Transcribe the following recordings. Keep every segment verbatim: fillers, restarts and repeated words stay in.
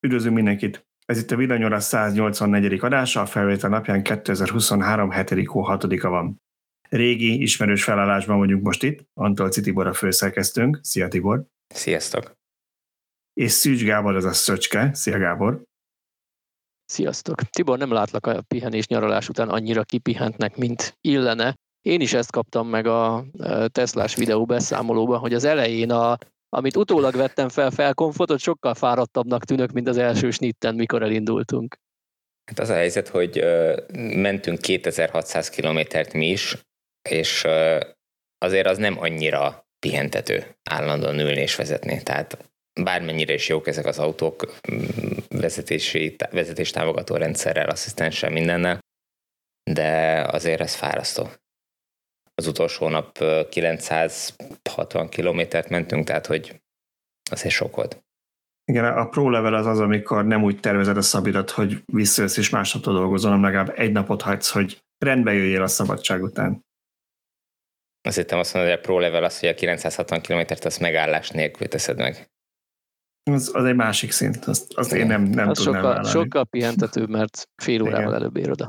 Üdvözlünk mindenkit! Ez itt a Villanyóra száznyolcvannegyedik adása, a felvétel napján kétezer-huszonhárom. hetedik hó hatodika van. Régi, ismerős felállásban vagyunk most itt, Antolczy Tibor a főszerkesztőnk. Szia Tibor! Sziasztok! És Szűcs Gábor az a Szöcske. Szia Gábor! Sziasztok! Tibor, nem látlak a pihenés nyaralás után annyira kipihentnek, mint illene. Én is ezt kaptam meg a Teslás videó beszámolóban, hogy az elején, a, amit utólag vettem fel felkonfotot, sokkal fáradtabbnak tűnök, mint az első snitten, mikor elindultunk. Hát az a helyzet, hogy uh, mentünk kétezer-hatszáz kilométert mi is, és uh, azért az nem annyira pihentető állandóan ülni és vezetni. Tehát bármennyire is jók ezek az autók vezetési, vezetéstámogató rendszerrel, asszisztenssel, mindennel, de azért ez fárasztó. Az utolsó nap kilencszázhatvan kilométert mentünk, tehát hogy azért sok volt. Igen, a Pro Level az az, amikor nem úgy tervezed a szabidat, hogy visszajössz és másnaptól dolgozol, hanem legalább egy napot hagysz, hogy rendbe jöjjél a szabadság után. Azt hittem azt mondani, hogy a Pro Level az, hogy a kilencszázhatvan kilométert azt megállás nélkül teszed meg. Az, az egy másik szint, azt, azt én nem, nem az tudnám sokkal, vállalni. sokkal pihentetőbb, mert fél órával Igen. előbb ér oda.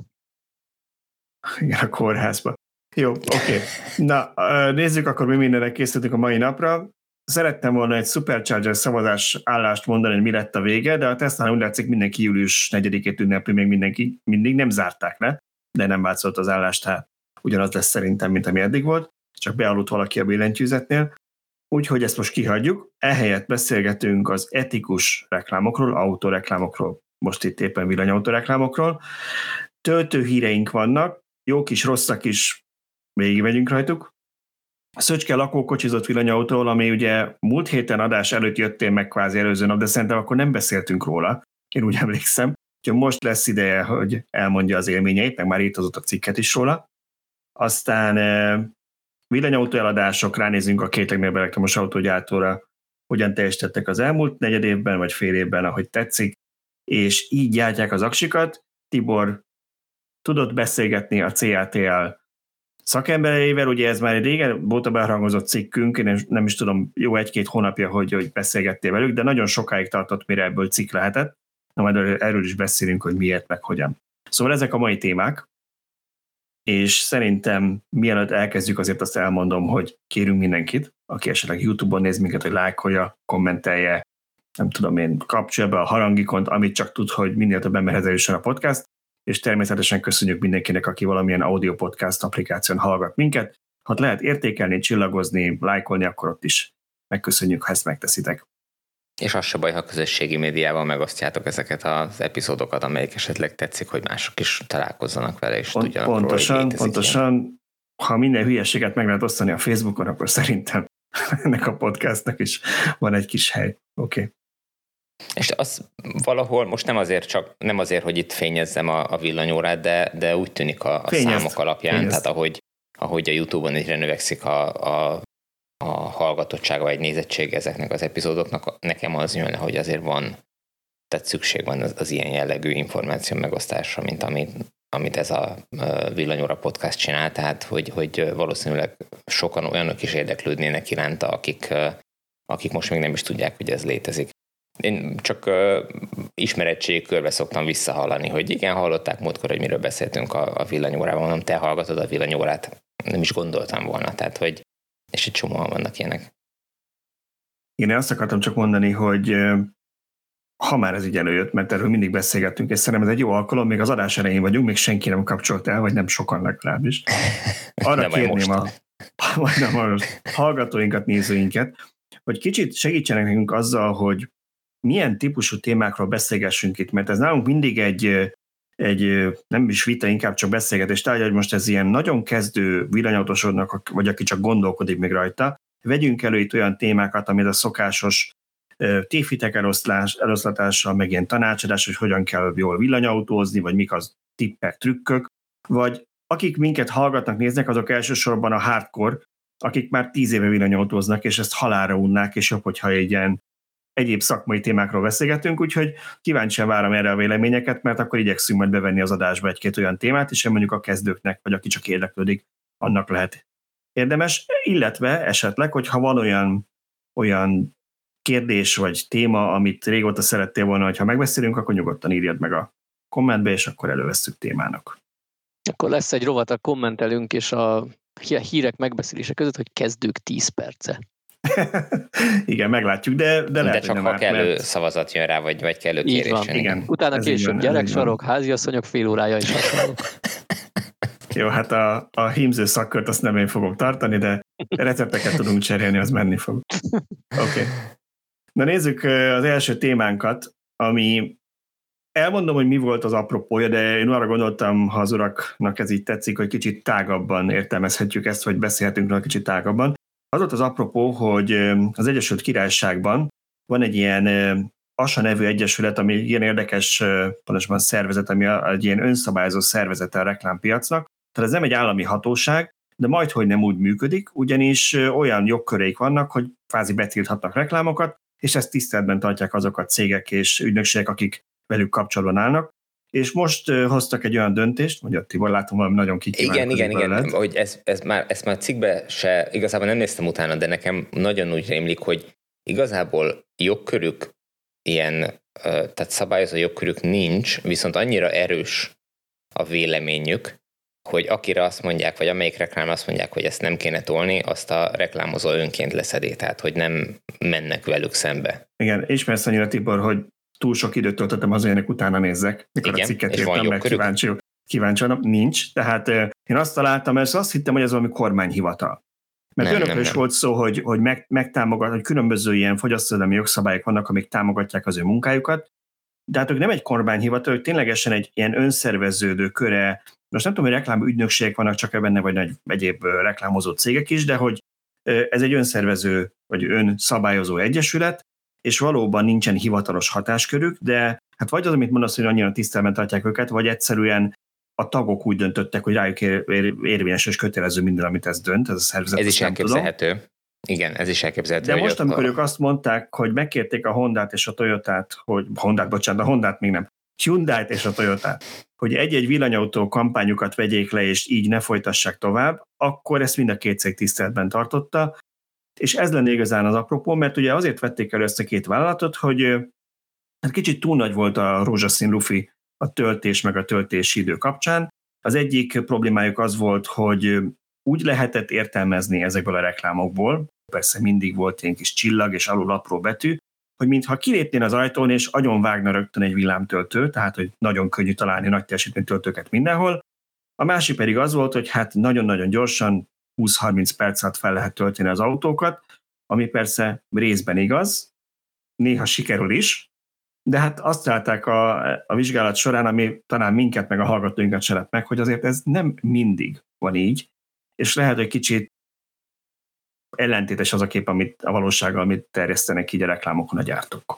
Igen, a kórházba. Jó, oké. Okay. Na, nézzük akkor, mi mindenre készültünk a mai napra. Szerettem volna egy Supercharger szavazás állást mondani, hogy mi lett a vége, de a Tesla úgy látszik mindenki július negyedikét ünnepli, még mindenki mindig nem zárták le, de nem változott az állást, tehát ugyanaz lesz szerintem, mint ami eddig volt, csak bealudt valaki a billentyűzetnél. Úgyhogy ezt most kihagyjuk. Ehelyett beszélgetünk az etikus reklámokról, autóreklámokról, most itt éppen villanyautóreklámokról. Töltőhíreink vannak, jók is, rosszak is, végigmegyünk rajtuk. A Szöcske lakókocsizott villanyautóról, ami ugye múlt héten adás előtt jöttél meg kvázi előző nap, de szerintem akkor nem beszéltünk róla, én úgy emlékszem. Úgyhogy most lesz ideje, hogy elmondja az élményeit, meg már írtozott a cikket is róla. Aztán villanyautó eladások, ránézünk a két legnagyobb elektromos autógyártóra, hogyan teljesítettek az elmúlt negyed évben, vagy fél évben, ahogy tetszik, és így gyártják az aksikat. Tibor tudott beszélgetni a cé á té el szakembereivel, ugye ez már egy régen volt a behangozott cikkünk, én nem is tudom, jó egy-két hónapja, hogy, hogy beszélgettél velük, de nagyon sokáig tartott, mire ebből cikk lehetett. Na majd erről is beszélünk, hogy miért, meg hogyan. Szóval ezek a mai témák, és szerintem mielőtt elkezdjük, azért azt elmondom, hogy kérünk mindenkit, aki esetleg YouTube-on néz minket, hogy lájkolja, kommentelje, nem tudom én, kapcsolja be a harangikont, amit csak tud, hogy minél több emberhez eljusson a podcast, és természetesen köszönjük mindenkinek, aki valamilyen audio podcast applikáción hallgat minket. Ha lehet értékelni, csillagozni, lájkolni, akkor ott is megköszönjük, ha ezt megteszitek. És az se baj, ha közösségi médiával megosztjátok ezeket az epizódokat, amelyik esetleg tetszik, hogy mások is találkozzanak vele, és Pont, tudjanak Pontosan, róla, pontosan. Ilyen. Ha minden hülyeséget meg lehet osztani a Facebookon, akkor szerintem ennek a podcastnak is van egy kis hely. Oké. Okay. És az valahol, most nem azért csak, nem azért, hogy itt fényezzem a, a villanyórát, de, de úgy tűnik a, a számok alapján, Fényezt. Tehát ahogy, ahogy a YouTube-on egyre növekszik a, a, a hallgatottsága vagy nézettsége ezeknek az epizódoknak, nekem az jön, hogy azért van, tehát szükség van az, az ilyen jellegű információ megosztásra, mint amit, amit ez a Villanyóra podcast csinál, tehát hogy, hogy valószínűleg sokan olyanok is érdeklődnének iránta, akik, akik most még nem is tudják, hogy ez létezik. Én csak uh, ismeretségi körbe szoktam visszahallani, hogy igen, hallották múltkor, hogy miről beszéltünk a, a villanyórában, mondom, te hallgatod a villanyórát, nem is gondoltam volna, tehát hogy, és egy csomóan vannak ilyenek. Én azt akartam csak mondani, hogy ha már ez így előjött, mert erről mindig beszélgettünk, és szerintem ez egy jó alkalom, még az adás elején vagyunk, még senki nem kapcsolt el, vagy nem sokan legalábbis. Arra kérném a, a hallgatóinkat, nézőinket, hogy kicsit segítsenek nekünk azzal, hogy milyen típusú témákról beszélgessünk itt, mert ez nálunk mindig egy, egy nem is vita, inkább csak beszélgetés tárgya, hogy most ez ilyen nagyon kezdő villanyautósodnak, vagy aki csak gondolkodik még rajta, vegyünk elő itt olyan témákat, amit a szokásos tévhitek eloszlás, eloszlatása, meg ilyen tanácsadás, hogy hogyan kell jól villanyautózni, vagy mik az tippek, trükkök, vagy akik minket hallgatnak, néznek, azok elsősorban a hardcore, akik már tíz éve villanyautóznak, és ezt halálra unnák, és jobb, hogyha egy ilyen egyéb szakmai témákról beszélgetünk, úgyhogy kíváncsian várom erre a véleményeket, mert akkor igyekszünk majd bevenni az adásba egy-két olyan témát, és mondjuk a kezdőknek, vagy aki csak érdeklődik, annak lehet érdemes, illetve esetleg, hogyha van olyan, olyan kérdés vagy téma, amit régóta szerettél volna, hogy ha megbeszélünk, akkor nyugodtan írjad meg a kommentbe, és akkor elővesszük témának. Akkor lesz egy rovat, a kommentelünk, és a hírek megbeszélése között, hogy kezdők tíz perce. Igen, meglátjuk, de, de, de lehet, csak hogy ha nem kellő mert... szavazat jön rá, vagy, vagy kellő kérés jön. Igen. Utána ez később van, gyereksarok, háziasszonyok fél órája is hasonlók. Jó, hát a, a hímző szakkört azt nem én fogom tartani, de recepteket tudunk cserélni, az menni fog. Oké. Okay. Na nézzük az első témánkat, ami elmondom, hogy mi volt az apropója, de én arra gondoltam, ha az uraknak ez így tetszik, hogy kicsit tágabban értelmezhetjük ezt, vagy beszélhetünk róla kicsit tágabban. Az volt az apropó, hogy az Egyesült Királyságban van egy ilyen á es á nevű egyesület, ami ilyen érdekes pontosan szervezet, ami egy ilyen önszabályozó szervezete a reklámpiacnak. Tehát ez nem egy állami hatóság, de majdhogy nem úgy működik, ugyanis olyan jogköreik vannak, hogy kvázi betilthatnak reklámokat, és ezt tiszteletben tartják azok a cégek és ügynökségek, akik velük kapcsolatban állnak. És most hoztak egy olyan döntést, mondja Tibor, látom valami nagyon kikívánkozik. Igen, igen, igen, hogy ez, ez már, ezt már cikkbe se, igazából nem néztem utána, de nekem nagyon úgy rémlik, hogy igazából jogkörük ilyen, tehát szabályozó jogkörük nincs, viszont annyira erős a véleményük, hogy akire azt mondják, vagy amelyik reklám azt mondják, hogy ezt nem kéne tolni, azt a reklámozó önként leszedi, tehát hogy nem mennek velük szembe. Igen, ismersz annyira, Tibor, hogy túl sok időt töltöttem az ilyenek utána nézzek, mikor igen, a cikket írtam, meg kíváncsi, kíváncsi nincs. Tehát én azt találtam, mert azt hittem, hogy ez valami kormányhivatal. Mert nem, önökről is nem. volt szó, hogy, hogy meg, megtámogat, hogy különböző ilyen fogyasztóvédelmi jogszabályok vannak, amik támogatják az ő munkájukat, de hát ők nem egy kormányhivatal, ők ténylegesen egy ilyen önszerveződő köre. Most nem tudom, hogy reklámügynökségek vannak csak benne, vagy nagy egyéb reklámozó cégek is, de hogy ez egy önszervező, vagy önszabályozó egyesület, és valóban nincsen hivatalos hatáskörük, de hát vagy az, amit mondasz, hogy annyira tiszteletben tartják őket, vagy egyszerűen a tagok úgy döntöttek, hogy rájuk ér, ér, érvényes és kötelező minden, amit ez dönt, ez a szervezet. Ez is elképzelhető. Tudom. Igen, ez is elképzelhető. De most, amikor a... ők azt mondták, hogy megkérték a Hondát és a Toyotát, hogy Hondát, bocsánat, a Hondát még nem, Hyundai-t és a Toyotát, hogy egy-egy villanyautó kampányukat vegyék le, és így ne folytassák tovább, akkor ezt mind a két cég tiszteletben tartotta, és ez lenne igazán az apropó, mert ugye azért vették elő ezt a két vállalatot, hogy hát kicsit túl nagy volt a rózsaszín lufi a töltés meg a töltési idő kapcsán. Az egyik problémájuk az volt, hogy úgy lehetett értelmezni ezekből a reklámokból, persze mindig volt ilyen kis csillag és alul apró betű, hogy mintha kilépnél az ajtón és agyon vágna rögtön egy villámtöltő, tehát hogy nagyon könnyű találni nagy teljesítményű töltőket mindenhol. A másik pedig az volt, hogy hát nagyon-nagyon gyorsan húsz-harminc perc alatt fel lehet tölteni az autókat, ami persze részben igaz, néha sikerül is, de hát azt találták a, a vizsgálat során, ami talán minket meg a hallgatóinkat se lett meg, hogy azért ez nem mindig van így, és lehet, hogy kicsit ellentétes az a kép, amit a valósággal, amit terjesztenek így a reklámokon a gyártók.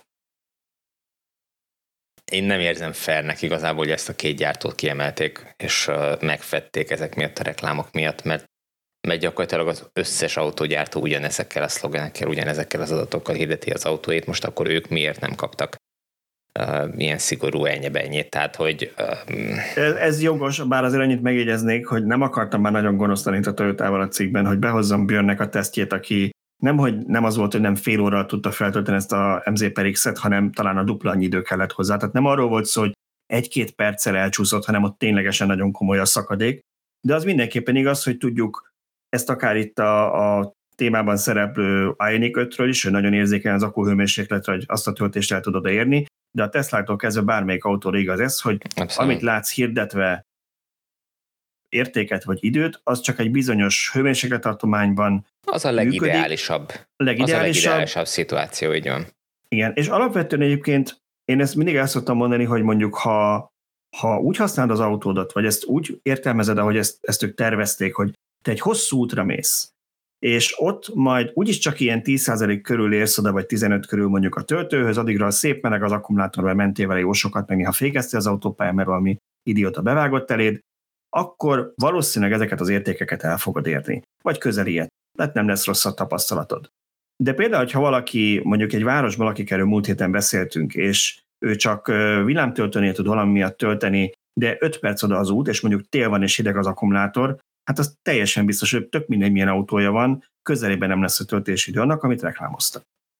Én nem érzem fairnek igazából, hogy ezt a két gyártót kiemelték, és megfették ezek miatt a reklámok miatt, mert, mert gyakorlatilag az összes autógyártó ugyanezekkel a szlogenekkel, ugyanezekkel az adatokkal hirdeti az autóét, most akkor ők miért nem kaptak uh, ilyen szigorú ennyi-bennyit, tehát hogy... Um... Ez, ez jogos, bár azért annyit megjegyeznék, hogy nem akartam már nagyon gonosztani a Toyotával a cikkben, hogy behozzam Björnnek a tesztjét, aki nem, hogy nem az volt, hogy nem fél óra tudta feltölteni ezt a em zé per iksz-et, hanem talán a dupla annyi idő kellett hozzá. Tehát nem arról volt szó, hogy egy-két perccel elcsúszott, hanem ott ténylegesen nagyon komoly a szakadék. De az mindenképpen igaz, hogy tudjuk ezt akár itt a, a témában szereplő Ioniq ötről is, hogy nagyon érzékeny az akkuhőmérsékletre, hogy azt a töltést el tudod érni, de a Teslától kezdve bármelyik autóra igaz ez, hogy abszolút, amit látsz hirdetve értéket vagy időt, az csak egy bizonyos hőmérséklettartományban az a legideálisabb. legideálisabb. Az a legideálisabb szituáció, így van. Igen, és alapvetően egyébként én ezt mindig el szoktam mondani, hogy mondjuk ha, ha úgy használod az autódat, vagy ezt úgy értelmezed, ahogy ezt, ezt ők tervezték, hogy te egy hosszú útra mész, és ott majd úgyis csak ilyen tíz százalék körül érsz oda, vagy tizenöt körül mondjuk a töltőhöz, addigra szép meleg az akkumulátorral, mentél vele jó sokat, meg néha fékeztél az autópályán, mert valami idióta bevágott eléd, akkor valószínűleg ezeket az értékeket el fogod érni. Vagy közel ilyet. Tehát nem lesz rossz a tapasztalatod. De például, ha valaki, mondjuk egy városban, akikről múlt héten beszéltünk, és ő csak villámtöltőnél tud valami miatt tölteni, de öt perc oda az út, és mondjuk tél van és hideg az akkumulátor, hát az teljesen biztos, hogy tök mindegy milyen autója van, közelében nem lesz a töltési idő annak, amit reklámoztak.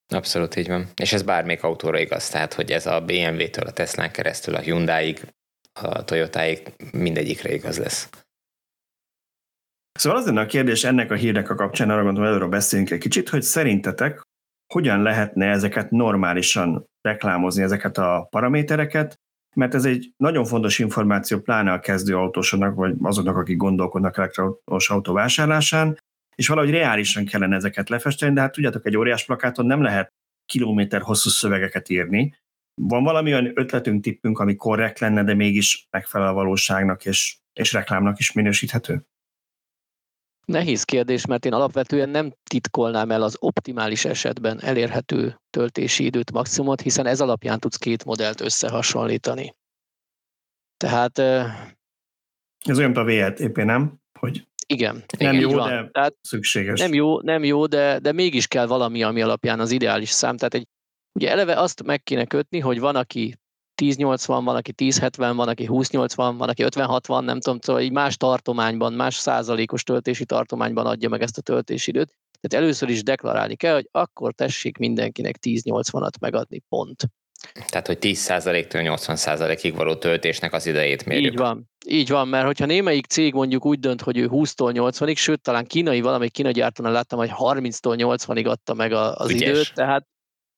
Abszolút így van. És ez bármelyik autóra igaz, tehát hogy ez a bé em vé-től a Teslán keresztül a Hyundaig, a Toyotáig mindegyikre igaz lesz. Szóval az lenne a kérdés ennek a hírnek a kapcsán, arra gondolom, előről beszéljünk egy kicsit, hogy szerintetek hogyan lehetne ezeket normálisan reklámozni, ezeket a paramétereket, mert ez egy nagyon fontos információ, pláne a kezdő autósoknak, vagy azoknak, akik gondolkodnak elektromos autó vásárlásán, és valahogy reálisan kellene ezeket lefesteni, de hát tudjátok, egy óriás plakáton nem lehet kilométer hosszú szövegeket írni. Van valami olyan ötletünk, tippünk, ami korrekt lenne, de mégis megfelel a valóságnak, és, és reklámnak is minősíthető? Nehéz kérdés, mert én alapvetően nem titkolnám el az optimális esetben elérhető töltési időt, maximumot, hiszen ez alapján tudsz két modellt összehasonlítani. Tehát... Ez olyan, mint a vé é té pé, nem? Hogy igen. Nem igen, jó, van. de Tehát szükséges. Nem jó, nem jó de, de mégis kell valami, ami alapján az ideális szám. Tehát egy, ugye eleve azt meg kéne kötni, hogy van, aki tíz nyolcvan, van, aki tíz hetven, van, aki húsz nyolcvan, van, aki ötven hatvan, nem tudom, szóval így más tartományban, más százalékos töltési tartományban adja meg ezt a töltésidőt. Tehát először is deklarálni kell, hogy akkor tessék mindenkinek tíz nyolcvanat megadni, pont. Tehát, hogy tíz százaléktől nyolcvan százalékig való töltésnek az idejét mérjük. Így van, így van, mert hogyha némelyik cég mondjuk úgy dönt, hogy ő húsztól nyolcvanig, sőt, talán kínai, valamelyik kínai gyártónál láttam, hogy harminctól nyolcvanig adta meg az Ügyes. időt, tehát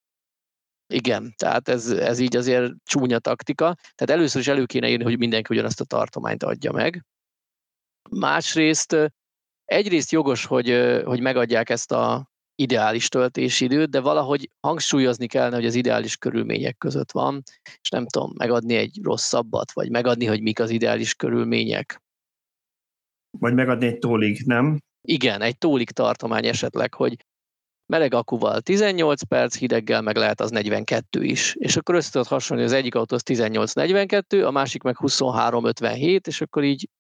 igen, tehát ez, ez így azért csúnya taktika. Tehát először is elő kéne írni, hogy mindenki ugyanazt a tartományt adja meg. Másrészt egyrészt jogos, hogy, hogy megadják ezt a ideális töltési időt, de valahogy hangsúlyozni kellene, hogy az ideális körülmények között van, és nem tudom, megadni egy rosszabbat, vagy megadni, hogy mik az ideális körülmények. Vagy megadni egy tólig, nem? Igen, egy tólig tartomány esetleg, hogy meleg akuval tizennyolc perc, hideggel meg lehet az negyvenkettő is. És akkor össze tudod hasonlítani, az egyik autó az tizennyolc negyvenkettő, a másik meg huszonhárom ötvenhét, és akkor így...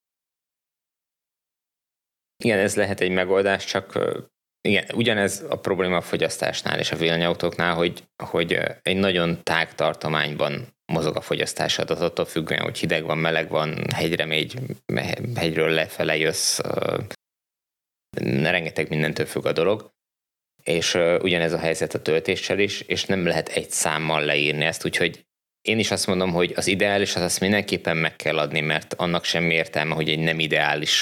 Igen, ez lehet egy megoldás, csak igen, ugyanez a probléma a fogyasztásnál és a villanyautóknál, hogy, hogy egy nagyon tág tartományban mozog a fogyasztásod, az attól függően, hogy hideg van, meleg van, hegyre mégy, hegyről lefele jössz, rengeteg mindentől függ a dolog. És uh, ugyanez a helyzet a töltéssel is, és nem lehet egy számmal leírni ezt, úgyhogy én is azt mondom, hogy az ideális, az azt mindenképpen meg kell adni, mert annak semmi értelme, hogy egy nem ideális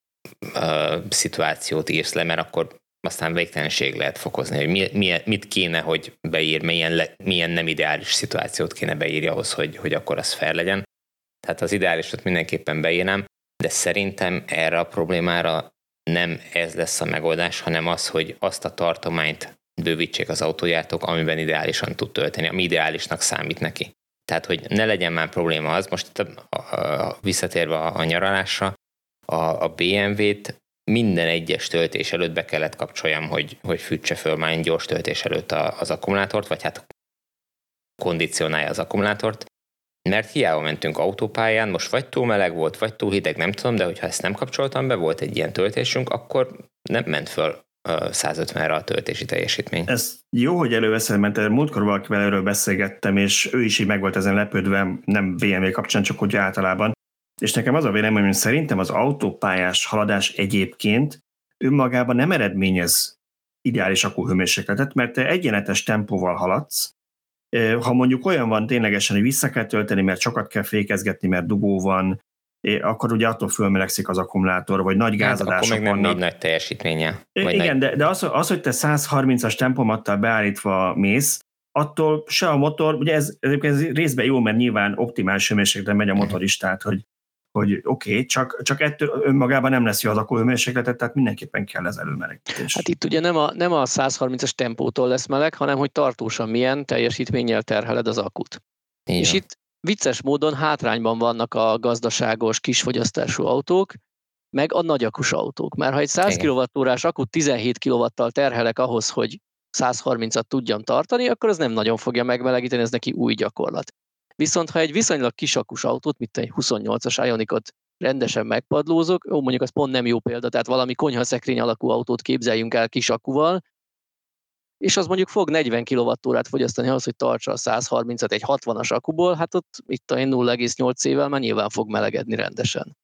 uh, szituációt írsz le, mert akkor aztán végtelenség lehet fokozni, hogy mi, mi, mit kéne, hogy beír, milyen, le, milyen nem ideális szituációt kéne beírni ahhoz, hogy, hogy akkor az fair legyen. Tehát az ideálisat mindenképpen beírnám, de szerintem erre a problémára nem ez lesz a megoldás, hanem az, hogy azt a tartományt bővítsék az autógyártók, amiben ideálisan tud tölteni, ami ideálisnak számít neki. Tehát, hogy ne legyen már probléma az, most a, a, a, visszatérve a, a nyaralásra, a, a bé em vét minden egyes töltés előtt be kellett kapcsoljam, hogy, hogy fűtse föl már gyors töltés előtt a, az akkumulátort, vagy hát kondicionálja az akkumulátort, mert hiába mentünk autópályán, most vagy túl meleg volt, vagy túl hideg, nem tudom, de hogyha ezt nem kapcsoltam be, volt egy ilyen töltésünk, akkor nem ment föl százötvenre a töltési teljesítmény. Ez jó, hogy előveszed, mert múltkor valakivel erről beszélgettem, és ő is így meg volt ezen lepődve, nem bé em vé kapcsán, csak úgy általában. És nekem az a véleményem, hogy szerintem az autópályás haladás egyébként önmagában nem eredményez ideális akkuhőmérsékletet, mert te egyenletes tempóval haladsz. Ha mondjuk olyan van ténylegesen, hogy vissza kell tölteni, mert sokat kell fékezgetni, mert dugó van, akkor ugye attól fölmelegszik az akkumulátor, vagy nagy gázadások vannak. Hát, akkor meg nem így nagy teljesítménye. Vagy igen, nagy... de, de az, az, hogy te száz harmincas tempomattal beállítva mész, attól se a motor, ugye ez, ez részben jó, mert nyilván optimális hőmérsékleten megy a motor is, tehát hogy, hogy oké, okay, csak, csak ettől önmagában nem lesz jó az akkuhőmérsékletet, tehát mindenképpen kell ez előmelegítés. Hát itt ugye nem a, nem a száz harmincas tempótól lesz meleg, hanem hogy tartósan milyen teljesítménnyel terheled az akut. Igen. És itt vicces módon hátrányban vannak a gazdaságos, kisfogyasztású autók, meg a nagyakus autók. Mert ha egy száz kilowattórás akut tizenhét kilowattal terhelek ahhoz, hogy száz harmincat tudjam tartani, akkor ez nem nagyon fogja megmelegíteni, ez neki új gyakorlat. Viszont ha egy viszonylag kisakus autót, mint egy huszonnyolcas Ionicot rendesen megpadlózok, jó, mondjuk az pont nem jó példa, tehát valami konyhaszekrény alakú autót képzeljünk el kis akkuval, és az mondjuk fog negyven kilowattórát fogyasztani ahhoz, hogy tartsa a száz harmincat egy hatvanas akkuból, hát ott itt a nulla egész nyolc évvel már nyilván fog melegedni rendesen.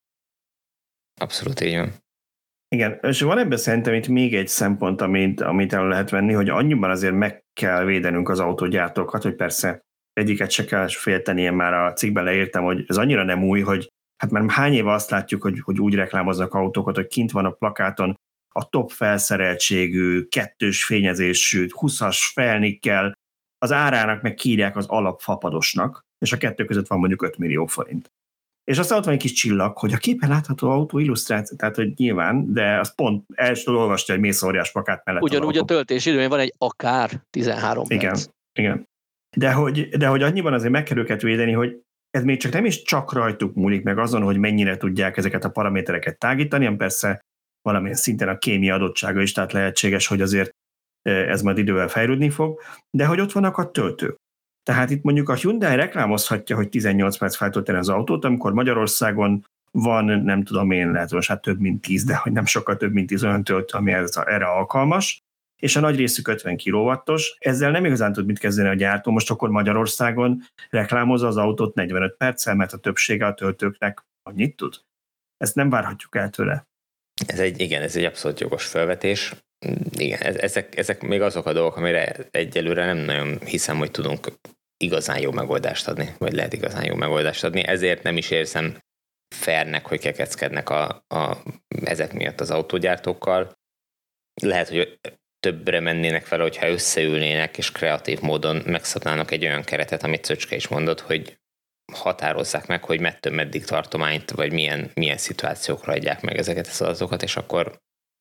Abszolút így van. Igen, és van ebben szerintem itt még egy szempont, amit, amit el lehet venni, hogy annyiban azért meg kell védenünk az autógyártókat, hogy persze egyiket se kell félteni, én már a cikkben leírtam, hogy ez annyira nem új, hogy hát már hány éve azt látjuk, hogy, hogy úgy reklámoznak autókat, hogy kint van a plakáton a top felszereltségű, kettős fényezésű, húszas felnikkel, az árának meg kiírják az alapfapadosnak, és a kettő között van mondjuk öt millió forint. És aztán ott van egy kis csillag, hogy a képen látható autó illusztráció, tehát hogy nyilván, de az pont első olvasni, hogy mész óriás plakát mellett. Ugyanúgy a töltési időn van egy akár tizenhárom igen, perc. Igen, de hogy, de hogy annyiban azért meg kell őket védeni, hogy ez még csak nem is csak rajtuk múlik meg azon, hogy mennyire tudják ezeket a paramétereket tágítani, hanem persze valamilyen szinten a kémia adottsága is, tehát lehetséges, hogy azért ez majd idővel fejlődni fog, de hogy ott vannak a töltők. Tehát itt mondjuk a Hyundai reklámozhatja, hogy tizennyolc perc fel tud tenni az autót, amikor Magyarországon van, nem tudom én, lehet, hogy hát több mint tíz, de hogy nem sokkal több mint tíz olyan töltő, ami erre alkalmas, és a nagy részük ötven kilowattos. Ezzel nem igazán tud mit kezdeni a gyártó, most akkor Magyarországon reklámozza az autót negyvenöt perccel, mert a többsége a töltőknek annyit tud. Ezt nem várhatjuk el tőle. Ez egy, igen, ez egy abszolút jogos felvetés. Igen, ezek, ezek még azok a dolgok, amire egyelőre nem nagyon hiszem, hogy tudunk igazán jó megoldást adni, vagy lehet igazán jó megoldást adni. Ezért nem is érzem fairnek, hogy kekeckednek a, a, ezek miatt az autógyártókkal. Lehet, hogy többre mennének fel, hogyha összeülnének, és kreatív módon megszabnának egy olyan keretet, amit Szöcske is mondott, hogy határozzák meg, hogy mettől meddig tartományt, vagy milyen, milyen szituációkra adják meg ezeket az adatokat, és akkor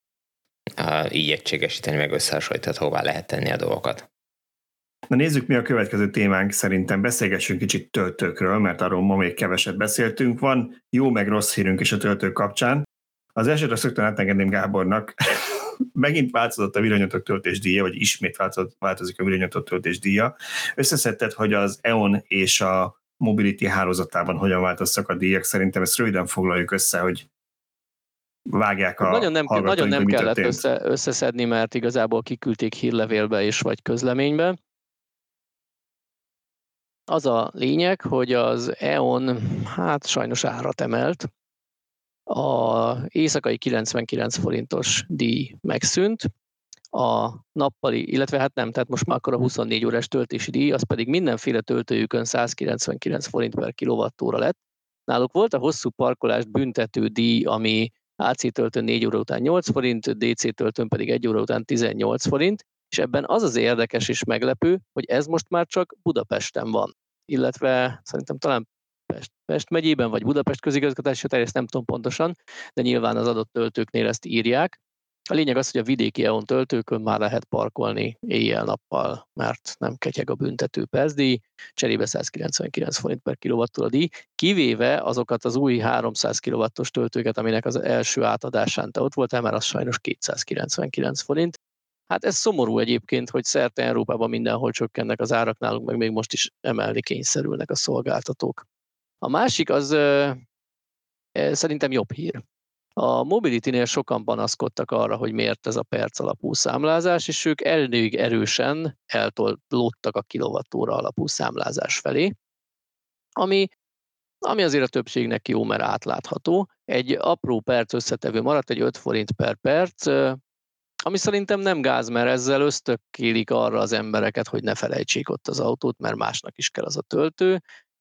uh, így egységesíteni, meg összehasonlíthatóvá lehet tenni a dolgokat. Na nézzük, mi a következő témánk, szerintem beszélgessünk kicsit töltőkről, mert arról ma még keveset beszéltünk. Van jó meg rossz hírünk is a töltők kapcsán. Az elsőre szoktam átengedném Gábornak. Megint változott a villanyatok töltésdíja, vagy ismét változik a villanyatok töltésdíja. Összeszedted, hogy az e on és a Mobility hálózatában hogyan változtak a díjak. Szerintem ezt röviden foglaljuk össze, hogy vágják a Nagyon nem, nagyon nem kellett össze, összeszedni, mert igazából kiküldték hírlevélbe és vagy közleménybe. Az a lényeg, hogy az e on hát sajnos árat emelt. A éjszakai kilencvenkilenc forintos díj megszűnt, a nappali, illetve hát nem, tehát most már akkor a huszonnégy órás töltési díj, az pedig mindenféle töltőjükön száz kilencvenkilenc forint per kilowattóra lett. Náluk volt a hosszú parkolást büntető díj, ami á cé töltőn négy óra után nyolc forint, dé cé töltőn pedig egy óra után tizennyolc forint, és ebben az az érdekes és meglepő, hogy ez most már csak Budapesten van, illetve szerintem talán Pest, Pest megyében, vagy Budapest közigazgatási hatály, ezt nem tudom pontosan, de nyilván az adott töltőknél ezt írják. A lényeg az, hogy a vidéki e on töltőkön már lehet parkolni éjjel-nappal, mert nem ketyeg a büntető percdíj, cserébe száz kilencvenkilenc forint per kilowattóra díj, kivéve azokat az új háromszáz kilowattos töltőket, aminek az első átadásán te ott voltál, mert az sajnos kétszázkilencvenkilenc forint. Hát ez szomorú egyébként, hogy szerte Európában mindenhol csökkennek az árak, nálunk meg még most is emelni kényszerülnek a szolgáltatók. A másik az e, szerintem jobb hír. A Mobility-nél sokan panaszkodtak arra, hogy miért ez a perc alapú számlázás, és ők elég erősen eltolódtak a kilowattóra alapú számlázás felé, ami, ami azért a többségnek jó, mert átlátható. Egy apró perc összetevő maradt, egy öt forint per perc, ami szerintem nem gáz, mert ezzel ösztökélik arra az embereket, hogy ne felejtsék ott az autót, mert másnak is kell az a töltő.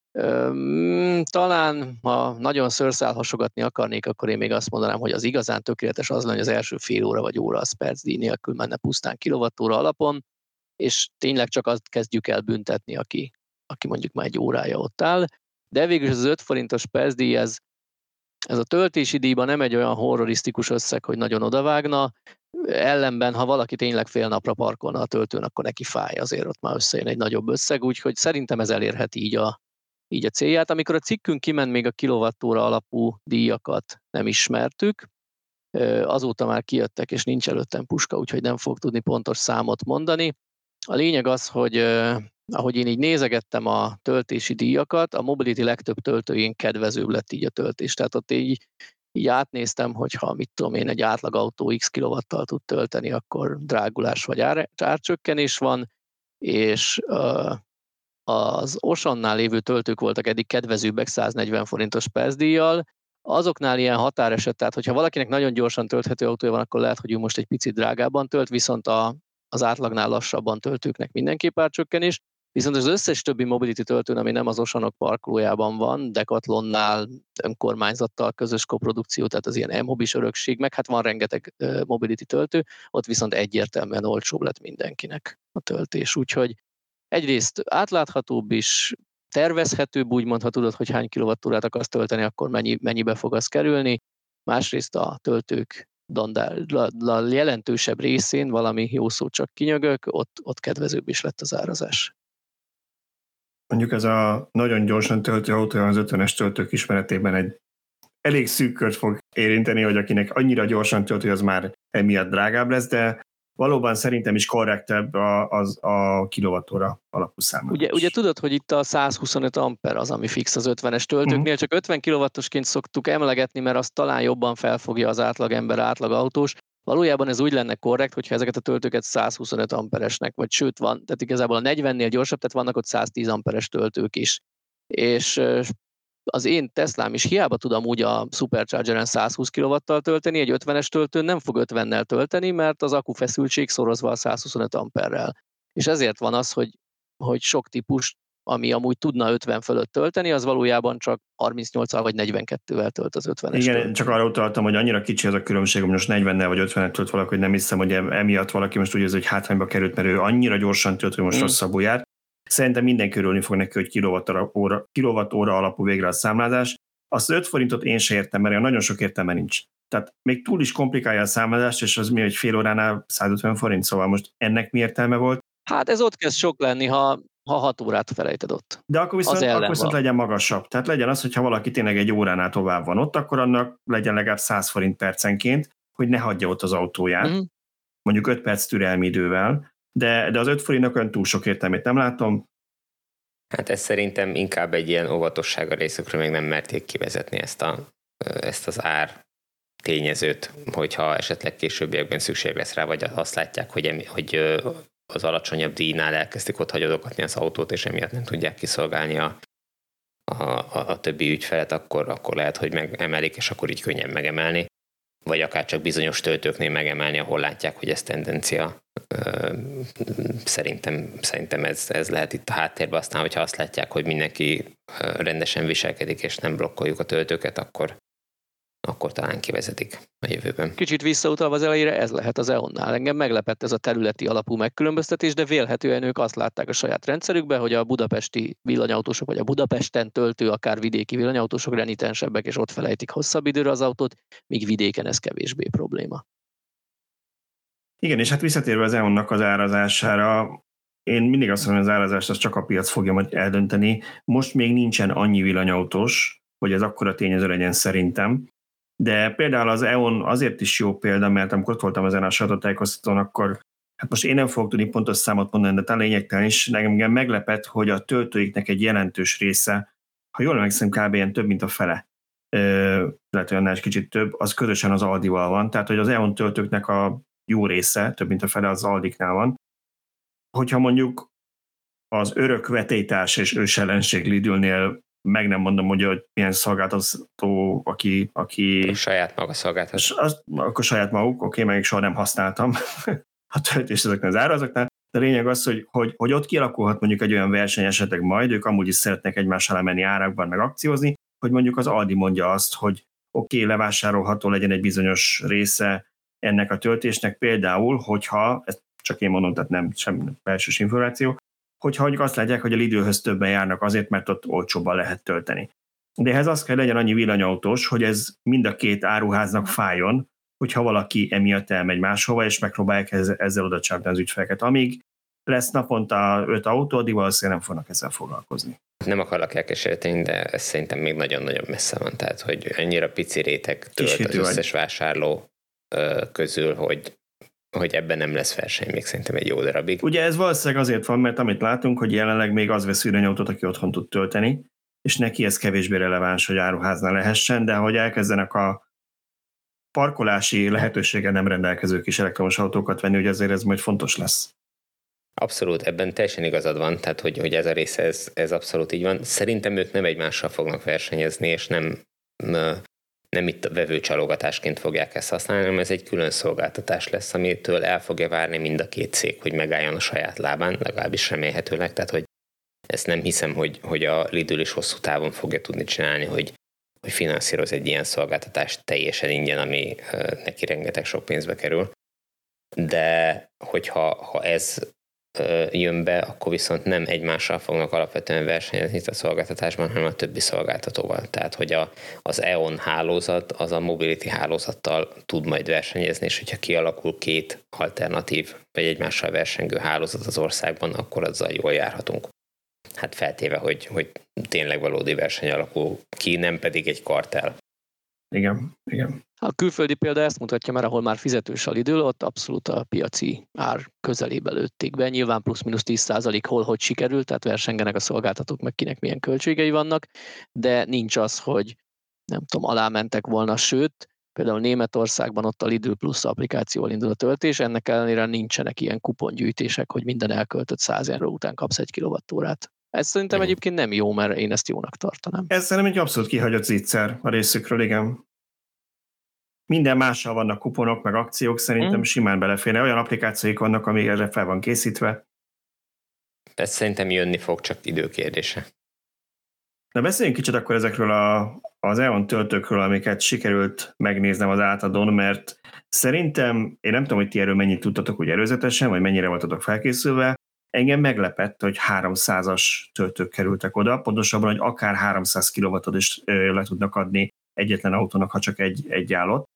Talán, ha nagyon szőrszálhasogatni akarnék, akkor én még azt mondanám, hogy az igazán tökéletes az lenne, hogy az első fél óra vagy óra az percdíj nélkül menne pusztán kilowattóra alapon, és tényleg csak azt kezdjük el büntetni, aki, aki mondjuk már egy órája ott áll. De végül az öt forintos percdíj, ez, ez a töltési díjban nem egy olyan horrorisztikus összeg, hogy nagyon odavágna. Ellenben, ha valaki tényleg fél napra parkolna a töltőn, akkor neki fáj, azért ott már összejön egy nagyobb összeg, úgyhogy szerintem ez elérheti így a így a célját. Amikor a cikkünk kiment, még a kilowattóra alapú díjakat nem ismertük, azóta már kijöttek, és nincs előttem puska, úgyhogy nem fog tudni pontos számot mondani. A lényeg az, hogy ahogy én így nézegettem a töltési díjakat, a Mobility legtöbb töltőjén kedvezőbb lett így a töltés. Tehát ott így, így átnéztem, hogy ha mit tudom én, egy átlagautó x kilowattal tud tölteni, akkor drágulás vagy ár, árcsökkenés van, és az Oceannál lévő töltők voltak eddig kedvezőbbek száznegyven forintos percdíjjal, azoknál ilyen határeset, tehát hogyha valakinek nagyon gyorsan tölthető autója van, akkor lehet, hogy ő most egy picit drágábban tölt, viszont a, az átlagnál lassabban töltőknek mindenképp árcsökkenés, viszont az összes többi mobility töltőn, ami nem az Oceanok parkolójában van, Decathlonnál, önkormányzattal közös koprodukció, tehát az ilyen e-mobis örökség, meg hát van rengeteg mobility töltő, ott viszont egyértelműen olcsóbb lett mindenkinek a töltés. Úgyhogy egyrészt átláthatóbb is, tervezhetőbb, úgymond, ha tudod, hogy hány kilowattórát akarsz tölteni, akkor mennyi, mennyibe fog az kerülni. Másrészt a töltők dandál, jelentősebb részén, valami jó szó csak kinyögök, ott, ott kedvezőbb is lett az árazás. Mondjuk ez a nagyon gyorsan töltő autó az ötvenes töltők ismeretében egy elég szűk kört fog érinteni, hogy akinek annyira gyorsan töltő, az már emiatt drágább lesz, de valóban szerintem is korrektebb a, az a kilovattóra alapú számolás. Ugye, ugye tudod, hogy itt a száz huszonöt amper az, ami fix az ötvenes töltőknél, uh-huh. csak ötven kilowattosként szoktuk emlegetni, mert azt talán jobban felfogja az átlagember, átlag autós. Valójában ez úgy lenne korrekt, hogyha ezeket a töltőket száz huszonöt amperesnek, vagy sőt van, tehát igazából a negyvennél gyorsabb, tehát vannak ott száz tíz amperes töltők is. És az én Teslám is hiába tud amúgy a Superchargeren száz húsz kilowatttal tölteni, egy ötvenes töltőn nem fog ötvennel tölteni, mert az akkufeszültség szorozva a száz huszonöt amperrel. És ezért van az, hogy, hogy sok típus, ami amúgy tudna ötven fölött tölteni, az valójában csak harmincnyolccal vagy negyvenkettővel tölt az ötvenes. Igen, töltő. Csak arra utaltam, hogy annyira kicsi az a különbség, hogy most negyvennel vagy ötvennel tölt valaki, hogy nem hiszem, hogy emiatt valaki most úgy érzi, hogy hátrányba került, mert ő annyira gyorsan tölt, hogy most mm. rosszabbul jár. Szerintem mindenki örülni fog neki, hogy kilovattóra, kilovattóra alapú végre a számlázás. Azt az öt forintot én se értem, mert nagyon sok értelme nincs. Tehát még túl is komplikálja a számlázást, és az mi, hogy fél óránál száz ötven forint, szóval most ennek mi értelme volt? Hát ez ott kezd sok lenni, ha, ha hat órát felejted ott. De akkor viszont, akkor viszont legyen magasabb. Tehát legyen az, hogyha valaki tényleg egy óránál tovább van ott, akkor annak legyen legalább száz forint percenként, hogy ne hagyja ott az autóját. Mm. Mondjuk öt perc türelmi idővel. De, de az öt forintnak olyan túl sok értelmét nem látom. Hát ez szerintem inkább egy ilyen óvatosság a részükről, még nem merték kivezetni ezt, a, ezt az ár tényezőt, hogyha esetleg későbbiekben szükség lesz rá, vagy azt látják, hogy, hogy az alacsonyabb díjnál elkezdik ott hagyodogatni az autót, és emiatt nem tudják kiszolgálni a, a, a, a többi ügyfelet, akkor, akkor lehet, hogy megemelik, és akkor így könnyebb megemelni. Vagy akár csak bizonyos töltőknél megemelni, ahol látják, hogy ez tendencia. Szerintem, szerintem ez, ez lehet itt a háttérben, aztán, hogyha azt látják, hogy mindenki rendesen viselkedik, és nem blokkoljuk a töltőket, akkor, akkor talán kivezetik a jövőben. Kicsit visszautalva az elejére, ez lehet az e on-nál. Engem meglepett ez a területi alapú megkülönböztetés, de vélhetően ők azt látták a saját rendszerükben, hogy a budapesti villanyautósok, vagy a Budapesten töltő, akár vidéki villanyautósok renitensebbek, és ott felejtik hosszabb időre az autót, míg vidéken ez kevésbé probléma. Igen, és hát visszatérve az e on-nak az árazására, én mindig azt mondom, hogy az árazást az csak a piac fogja majd eldönteni. Most még nincsen annyi villanyautós, hogy ez akkora tényező legyen szerintem. De például az e on azért is jó példa, mert amikor ott voltam ezen a sajtótájékoztatón, akkor hát most én nem fogok tudni pontos számot mondani, de talán lényegtelen is, engem meglepett, hogy a töltőiknek egy jelentős része, ha jól emlékszem, kb. Ilyen több, mint a fele, lehet, hogy annál is kicsit több, az közösen az Aldival van. Tehát, hogy az e on töltőknek a jó része, több mint a fele az Aldiknál van. Hogyha mondjuk az örök vetélytárs és ősellenség Lidlnél meg nem mondom, hogy, hogy milyen szolgáltató, aki... aki a saját maga szolgáltató. Az, akkor saját maguk, oké, okay, meg soha nem használtam a töltés ezeknek az árazoknál, de a lényeg az, hogy, hogy, hogy ott kialakulhat mondjuk egy olyan verseny esetleg majd, ők amúgy is szeretnek egymással menni árakban, meg akciózni, hogy mondjuk az Aldi mondja azt, hogy oké, okay, levásárolható legyen egy bizonyos része ennek a töltésnek, például, hogyha, ezt csak én mondom, tehát nem sem belsős információ, hogyha mondjuk azt látják, hogy a Lidlhöz többen járnak azért, mert ott olcsóbban lehet tölteni. De ehhez az kell, legyen annyi villanyautós, hogy ez mind a két áruháznak fájjon, hogyha valaki emiatt elmegy máshova, és megpróbálják ezzel oda csapni az ügyfeleket. Amíg lesz naponta öt autó, addig valószínűleg nem fognak ezzel foglalkozni. Nem akarlak elkeseríteni, de ez szerintem még nagyon-nagyon messze van. Tehát, hogy annyira pici réteg tölt az összes vagy. vásárló közül, hogy, hogy ebben nem lesz verseny még szerintem egy jó darabig. Ugye ez valószínűleg azért van, mert amit látunk, hogy jelenleg még az vesz villanyautót, aki otthon tud tölteni, és neki ez kevésbé releváns, hogy áruháznál lehessen, de hogy elkezdenek a parkolási lehetőséggel nem rendelkező kis elektromos autókat venni, hogy ezért ez majd fontos lesz. Abszolút, ebben teljesen igazad van, tehát hogy, hogy ez a része, ez, ez abszolút így van. Szerintem ők nem egymással fognak versenyezni, és nem, nem itt a vevőcsalogatásként fogják ezt használni, hanem ez egy külön szolgáltatás lesz, amitől el fogja várni mind a két cég, hogy megálljon a saját lábán, legalábbis remélhetőleg, tehát hogy ezt nem hiszem, hogy, hogy a Lidl is hosszú távon fogja tudni csinálni, hogy, hogy finanszíroz egy ilyen szolgáltatást teljesen ingyen, ami neki rengeteg sok pénzbe kerül. De hogyha ha ez jön be, akkor viszont nem egymással fognak alapvetően versenyezni itt a szolgáltatásban, hanem a többi szolgáltatóval. Tehát, hogy a, az e on hálózat az a mobility hálózattal tud majd versenyezni, és hogyha kialakul két alternatív, vagy egymással versengő hálózat az országban, akkor azzal jól járhatunk. Hát feltéve, hogy, hogy tényleg valódi verseny alakul ki, nem pedig egy kartel. Igen, igen. A külföldi példa ezt mutatja, mert ahol már fizetős a Lidl, ott abszolút a piaci ár közelébe lőtték be. Nyilván plusz-minusz tíz százalék hol hogy sikerült, tehát versengenek a szolgáltatók, meg kinek milyen költségei vannak, de nincs az, hogy nem tudom, alámentek volna, sőt, például Németországban ott a Lidl Plus applikációval indul a töltés, ennek ellenére nincsenek ilyen kupongyűjtések, hogy minden elköltött száz euró után kapsz egy kilowattórát. Ez szerintem egyébként nem jó, mert én ezt jónak tartanám. Ez szerintem egy abszolút kihagyott zicser a részükről, igen. Minden mással vannak kuponok, meg akciók, szerintem mm. simán beleférne. Olyan applikációik vannak, amik erre fel van készítve. Ez szerintem jönni fog, csak időkérdése. Na beszéljünk kicsit akkor ezekről a, az e on töltőkről, amiket sikerült megnéznem az átadón, mert szerintem, én nem tudom, hogy ti erről mennyit tudtatok úgy előzetesen, vagy mennyire voltatok felkészülve, engem meglepett, hogy háromszázas töltők kerültek oda, pontosabban, hogy akár háromszáz kilowattot is le tudnak adni egyetlen autónak, ha csak egy, egy állott.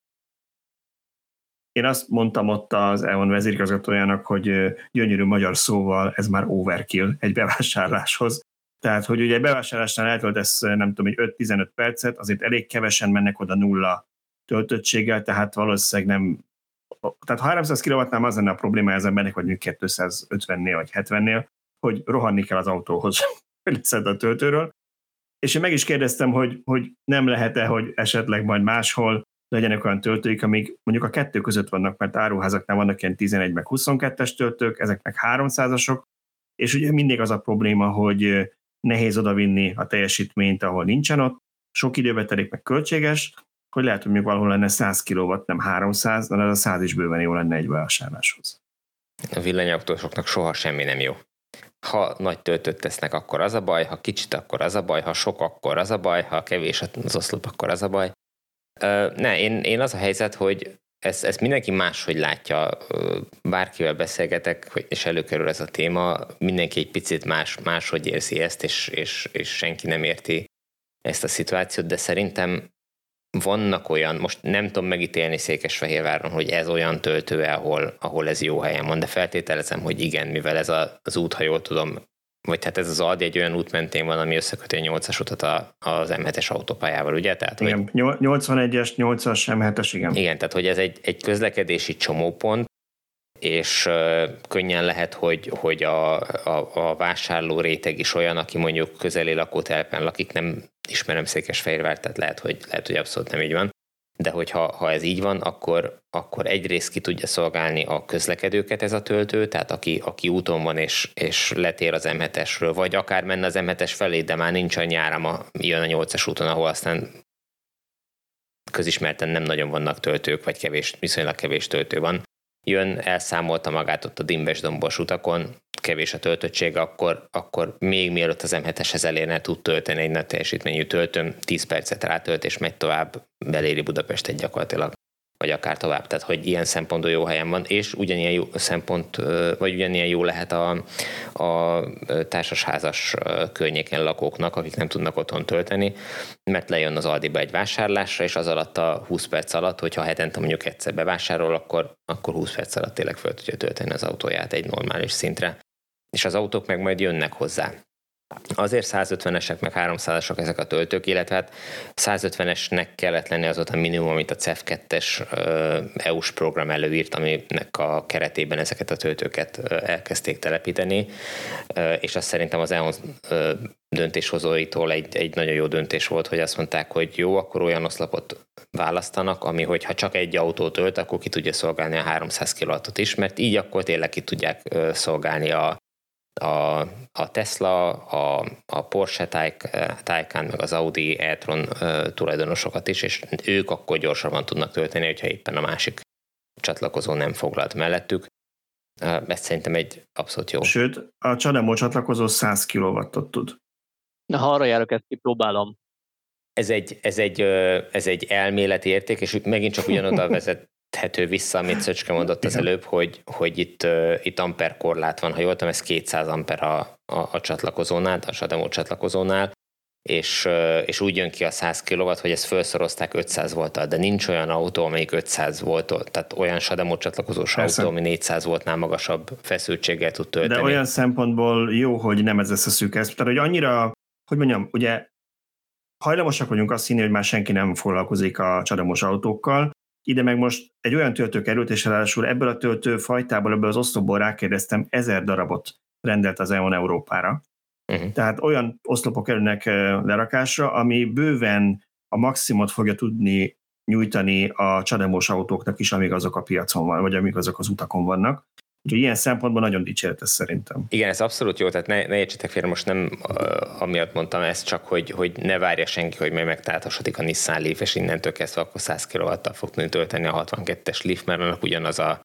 Én azt mondtam ott az e on vezérigazgatójának, hogy gyönyörű magyar szóval ez már overkill egy bevásárláshoz. Tehát, hogy ugye egy bevásárlásnál eltöltesz, nem tudom, hogy öt-tizenöt percet, azért elég kevesen mennek oda nulla töltöttséggel, tehát valószínűleg nem... Tehát ha háromszáz kilowattnál az lenne a probléma az embernek, vagy kétszázötvennél vagy hetvennél, hogy rohanni kell az autóhoz, hogy leszed a töltőről. És én meg is kérdeztem, hogy, hogy nem lehet-e, hogy esetleg majd máshol legyenek olyan töltőik, amik mondjuk a kettő között vannak, mert áruházaknál vannak ilyen tizenegy meg huszonkettes töltők, ezek meg háromszázasok, és ugye mindig az a probléma, hogy nehéz odavinni a teljesítményt, ahol nincsen ott, sok időbe telik, meg költséges, hogy lehet, hogy még valahol lenne száz kilowatt, nem háromszáz, de az a száz is bőven jó lenne egy bevásárláshoz. A villanyautósoknak soha semmi nem jó. Ha nagy töltőt tesznek, akkor az a baj, ha kicsit, akkor az a baj, ha sok, akkor az a baj, ha kevés az oszlop, akkor az a baj. Ne, én, én az a helyzet, hogy ezt, ezt mindenki máshogy látja, bárkivel beszélgetek, és előkerül ez a téma, mindenki egy picit más, máshogy érzi ezt, és, és, és senki nem érti ezt a szituációt, de szerintem vannak olyan, most nem tudom megítélni Székesfehérváron, hogy ez olyan töltő, ahol, ahol ez jó helyen van, de feltételezem, hogy igen, mivel ez a, az út, ha jól tudom, vagy hát ez az Aldi egy olyan út mentén van, ami összeköti a nyolcas utat a, az em hetes autópályával, ugye? Tehát, igen, hogy, nyolcvanegyes, nyolcas, em hetes, igen. Igen, tehát hogy ez egy, egy közlekedési csomópont, és uh, könnyen lehet, hogy, hogy a, a, a vásárló réteg is olyan, aki mondjuk közeli lakótelepen lakik, nem ismerem Székesfehérvárt, tehát lehet, hogy, lehet, hogy abszolút nem így van. De hogyha ha ez így van, akkor, akkor egyrészt ki tudja szolgálni a közlekedőket ez a töltő, tehát aki, aki úton van és, és letér az em hetesről, vagy akár menne az em hetes felé, de már nincs annyi árama, jön a nyolcas úton, ahol aztán közismerten nem nagyon vannak töltők, vagy kevés, viszonylag kevés töltő van. Jön, elszámolta magát ott a dimbes dombos utakon, kevés a töltöttség, akkor, akkor még mielőtt az em heteshez elérne, tud tölteni egy nagy teljesítményű töltőm, tíz percet rátölt, és megy tovább, beléri Budapestet gyakorlatilag, vagy akár tovább. Tehát, hogy ilyen szempontból jó helyen van, és ugyanilyen jó szempont, vagy ugyanilyen jó lehet a, a társasházas környéken lakóknak, akik nem tudnak otthon tölteni, mert lejön az Aldiba egy vásárlásra, és az alatt a húsz perc alatt, hogyha hetente mondjuk egyszer bevásárol, akkor, akkor húsz perc alatt tényleg fel tudja tölteni az autóját egy normális szintre. És az autók meg majd jönnek hozzá. Azért százötvenesek meg háromszázasok ezek a töltők, illetve hát százötvenesnek kellett lenni az ott a minimum, amit a cé e ef kettes é u-s program előírt, aminek a keretében ezeket a töltőket elkezdték telepíteni, és azt szerintem az e on döntéshozóitól egy, egy nagyon jó döntés volt, hogy azt mondták, hogy jó, akkor olyan oszlopot választanak, ami, hogyha csak egy autó tölt, akkor ki tudja szolgálni a háromszáz kilowattot is, mert így akkor tényleg ki tudják szolgálni a a, a Tesla, a, a Porsche Taycan, meg az Audi e-tron tulajdonosokat is, és ők akkor gyorsabban tudnak tölteni, hogyha éppen a másik csatlakozó nem foglalt mellettük. Ez szerintem egy abszolút jó. Sőt, a CHAdeMO csatlakozó száz kilowattot tud. Na, ha arra járok, ezt kipróbálom. Ez egy, ez, egy, ez egy elméleti érték, és megint csak ugyanoda vezethető vissza, amit Szöcske mondott az előbb, hogy, hogy itt, itt amper korlát van, ha jól tudom, ez kétszáz amper a, a, a csatlakozónál, a CHAdeMO csatlakozónál, és, és úgy jön ki a száz kilowatt, hogy ezt felszorozták ötszáz volttal, de nincs olyan autó, amelyik ötszáz volttól, tehát olyan CHAdeMO csatlakozós Persze. autó, ami négyszáz voltnál magasabb feszültséggel tud tölteni. De olyan szempontból jó, hogy nem ez lesz a szűk eszp. Tehát, hogy annyira, hogy mondjam, ugye hajlamosak vagyunk azt hinni, hogy már senki nem foglalkozik a CHAdeMO-s autókkal, ide meg most egy olyan töltő került, és ráadásul ebből a töltő fajtából, ebből az oszlopból rákérdeztem, ezer darabot rendelt az e on Európára. Uh-huh. Tehát olyan oszlopok kerülnek lerakásra, ami bőven a maximumot fogja tudni nyújtani a CHAdeMO-s autóknak is, amíg azok a piacon van, vagy amíg azok az utakon vannak. Úgyhogy ilyen szempontból nagyon dicséretes szerintem. Igen, ez abszolút jó, tehát ne, ne értsetek félre, most nem uh, amiatt mondtam ezt, csak hogy, hogy ne várja senki, hogy majd megtáltosodik a Nissan Leaf, és innentől kezdve akkor száz kilowattal fog tudni tölteni a hatvankettes Leaf, mert annak ugyanaz a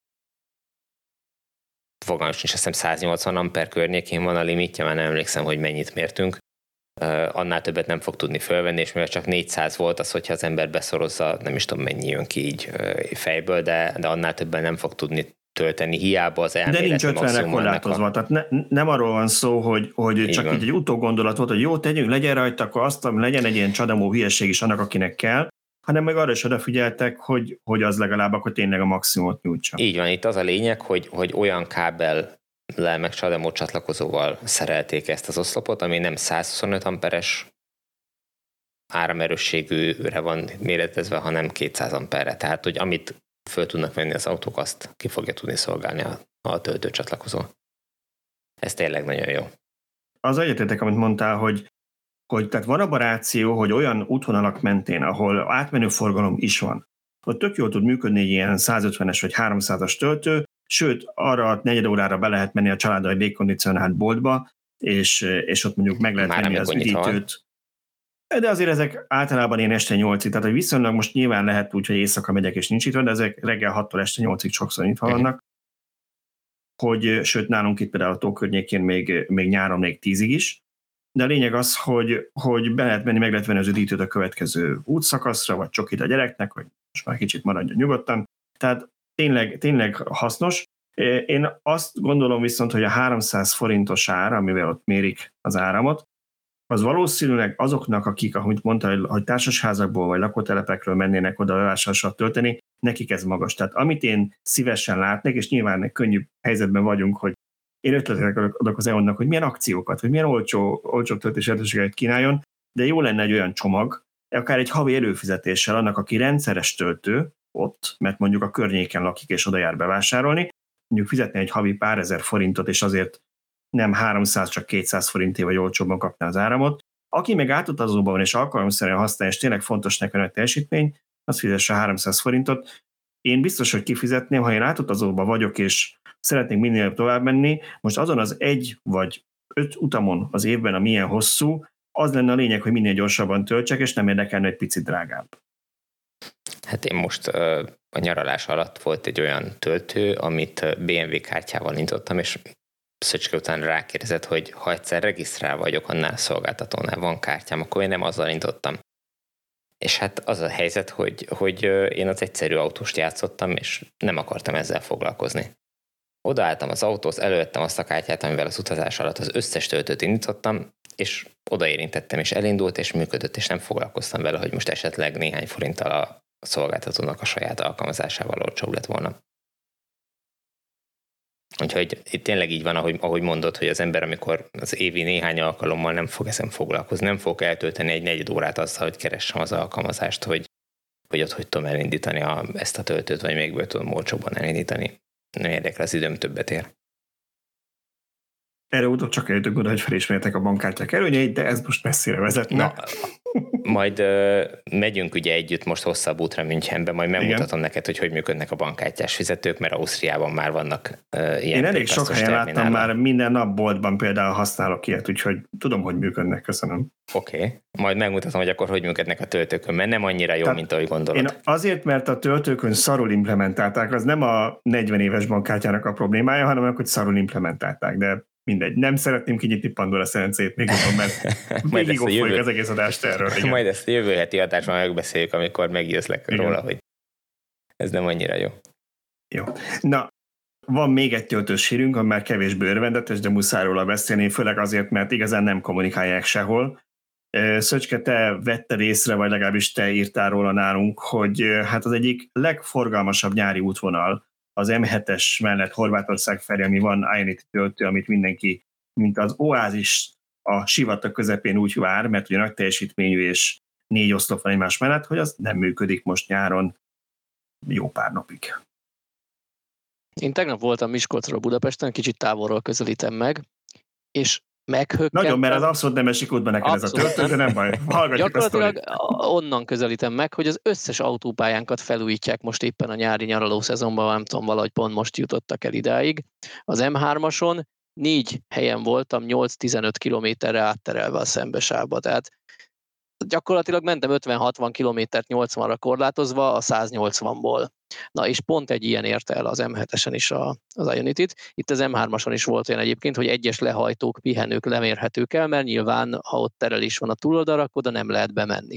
fogalmam sincs, azt hiszem száznyolcvan amper környékén van a limitje, már nem emlékszem, hogy mennyit mértünk. Uh, annál többet nem fog tudni fölvenni, és mivel csak négyszáz volt az, hogyha az ember beszorozza, nem is tudom mennyi jön ki így uh, fejből, de, de annál többen nem fog tudni tölteni, hiába az elméleti maximum. De nincs ötvenre korlátozva, a... tehát ne, nem arról van szó, hogy, hogy csak így egy utógondolat volt, hogy jó, tegyünk, legyen rajta, akkor azt, legyen egy ilyen CHAdeMO hülyeség is annak, akinek kell, hanem meg arra is odafigyeltek, hogy, hogy az legalább akkor tényleg a maximumot nyújtsa. Így van, itt az a lényeg, hogy, hogy olyan kábel le meg CHAdeMO csatlakozóval szerelték ezt az oszlopot, ami nem százhuszonöt amperes áramerősségűre van méretezve, hanem kétszáz amperre. Tehát, hogy amit föl tudnak venni az autók, azt ki fogja tudni szolgálni a, a töltőcsatlakozó. Ez tényleg nagyon jó. Az egyetértek, amit mondtál, hogy, hogy tehát van a ráció, hogy olyan útvonalak mentén, ahol átmenő forgalom is van, ott tök jól tud működni egy ilyen százötvenes vagy háromszázas töltő, sőt, arra negyed órára be lehet menni a családdal egy légkondicionált boltba, és, és ott mondjuk meg lehet Már venni az üdítőt. De azért ezek általában én este nyolcig, tehát hogy viszonylag most nyilván lehet úgy, hogy éjszaka megyek és nincs itt, de ezek reggel hattól este nyolcig sokszor nyitva vannak. Hogy, sőt, nálunk itt például a tó környékén még, még nyáron még tízig is. De a lényeg az, hogy, hogy be lehet menni, meg lehet venni az üdítőt a következő útszakaszra, vagy csokit a gyereknek, hogy most már kicsit maradjon nyugodtan. Tehát tényleg, tényleg hasznos. Én azt gondolom viszont, hogy a háromszáz forintos ár, amivel ott mérik az áramot, az valószínűleg azoknak, akik, ahogy mondta, hogy társasházakból vagy lakótelepekről mennének oda bevásárlásra tölteni, nekik ez magas. Tehát amit én szívesen látnék, és nyilván könnyű helyzetben vagyunk, hogy én ötletek adok az e on-nak, hogy milyen akciókat, vagy milyen olcsó, olcsó töltési lehetőséget kínáljon, de jó lenne egy olyan csomag, akár egy havi előfizetéssel annak, aki rendszeres töltő ott, mert mondjuk a környéken lakik és oda jár bevásárolni, mondjuk fizetni egy havi pár ezer forintot, és azért nem háromszáz, csak kétszáz forinté vagy olcsóbban kapná az áramot. Aki meg átutazóban van és alkalomszerűen használja, és tényleg fontos neki a teljesítmény, az fizesse háromszáz forintot. Én biztos, hogy kifizetném, ha én átutazóban vagyok, és szeretnék minél tovább menni, most azon az egy vagy öt utamon az évben, a milyen hosszú, az lenne a lényeg, hogy minél gyorsabban töltsek, és nem érdekelne egy picit drágább. Hát én most a nyaralás alatt volt egy olyan töltő, amit bé em vé kártyával nyitottam, és Szöcske után rákérdezett, hogy ha egyszer regisztrál vagyok annál szolgáltatónál, van kártyám, akkor én nem azzal nyitottam. És hát az a helyzet, hogy, hogy én az egyszerű autóst játszottam, és nem akartam ezzel foglalkozni. Odaálltam az autóhoz, elővettem azt a kártyát, amivel az utazás alatt az összes töltőt indítottam, és odaérintettem, és elindult, és működött, és nem foglalkoztam vele, hogy most esetleg néhány forinttal a szolgáltatónak a saját alkalmazásával olcsóbb lett volna. Úgyhogy itt tényleg így van, ahogy, ahogy mondod, hogy az ember, amikor az évi néhány alkalommal nem fog ezen foglalkozni, nem fog eltölteni egy negyed órát azzal, hogy keressem az alkalmazást, hogy, hogy ott hogy tudom elindítani a, ezt a töltőt, vagy még ből tudom olcsóbban elindítani. Nem érdekel, az időm többet ér. Erre utóbb csak eljutok oda, hogy felismertek a bankkártyák előnyeit, de ez most messzire vezetne. Na, majd uh, megyünk ugye együtt most hosszabb útra Münchenbe, majd megmutatom Igen. neked, hogy hogy működnek a bankkártyás fizetők, mert Ausztriában már vannak uh, ilyen. Én elég sok helyen láttam már, minden nap boltban például használok ilyet, úgyhogy tudom, hogy működnek, köszönöm. Oké, okay. Majd megmutatom, hogy akkor hogy működnek a töltőkön, mert nem annyira jó, Tehát mint ahogy gondolod. Én azért, mert a töltőkön szarul implementálták, az nem a negyven éves bankkártyának a problémája, hanem hogy szarul implementálták, de mindegy. Nem szeretném kinyitni Pandora szerencét még jobban, mert végig folyik az egész adást erről. Igen. Majd ezt jövő heti adásban megbeszéljük, amikor meggyőzlek igen. róla, hogy ez nem annyira jó. Jó. Na, van még egy töltős hírünk, ami már kevésbé örvendetes, de muszáj róla beszélni, főleg azért, mert igazán nem kommunikálják sehol. Szöcske, te vetted észre, vagy legalábbis te írtál róla nálunk, hogy hát az egyik legforgalmasabb nyári útvonal az em hetes mellett Horvátország felé, ami van Ionity töltő, amit mindenki, mint az oázis a sivatag közepén úgy vár, mert ugye nagy teljesítményű és négy oszlop van egymás mellett, hogy az nem működik most nyáron jó pár napig. Én tegnap voltam Miskolcról Budapesten, kicsit távolról közelítem meg, és meghökkentem. Nagyon, mert az abszolút nem esik útban neked abszolút ez a töltő, de nem baj. Hallgatjuk a sztorit. Onnan közelítem meg, hogy az összes autópályánkat felújítják most éppen a nyári nyaraló szezonban, nem tudom, valahogy pont most jutottak el idáig. Az em hármason négy helyen voltam nyolc-tizenöt kilométerre átterelve a szembesávba, tehát gyakorlatilag mentem ötven-hatvan kilométert nyolcvanra korlátozva a száznyolcvanból. Na és pont egy ilyen érte el az em hetesen is a, az Ionity-t. Itt az em hármason is volt olyan egyébként, hogy egyes lehajtók, pihenők lemérhetők el, mert nyilván, ha ott terelés van a túloldalra, akkor oda nem lehet bemenni.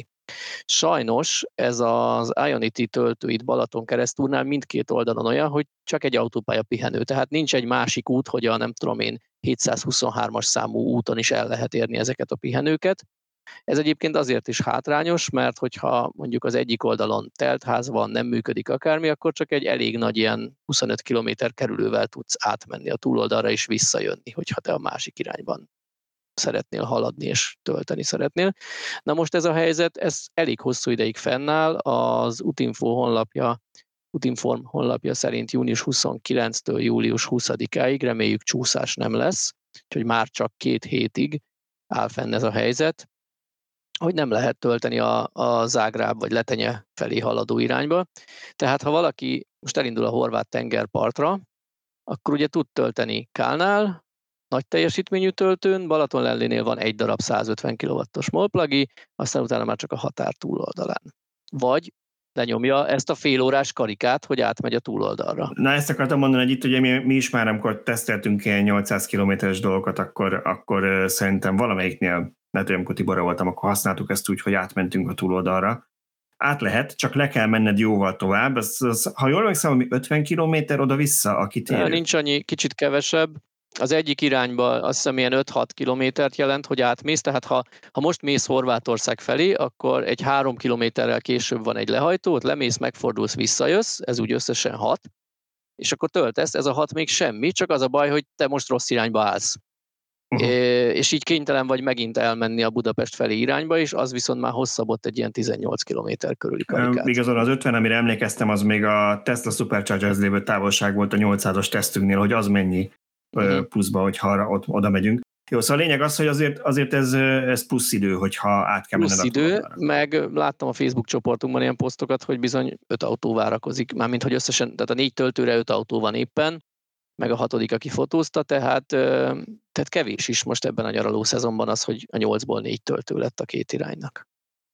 Sajnos ez az Ionity töltő itt Balaton keresztúrnál mindkét oldalon olyan, hogy csak egy autópálya pihenő, tehát nincs egy másik út, hogy a nem tudom én hétszázhuszonhármas számú úton is el lehet érni ezeket a pihenőket. Ez egyébként azért is hátrányos, mert hogyha mondjuk az egyik oldalon teltház van, nem működik akármi, akkor csak egy elég nagy ilyen huszonöt kilométer kerülővel tudsz átmenni a túloldalra és visszajönni, hogyha te a másik irányban szeretnél haladni és tölteni szeretnél. Na most ez a helyzet, ez elég hosszú ideig fennáll, az Utinfo honlapja, Utinform honlapja szerint június huszonkilencedikétől július huszadikáig, reméljük csúszás nem lesz, úgyhogy már csak két hétig áll fenn ez a helyzet, hogy nem lehet tölteni a, a Zágráb vagy Letenye felé haladó irányba. Tehát ha valaki most elindul a horvát tengerpartra, akkor ugye tud tölteni Kálnál, nagy teljesítményű töltőn, Balatonlellénél van egy darab százötven kilowattos molplagi, aztán utána már csak a határ túloldalán. Vagy lenyomja ezt a félórás karikát, hogy átmegy a túloldalra. Na ezt akartam mondani, hogy itt ugye mi, mi is már, amikor teszteltünk ilyen nyolcszáz kilométeres dolgokat, akkor, akkor uh, szerintem valamelyiknél, lehet, hogy amikor Tiborra voltam, akkor használtuk ezt úgy, hogy átmentünk a túloldalra. Át lehet, csak le kell menned jóval tovább. Az, az, ha jól megszám, ami ötven kilométer oda-vissza a kitérő. Nincs annyi, kicsit kevesebb. Az egyik irányba azt hiszem ilyen öt-hat kilométert jelent, hogy átmész, tehát ha, ha most mész Horvátország felé, akkor egy három kilométerrel később van egy lehajtó, ott lemész, megfordulsz, visszajössz, ez úgy összesen hat, és akkor töltesz, ez a hat még semmi, csak az a baj, hogy te most rossz irányba állsz. Uh-huh. É, és így kénytelen vagy megint elmenni a Budapest felé irányba, és az viszont már hosszabb ott egy ilyen tizennyolc kilométer körüli karikát. Igazán az ötven, amire emlékeztem, az még a Tesla Supercharger-hez lévő távolság volt a nyolcszázas tesztünknél, hogy az mennyi uh-huh. pluszba, hogyha arra, ott, oda megyünk. Jó, szóval a lényeg az, hogy azért, azért ez, ez plusz idő, hogyha át kell menned. Plusz idő, meg láttam a Facebook csoportunkban ilyen posztokat, hogy bizony öt autó várakozik, mármint hogy összesen, tehát a négy töltőre öt autó van éppen, meg a hatodik, aki fotózta, tehát, tehát kevés is most ebben a nyaraló szezonban az, hogy a nyolcból négy töltő lett a két iránynak.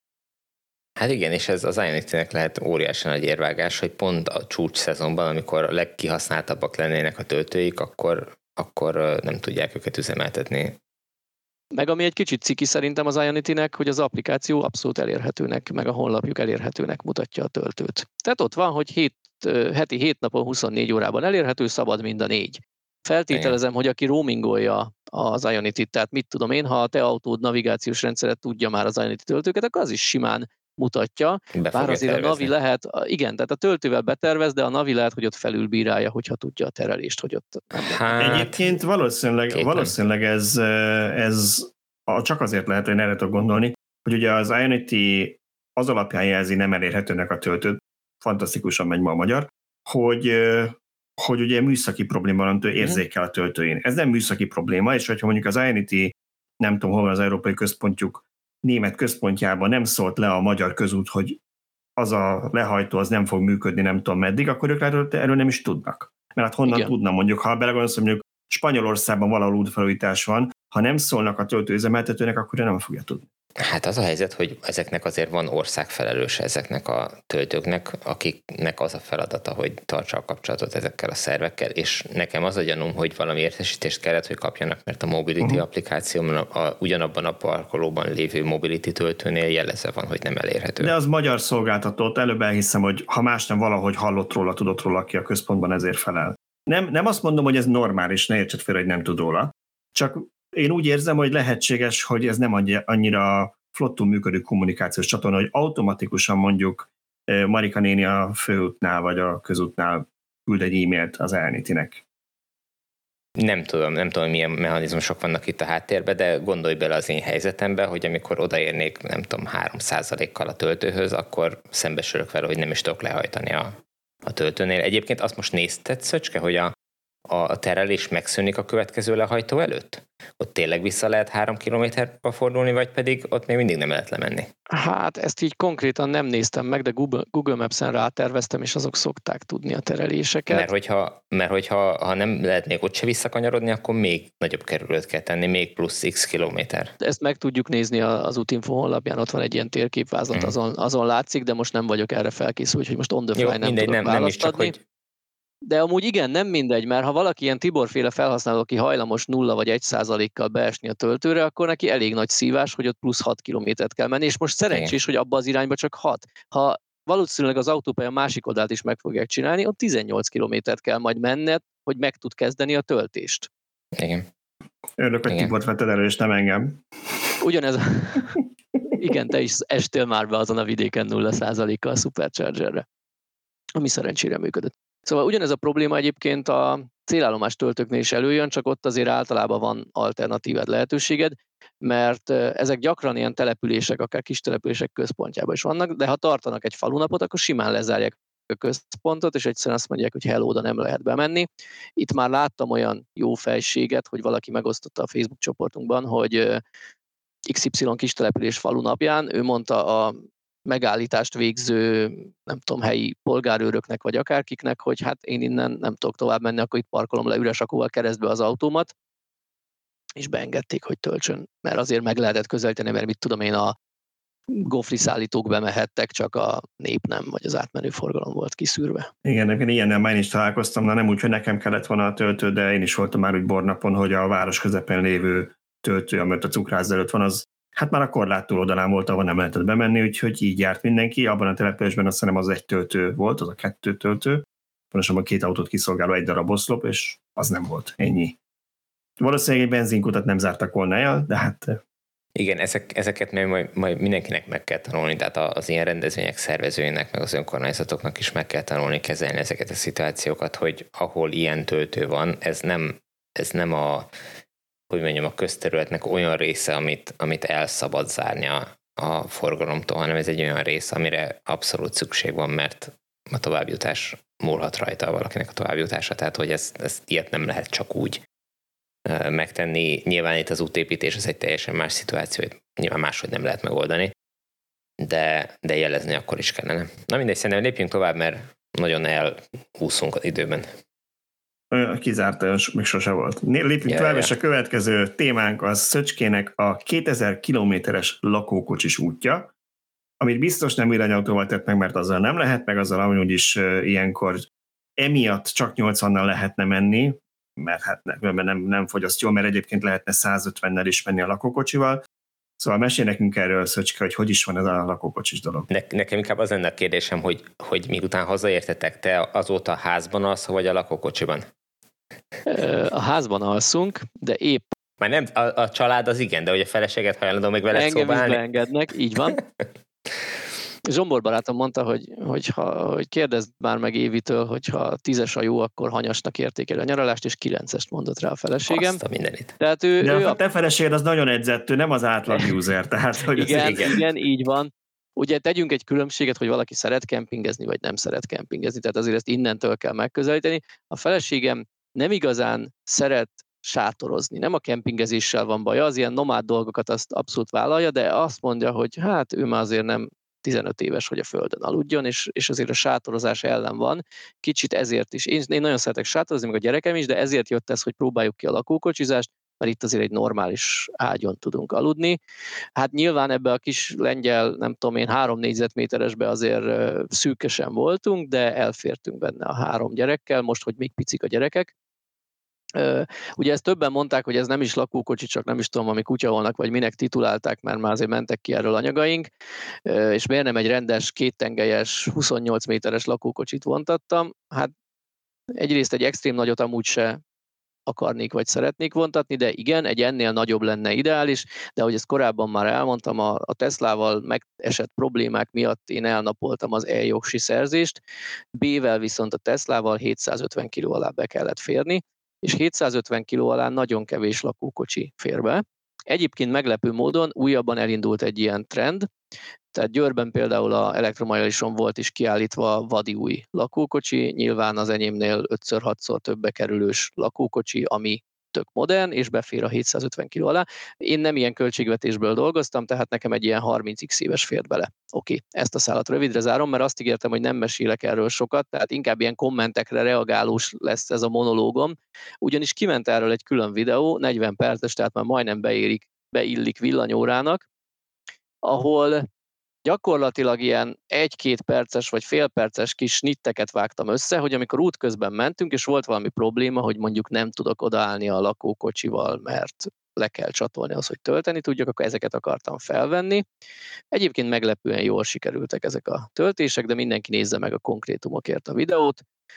Hát igen, és ez az Ionity-nek lehet óriási nagy érvágás, hogy pont a csúcs szezonban, amikor a legkihasználtabbak lennének a töltőik, akkor, akkor nem tudják őket üzemeltetni. Meg ami egy kicsit ciki szerintem az Ionity-nek, hogy az applikáció abszolút elérhetőnek, meg a honlapjuk elérhetőnek mutatja a töltőt. Tehát ott van, hogy hét, heti hét napon huszonnégy órában elérhető, szabad mind a négy. Feltételezem, igen, hogy aki roamingolja az Ionity-t, tehát mit tudom én, ha a te autód navigációs rendszeret tudja már az Ionity töltőket, akkor az is simán mutatja. Bár azért tervezni. A Navi lehet, igen, tehát a töltővel betervez, de a Navi lehet, hogy ott felülbírálja, hogyha tudja a terelést, hogy ott nem hát, egyébként valószínűleg, valószínűleg ez, ez csak azért lehet, hogy erre tudok gondolni, hogy ugye az Ionity az alapján jelzi nem elérhetőnek a töltőt, fantasztikusan megy ma a magyar, hogy, hogy ugye műszaki probléma van, érzékel a töltőjén. Ez nem műszaki probléma, és hogyha mondjuk az Ionity, nem tudom, hol van az európai központjuk, német központjában nem szólt le a magyar közút, hogy az a lehajtó az nem fog működni nem tudom meddig, akkor ők erről, erről nem is tudnak. Mert hát honnan Igen. tudna mondjuk, ha belegondolsz, hogy mondjuk Spanyolországban valahol útfelújítás van, ha nem szólnak a töltőüzemeltetőnek, akkor ő nem fogja tudni. Hát az a helyzet, hogy ezeknek azért van országfelelőse ezeknek a töltőknek, akiknek az a feladata, hogy tartsa a kapcsolatot ezekkel a szervekkel, és nekem az a gyanúm, hogy valami értesítést kellett, hogy kapjanak, mert a Mobility uh-huh. applikáció a, a, ugyanabban a parkolóban lévő Mobility töltőnél jelezve van, hogy nem elérhető. De az magyar szolgáltatót, előbb elhiszem, hogy ha más nem valahogy hallott róla, tudott róla, aki a központban ezért felel. Nem, nem azt mondom, hogy ez normális, ne értsed fel, hogy nem tud róla. Csak én úgy érzem, hogy lehetséges, hogy ez nem annyira flottul működő kommunikációs csatorna, hogy automatikusan mondjuk Marika néni a főútnál vagy a közútnál küld egy e-mailt az elnétinek. Nem tudom, nem tudom, milyen mechanizmusok vannak itt a háttérben, de gondolj bele az én helyzetembe, hogy amikor odaérnék, nem tudom, három százalékkal a töltőhöz, akkor szembesülök vele, hogy nem is tudok lehajtani a, a töltőnél. Egyébként azt most nézted, Szöcske, hogy a a terelés megszűnik a következő lehajtó előtt? Ott tényleg vissza lehet három kilométerbe fordulni, vagy pedig ott még mindig nem lehet lemenni? Hát ezt így konkrétan nem néztem meg, de Google, Google Maps-en ráterveztem, és azok szokták tudni a tereléseket. Mert hogyha, mert hogyha ha nem lehet még ott se visszakanyarodni, akkor még nagyobb kerülőt kell tenni, még plusz x kilométer. Ezt meg tudjuk nézni az Útinfo honlapján, ott van egy ilyen térképvázlat, mm. azon, azon látszik, de most nem vagyok erre felkészülve, hogy most on the fly. Jó, nem mindegy, tudok nem, nem is csak, hogy de amúgy igen, nem mindegy, mert ha valaki ilyen Tibor-féle felhasználó, aki hajlamos nulla vagy egy százalékkal beesni a töltőre, akkor neki elég nagy szívás, hogy ott plusz hat kilométert kell menni, és most szerencsés, hogy abba az irányba csak hat. Ha valószínűleg az autópálya másik oldalt is meg fogják csinálni, ott tizennyolc kilométert kell majd menned, hogy meg tud kezdeni a töltést. Igen. Örülök, hogy Tibort vetted elő, és nem engem. Ugyanez. Igen, te is estél már be azon a vidéken nulla százalékkal a Superchargerre, ami szerencsére működött. Szóval ugyanez a probléma egyébként a célállomás töltőknél is előjön, csak ott azért általában van alternatívád lehetőséged, mert ezek gyakran ilyen települések, akár kis települések központjában is vannak, de ha tartanak egy falunapot, akkor simán lezárják a központot, és egyszerűen azt mondják, hogy hello, oda nem lehet bemenni. Itt már láttam olyan jó fejséget, hogy valaki megosztotta a Facebook csoportunkban, hogy iksz ipszilon kis település falunapján, ő mondta a megállítást végző, nem tudom, helyi polgárőröknek, vagy akárkiknek, hogy hát én innen nem tudok tovább menni, akkor itt parkolom le üres akóval keresztbe az autómat, és beengedték, hogy töltsön, mert azért meg lehetett közelíteni, mert mit tudom én, a gofri szállítók bemehettek, csak a nép nem, vagy az átmenő forgalom volt kiszűrve. Igen, én ilyennel már én is találkoztam, de nem úgy, hogy nekem kellett volna a töltő, de én is voltam már úgy bornapon, hogy a város közepén lévő töltő, amit a cukrász előtt van, az hát már a korlát túloldalán volt, ahol nem lehetett bemenni, úgyhogy így járt mindenki. Abban a településben azt hiszem az egy töltő volt, az a kettő töltő. Pontosabban két autót kiszolgáló egy darab oszlop, és az nem volt, ennyi. Valószínűleg egy benzinkutat nem zártak volna el, de hát... Igen, ezek, ezeket majd, majd mindenkinek meg kell tanulni, tehát az ilyen rendezvények szervezőinek, meg az önkormányzatoknak is meg kell tanulni kezelni ezeket a szituációkat, hogy ahol ilyen töltő van, ez nem, ez nem a hogy mondjam, a közterületnek olyan része, amit, amit el szabad zárni a, a forgalomtól, hanem ez egy olyan része, amire abszolút szükség van, mert a továbbjutás múlhat rajta valakinek a továbbjutása, tehát hogy ezt, ezt ilyet nem lehet csak úgy megtenni. Nyilván itt az útépítés az egy teljesen más szituáció, nyilván máshogy nem lehet megoldani, de, de jelezni akkor is kellene. Na mindegy, szerintem lépjünk tovább, mert nagyon elhúszunk az időben. Kizárt, még sose volt. Lépjünk yeah, tovább, yeah. És a következő témánk az Szöcskének a kétezer kilométeres lakókocsis útja, amit biztos nem villanyautóval tett meg, mert azzal nem lehet, meg azzal amúgy is uh, ilyenkor emiatt csak nyolcvannal lehetne menni, mert hát nem, nem, nem fogyaszt jól, mert egyébként lehetne százötvennel is menni a lakókocsival. Szóval mesélj nekünk erről, Szöcske, hogy hogy is van ez a lakókocsis dolog. Ne, nekem inkább az lenne a kérdésem, hogy, hogy miután hazaértetek, te azóta a házban alsz, vagy a lakókocsiban? A házban alszunk, de épp... Már nem, a, a család az igen, de hogy a feleséget hajlandó még veled engem szobálni? Engem is beengednek, így van. Zsombor barátom mondta, hogy, hogy, ha, hogy kérdezd már meg Évitől, hogy ha tízes a jó, akkor hanyasnak értékel a nyaralást, és kilencest mondott rá a feleségem. Azt a mindenit. Tehát ő, de ő a a... te feleséged az nagyon edzettő, nem az átlag user. Tehát, hogy igen, igen, igen, így van. Ugye tegyünk egy különbséget, hogy valaki szeret kempingezni, vagy nem szeret kempingezni, tehát azért ezt innentől kell megközelíteni. A feleségem nem igazán szeret sátorozni. Nem a kempingezéssel van baja, az ilyen nomád dolgokat azt abszolút vállalja, de azt mondja, hogy hát ő már azért nem tizenöt éves, hogy a földön aludjon, és, és azért a sátorozás ellen van. Kicsit ezért is. Én, én nagyon szeretek sátorozni, meg a gyerekem is, de ezért jött ez, hogy próbáljuk ki a lakókocsizást, mert itt azért egy normális ágyon tudunk aludni. Hát nyilván ebbe a kis lengyel, nem tudom én, három négyzetméteresbe azért szűkösen voltunk, de elfértünk benne a három gyerekkel, most, hogy még picik a gyerekek. Ugye ezt többen mondták, hogy ez nem is lakókocsi, csak nem is tudom, ami kutyaholnak, vagy minek titulálták, mert már azért mentek ki erről anyagaink, és miért nem egy rendes, kéttengelyes, huszonnyolc méteres lakókocsit vontattam? Hát egyrészt egy extrém nagyot amúgy se akarnék vagy szeretnék vontatni, de igen, egy ennél nagyobb lenne ideális, de ahogy ezt korábban már elmondtam, a, a Teslával megesett problémák miatt én elnapoltam az e-jogsi szerzést, B-vel viszont a Teslával hétszázötven kiló alá be kellett férni, és hétszázötven kiló alá nagyon kevés lakókocsi fér be. Egyébként meglepő módon újabban elindult egy ilyen trend, tehát Győrben például a Elektromajorison volt is kiállítva vadi új lakókocsi, nyilván az enyémnél ötször-hatszor többbe kerülős lakókocsi, ami tök modern, és befér a hétszázötven kiló alá. Én nem ilyen költségvetésből dolgoztam, tehát nekem egy ilyen harminc éves fért bele. Oké, ezt a szálat rövidre zárom, mert azt ígértem, hogy nem mesélek erről sokat, tehát inkább ilyen kommentekre reagálós lesz ez a monológom, ugyanis kiment erről egy külön videó, negyven perces, tehát már majdnem beérik, beillik villanyórának, ahol gyakorlatilag ilyen egy-két perces vagy fél perces kis snitteket vágtam össze, hogy amikor útközben mentünk, és volt valami probléma, hogy mondjuk nem tudok odaállni a lakókocsival, mert le kell csatolni az, hogy tölteni tudjak, akkor ezeket akartam felvenni. Egyébként meglepően jól sikerültek ezek a töltések, de mindenki nézze meg a konkrétumokért a videót.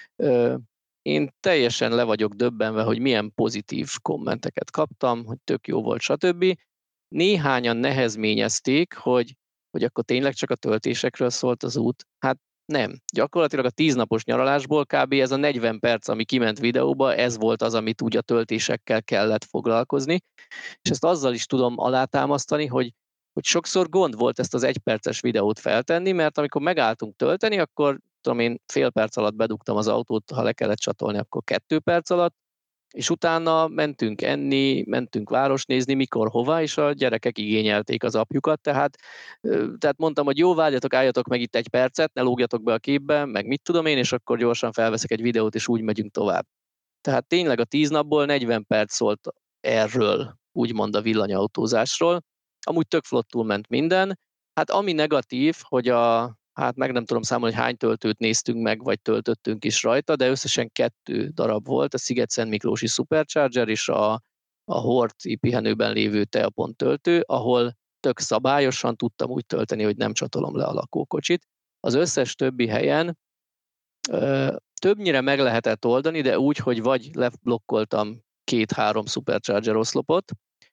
Én teljesen le vagyok döbbenve, hogy milyen pozitív kommenteket kaptam, hogy tök jó volt, stb. Néhányan nehezményezték, hogy hogy akkor tényleg csak a töltésekről szólt az út. Hát nem. Gyakorlatilag a tíznapos nyaralásból kb. Ez a negyven perc, ami kiment videóba, ez volt az, amit úgy a töltésekkel kellett foglalkozni. És ezt azzal is tudom alátámasztani, hogy, hogy sokszor gond volt ezt az egyperces videót feltenni, mert amikor megálltunk tölteni, akkor tudom én fél perc alatt bedugtam az autót, ha le kellett csatolni, akkor kettő perc alatt, és utána mentünk enni, mentünk város nézni, mikor, hova, és a gyerekek igényelték az apjukat, tehát, tehát mondtam, hogy jó, várjatok, álljatok meg itt egy percet, ne lógjatok be a képbe, meg mit tudom én, és akkor gyorsan felveszek egy videót, és úgy megyünk tovább. Tehát tényleg a tíz napból negyven perc szólt erről, úgymond a villanyautózásról. Amúgy tök flottul ment minden. Hát ami negatív, hogy a hát meg nem tudom számolni, hogy hány töltőt néztünk meg, vagy töltöttünk is rajta, de összesen kettő darab volt, a Sziget-Szent Miklósi Supercharger és a, a Horti pihenőben lévő Teapont töltő, ahol tök szabályosan tudtam úgy tölteni, hogy nem csatolom le a lakókocsit. Az összes többi helyen ö, többnyire meg lehetett oldani, de úgy, hogy vagy leblokkoltam két-három Supercharger oszlopot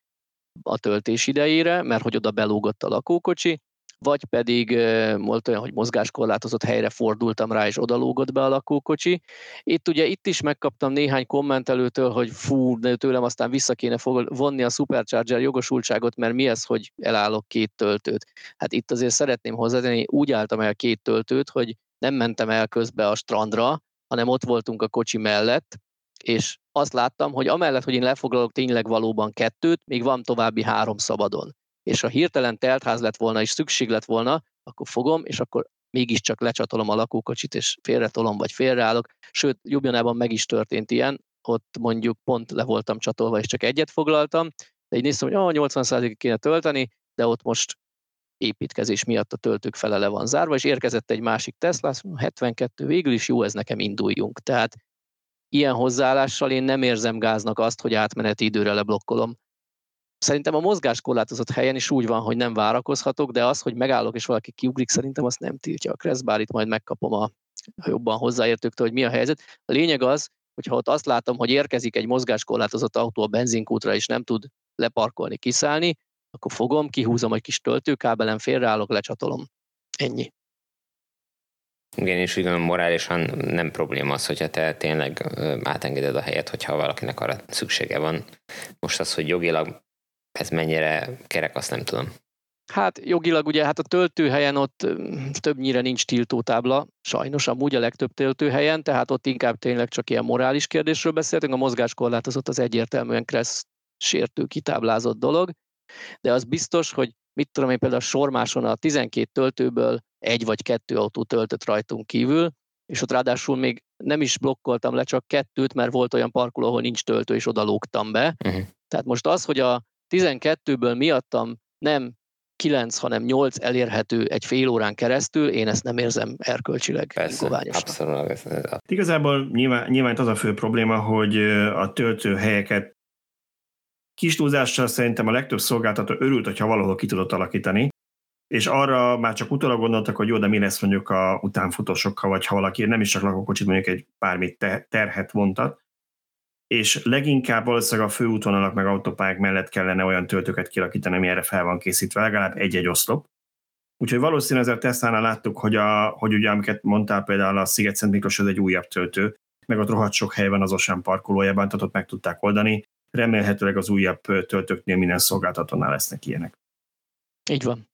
a töltés idejére, mert hogy oda belógott a lakókocsi, vagy pedig volt olyan, hogy mozgáskorlátozott helyre fordultam rá, és odalógott be a lakókocsi. Itt ugye itt is megkaptam néhány kommentelőtől, hogy fú, de tőlem aztán vissza kéne vonni a Supercharger jogosultságot, mert mi ez, hogy elállok két töltőt. Hát itt azért szeretném hozzátenni, úgy álltam el két töltőt, hogy nem mentem el közbe a strandra, hanem ott voltunk a kocsi mellett, és azt láttam, hogy amellett, hogy én lefoglalok tényleg valóban kettőt, még van további három szabadon. És ha hirtelen teltház lett volna, és szükség lett volna, akkor fogom, és akkor mégiscsak lecsatolom a lakókocsit, és félretolom, vagy félreállok. Sőt, Ljubljanában meg is történt ilyen, ott mondjuk pont le voltam csatolva, és csak egyet foglaltam, de így néztem, hogy ah, nyolcvan százalékig kéne tölteni, de ott most építkezés miatt a töltők fele le van zárva, és érkezett egy másik Tesla, hetvenkettő, végül is jó, ez nekem, induljunk. Tehát ilyen hozzáállással én nem érzem gáznak azt, hogy átmeneti időre leblokkolom. Szerintem a mozgáskorlátozott helyen is úgy van, hogy nem várakozhatok, de az, hogy megállok és valaki kiugrik, szerintem azt nem tiltja a Kressz, bár itt majd megkapom a jobban hozzáértőktől, hogy mi a helyzet. A lényeg az, hogy ha ott azt látom, hogy érkezik egy mozgáskorlátozott autó a benzinkútra, és nem tud leparkolni, kiszállni, akkor fogom, kihúzom egy kis töltőkábelen, félreállok, lecsatolom. Ennyi. Igen, és úgy gondolom, morálisan nem probléma az, hogyha te tényleg átengeded a helyet, hogyha valakinek arra szüksége van. Most az, hogy jogilag ez mennyire kerek, azt nem tudom. Hát jogilag ugye hát a töltőhelyen ott többnyire nincs tiltótábla, sajnos amúgy a legtöbb töltőhelyen, tehát ott inkább tényleg csak ilyen morális kérdésről beszéltünk, a mozgáskorlátozott az egyértelműen kressz sértő kitáblázott dolog, de az biztos, hogy mit tudom én, például a Sormáson a tizenkét töltőből egy vagy kettő autó töltött rajtunk kívül, és ott ráadásul még nem is blokkoltam le, csak kettőt, mert volt olyan parkoló, ahol nincs töltő, és oda lógtam be. Uh-huh. Tehát most az, hogy a tizenkettőből miattam nem kilenc, hanem nyolc elérhető egy fél órán keresztül, én ezt nem érzem erkölcsileg ingoványosnak. Abszolút. Igazából nyilván, nyilván az a fő probléma, hogy a töltőhelyeket kis túlzással szerintem a legtöbb szolgáltató örült, hogyha valahol ki tudott alakítani, és arra már csak utólag gondoltak, hogy jó, de mi lesz mondjuk a utánfutósokkal, vagy ha valaki nem is csak lakókocsit, mondjuk egy bármit terhet vontat, és leginkább valószínűleg a főútvonalak meg autópályák mellett kellene olyan töltőket kialakítani, ami erre fel van készítve, legalább egy-egy oszlop. Úgyhogy valószínűleg ezzel Teslánál láttuk, hogy, a, hogy ugye, amiket mondtál, például a Sziget-Szent Miklós, ez egy újabb töltő, meg ott rohadt sok hely van az Ocean parkolójában, tehát ott meg tudták oldani. Remélhetőleg az újabb töltőknél minden szolgáltatónál lesznek ilyenek. Így van.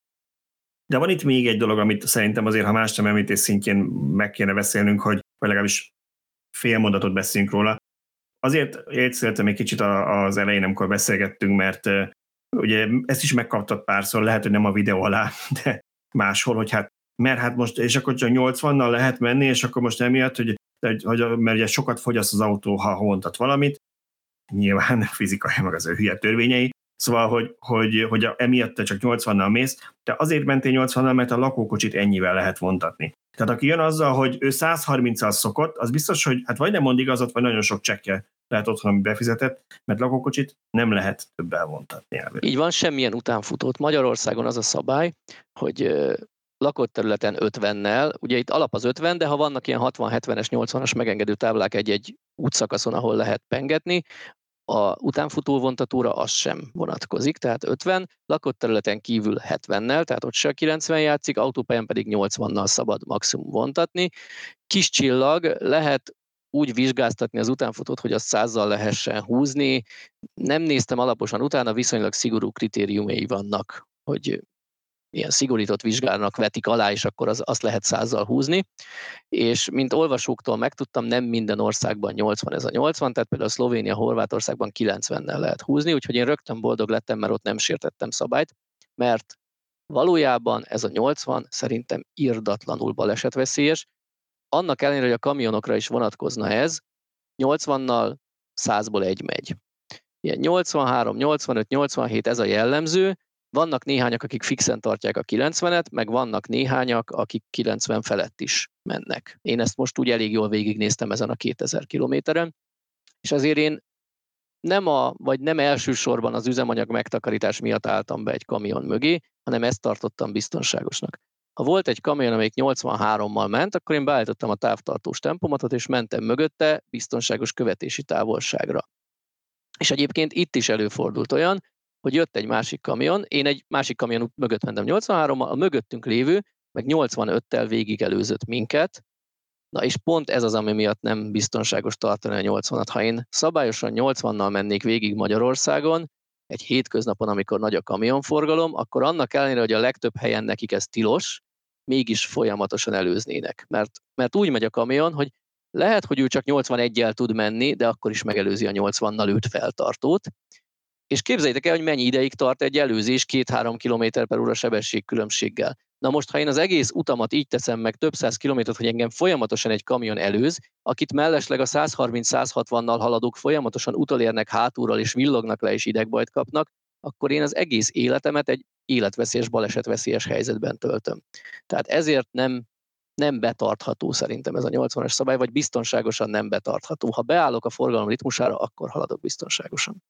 De van itt még egy dolog, amit szerintem azért, ha más nem említés szintjén meg kéne beszélnünk, hogy vagy legalábbis fél mondatot beszélünk róla. Azért egyszerűen egy kicsit az elején, amikor beszélgettünk, mert ugye ezt is megkaptad párszor, lehet, hogy nem a videó alá, de máshol, hogy hát, mert hát most, és akkor csak nyolcvannal lehet menni, és akkor most emiatt, hogy, hogy mert ugye sokat fogyaszt az autó, ha hontat valamit, nyilván fizikai meg az ő hülye törvényei, szóval, hogy, hogy, hogy emiatt te csak nyolcvannal mész, de azért mentél nyolcvannal, mert a lakókocsit ennyivel lehet vontatni. Tehát aki jön azzal, hogy ő száz harminccal szokott, az biztos, hogy hát vagy nem mond igazat, vagy nagyon sok csekkje lehet otthon, ami befizetett, mert lakókocsit nem lehet többel vontatni. Elvég. Így van, semmilyen utánfutót. Magyarországon az a szabály, hogy lakott területen ötvennel, ugye itt alap az ötven, de ha vannak ilyen hatvan, hetvenes, nyolcvanas megengedő táblák egy-egy útszakaszon, ahol lehet pengetni, a utánfutó vontatóra az sem vonatkozik, tehát ötven, lakott területen kívül hetvennel, tehát ott se a kilencven játszik, autópályán pedig nyolcvannal szabad maximum vontatni. Kis csillag, lehet úgy vizsgáztatni az utánfutót, hogy azt százzal lehessen húzni. Nem néztem alaposan utána, viszonylag szigorú kritériumai vannak, hogy ilyen szigorított vizsgának vetik alá, és akkor az, azt lehet százzal húzni. És mint olvasóktól megtudtam, nem minden országban nyolcvan ez a nyolcvan, tehát például a Szlovénia, Horvátországban kilencvennel lehet húzni, úgyhogy én rögtön boldog lettem, mert ott nem sértettem szabályt, mert valójában ez a nyolcvan szerintem irdatlanul balesetveszélyes. Annak ellenére, hogy a kamionokra is vonatkozna ez, nyolcvannal százból egy megy. Ilyen nyolcvanhárom, nyolcvanöt, nyolcvanhét ez a jellemző. Vannak néhányak, akik fixen tartják a kilencvenet, meg vannak néhányak, akik kilencven felett is mennek. Én ezt most úgy elég jól végignéztem ezen a kétezer kilométeren, és azért én nem a, vagy nem elsősorban az üzemanyag megtakarítás miatt álltam be egy kamion mögé, hanem ezt tartottam biztonságosnak. Ha volt egy kamion, amelyik nyolcvanhárommal ment, akkor én beállítottam a távtartós tempomatot, és mentem mögötte biztonságos követési távolságra. És egyébként itt is előfordult olyan, hogy jött egy másik kamion, én egy másik kamion mögött mentem nyolcvanhárommal, a mögöttünk lévő meg nyolcvanöttel végig előzött minket, na és pont ez az, ami miatt nem biztonságos tartani a nyolcvanat. Ha én szabályosan nyolcvannal mennék végig Magyarországon, egy hétköznapon, amikor nagy a kamionforgalom, akkor annak ellenére, hogy a legtöbb helyen nekik ez tilos, mégis folyamatosan előznének. Mert, mert úgy megy a kamion, hogy lehet, hogy ő csak nyolcvanegyel tud menni, de akkor is megelőzi a nyolcvannal őt feltartót. És képzeljétek el, hogy mennyi ideig tart egy előzés két-három kilométer per óra sebességkülönbséggel. Na most, ha én az egész utamat így teszem meg több száz kilométert, hogy engem folyamatosan egy kamion előz, akit mellesleg a száz harminc száz hatvannal haladók folyamatosan utolérnek hátulról és villognak le és idegbajt kapnak, akkor én az egész életemet egy életveszélyes, balesetveszélyes helyzetben töltöm. Tehát ezért nem, nem betartható szerintem ez a nyolcvanas szabály, vagy biztonságosan nem betartható. Ha beállok a forgalom ritmusára, akkor haladok biztonságosan.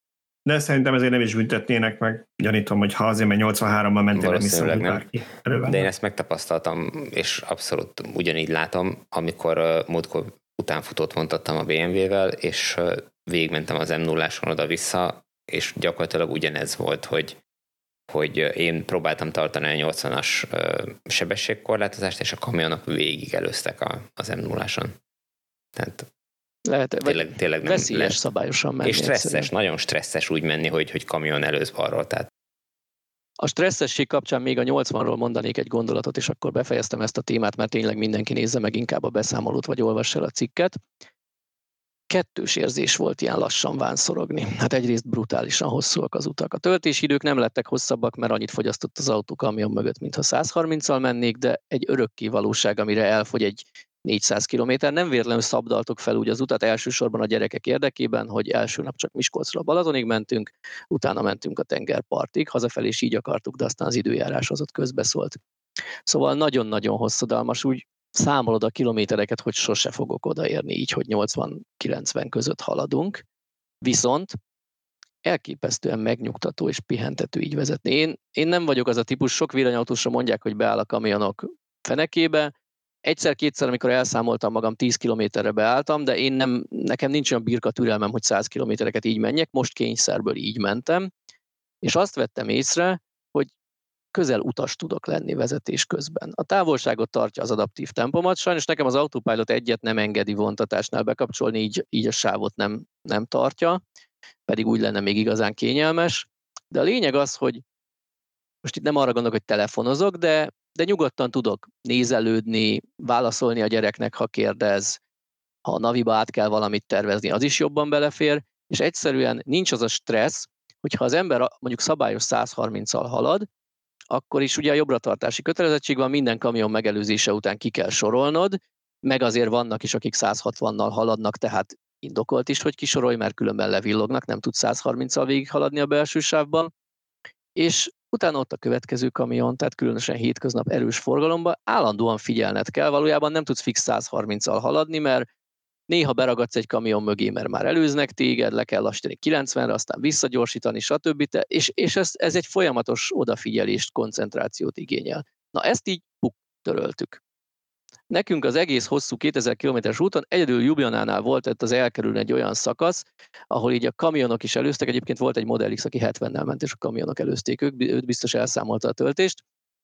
De szerintem ezért nem is büntetnének meg. Gyanítom, hogy ha azért, mert nyolcvanhárommal mentél, nem hiszem, hogy bárki. De én ezt megtapasztaltam, és abszolút ugyanígy látom, amikor uh, múltkor utánfutót vontattam a bé em vé-vel, és uh, végigmentem az em nulláson oda-vissza, és gyakorlatilag ugyanez volt, hogy, hogy én próbáltam tartani a nyolcvanas uh, sebességkorlátozást, és a kamionok végig előztek a, az em nulláson. Tehát lehet, tényleg, tényleg nem veszélyes lehet. Szabályosan menni. És stresszes, egyszerűen. Nagyon stresszes úgy menni, hogy, hogy kamion előz balról. Tehát A stresszesség kapcsán még a nyolcvanról mondanék egy gondolatot, és akkor befejeztem ezt a témát, mert tényleg mindenki nézze meg inkább a beszámolót, vagy olvassa el a cikket. Kettős érzés volt ilyen lassan vánszorogni. Hát egyrészt brutálisan hosszúak az utak. A töltésidők nem lettek hosszabbak, mert annyit fogyasztott az autó kamion mögött, mintha száz harminccal mennék, de egy örökké valóság, amire elfogy egy négyszáz kilométer. Nem véletlenül szabdaltok fel úgy az utat elsősorban a gyerekek érdekében, hogy első nap csak Miskolcról Balatonig mentünk, utána mentünk a tengerpartig, hazafelé is így akartuk, de aztán az időjárás az ott közbeszólt. Szóval nagyon-nagyon hosszadalmas, úgy számolod a kilométereket, hogy sose fogok odaérni, így, hogy nyolcvan-kilencven között haladunk. Viszont elképesztően megnyugtató és pihentető így vezetni. Én, én nem vagyok az a típus, sok villanyautósra mondják, hogy beáll a kamionok fenekébe. Egyszer-kétszer, amikor elszámoltam magam, tíz kilométerre beálltam, de én nem, nekem nincs olyan birka türelmem, hogy száz kilométereket így menjek, most kényszerből így mentem, és azt vettem észre, hogy közel utas tudok lenni vezetés közben. A távolságot tartja az adaptív tempomat, sajnos nekem az Autopilot egyet nem engedi vontatásnál bekapcsolni, így, így a sávot nem, nem tartja, pedig úgy lenne még igazán kényelmes, de a lényeg az, hogy most itt nem arra gondolok, hogy telefonozok, de, de nyugodtan tudok nézelődni, válaszolni a gyereknek, ha kérdez, ha a Naviba át kell valamit tervezni, az is jobban belefér, és egyszerűen nincs az a stressz, hogyha az ember mondjuk szabályos száz harminccal halad, akkor is ugye a jobbраtartási kötelezettség van, minden kamion megelőzése után ki kell sorolnod, meg azért vannak is, akik száz hatvannal haladnak, tehát indokolt is, hogy kisorolj, mert különben levillognak, nem tudsz száz harminccal végighaladni a belső sávban, és utána ott a következő kamion, tehát különösen hétköznap erős forgalomban állandóan figyelned kell, valójában nem tudsz fix száz harminccal haladni, mert néha beragadsz egy kamion mögé, mert már előznek téged, le kell lassítani kilencvenre, aztán visszagyorsítani, stb. És, és ez, ez egy folyamatos odafigyelést, koncentrációt igényel. Na ezt így puk, töröltük. Nekünk az egész hosszú kétezer kilométeres úton egyedül Ljubljanánál volt ott az elkerülni egy olyan szakasz, ahol így a kamionok is előztek, egyébként volt egy Model X, aki hetvennel ment, és a kamionok előzték ők, őt biztos elszámolta a töltést.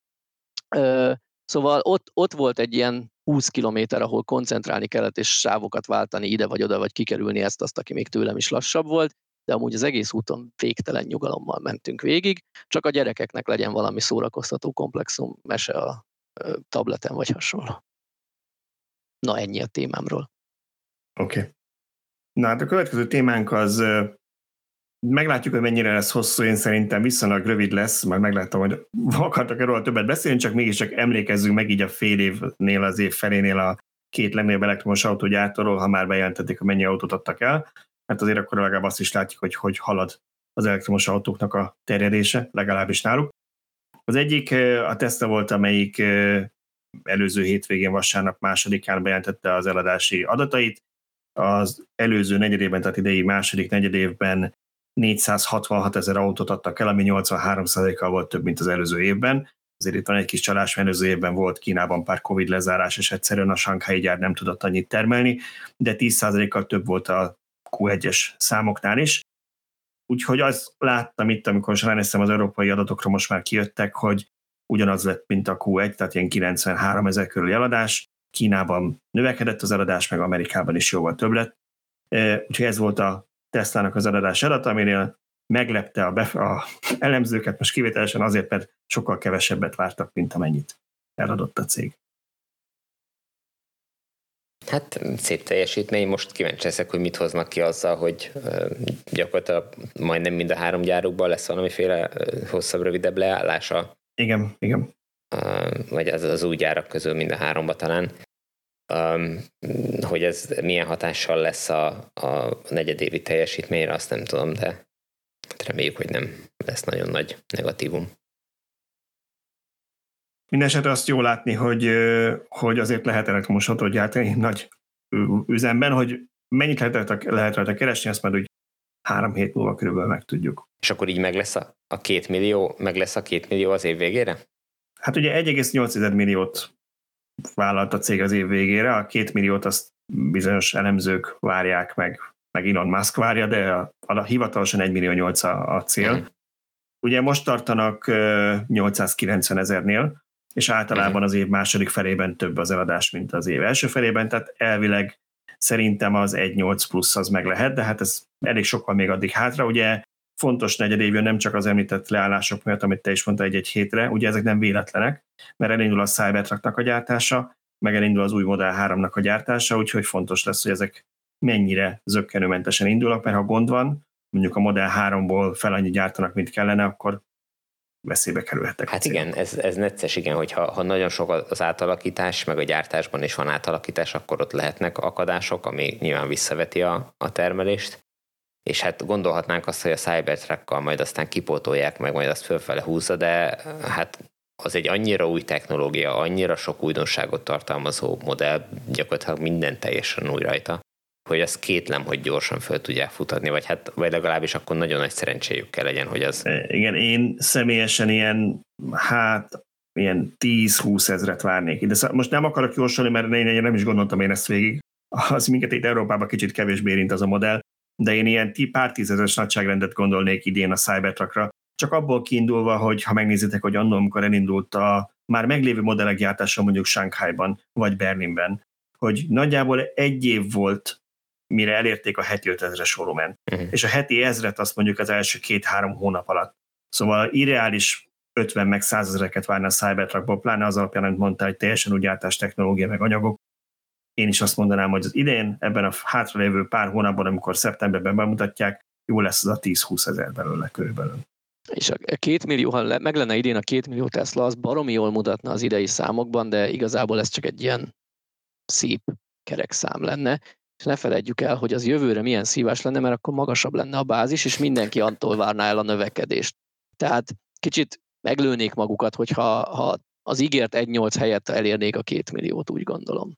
Szóval ott, ott volt egy ilyen húsz kilométer, ahol koncentrálni kellett, és sávokat váltani ide vagy oda, vagy kikerülni ezt-azt, aki még tőlem is lassabb volt, de amúgy az egész úton végtelen nyugalommal mentünk végig, csak a gyerekeknek legyen valami szórakoztató komplexum, mese a tableten vagy hasonló. Na, ennyi a témámról. Oké. Okay. Na hát a következő témánk az, meglátjuk, hogy mennyire lesz hosszú, én szerintem viszonylag rövid lesz, majd megláttam, hogy akartak erről többet beszélni, csak mégiscsak emlékezzünk meg így a fél évnél, az év felénél a két legnagyobb elektromos autógyártóról, ha már bejelentették, hogy mennyi autót adtak el, mert azért akkor legalább azt is látjuk, hogy hogy halad az elektromos autóknak a terjedése, legalábbis náluk. Az egyik a Tesla volt, amelyik előző hétvégén vasárnap másodikán bejelentette az eladási adatait. Az előző negyedében, tehát idei második negyedévben négyszázhatvanhat ezer autót adtak el, ami nyolcvanhárom százalékkal volt több, mint az előző évben. Azért itt van egy kis csalás, mert előző évben volt Kínában pár Covid lezárás, és egyszerűen a Sanghai gyár nem tudott annyit termelni, de tíz százalékkal több volt a kú egyes számoknál is. Úgyhogy azt láttam itt, amikor most ránéztem az európai adatokra, most már kijöttek, hogy ugyanaz lett, mint a kú egy, tehát ilyen kilencvenhárom ezer körüli eladás. Kínában növekedett az eladás, meg Amerikában is jóval több lett. Úgyhogy ez volt a Teslának az eladás adat, aminél meglepte a, bef- a elemzőket, most kivételesen azért, mert sokkal kevesebbet vártak, mint amennyit eladott a cég. Hát szép teljesítmény, most kíváncsi leszek, hogy mit hoznak ki azzal, hogy gyakorlatilag majdnem mind a három gyárukban lesz valamiféle hosszabb, rövidebb leállása. Igen, igen. Vagy az, az új gyárak közül mind a háromba talán. Hogy ez milyen hatással lesz a, a negyedévi teljesítményre, azt nem tudom, de reméljük, hogy nem lesz nagyon nagy negatívum. Mindenesetre azt jól látni, hogy, hogy azért lehet elektromos autót gyártani nagy üzemben, hogy mennyit lehet, lehet rajta keresni, azt már úgy három hét múlva körülbelül megtudjuk. És akkor így meg lesz a, a két millió, meg lesz a két millió az év végére? Hát ugye egy egész nyolc milliót vállalt a cég az év végére, a két milliót azt bizonyos elemzők várják meg, meg Elon Musk várja, de a, a hivatalosan egy millió nyolc a, a cél. Mm. Ugye most tartanak nyolcszázkilencven ezernél, és általában az év második felében több az eladás, mint az év első felében, tehát elvileg szerintem az egy nyolc plusz az meg lehet, de hát ez elég sokkal még addig hátra. Ugye fontos negyedév jön, nem csak az említett leállások miatt, amit te is mondtál egy-egy hétre, ugye ezek nem véletlenek, mert elindul a Cybertrucknak a gyártása, meg elindul az új Model háromnak a gyártása, úgyhogy fontos lesz, hogy ezek mennyire zökkenőmentesen indulnak, mert ha gond van, mondjuk a Model háromból fel annyi gyártanak, mint kellene, akkor veszélybe kerülhettek. Hát igen, ez, ez necces, igen, hogyha ha nagyon sok az átalakítás, meg a gyártásban is van átalakítás, akkor ott lehetnek akadások, ami nyilván visszaveti a, a termelést. És hát gondolhatnánk azt, hogy a Cybertruckkal majd aztán kipótolják, meg majd azt fölfele húzza, de hát az egy annyira új technológia, annyira sok újdonságot tartalmazó modell, gyakorlatilag minden teljesen új rajta, hogy az kétlem, hogy gyorsan föl tudják futatni, vagy hát vagy legalábbis akkor nagyon nagy szerencséjük kell legyen, hogy az... Igen, én személyesen ilyen, hát ilyen tíz-húsz ezret várnék. De most nem akarok jósolni, mert én nem is gondoltam én ezt végig. Az minket itt Európában kicsit kevésbé érint az a modell, de én ilyen pár tízezeres nagyságrendet gondolnék idén a Cybertruckra. Csak abból kiindulva, hogy ha megnézitek, hogy annól, amikor elindult a már meglévő modellek gyártása mondjuk Shanghaiban vagy Berlinben, hogy nagyjából egy év volt, mire elérték a heti ötezres volument. Uh-huh. És a heti ezret azt mondjuk az első két-három hónap alatt. Szóval irreális ötven meg százezreket várna a Cybertruckból, pláne az alapján, amit mondta, hogy teljesen új gyártás technológia meg anyagok. Én is azt mondanám, hogy az idén, ebben a hátralévő pár hónapban, amikor szeptemberben bemutatják, jó lesz az a tíz-húsz ezer belőle körülbelül. És a két millió, ha meg lenne idén a két millió Tesla, az baromi jól mutatna az idei számokban, de igazából ez csak egy ilyen szép kerek szám lenne. És ne feledjük el, hogy az jövőre milyen szívás lenne, mert akkor magasabb lenne a bázis, és mindenki attól várná el a növekedést. Tehát kicsit meglőnék magukat, hogyha ha az ígért egy nyolc helyett elérnék a két milliót, úgy gondolom.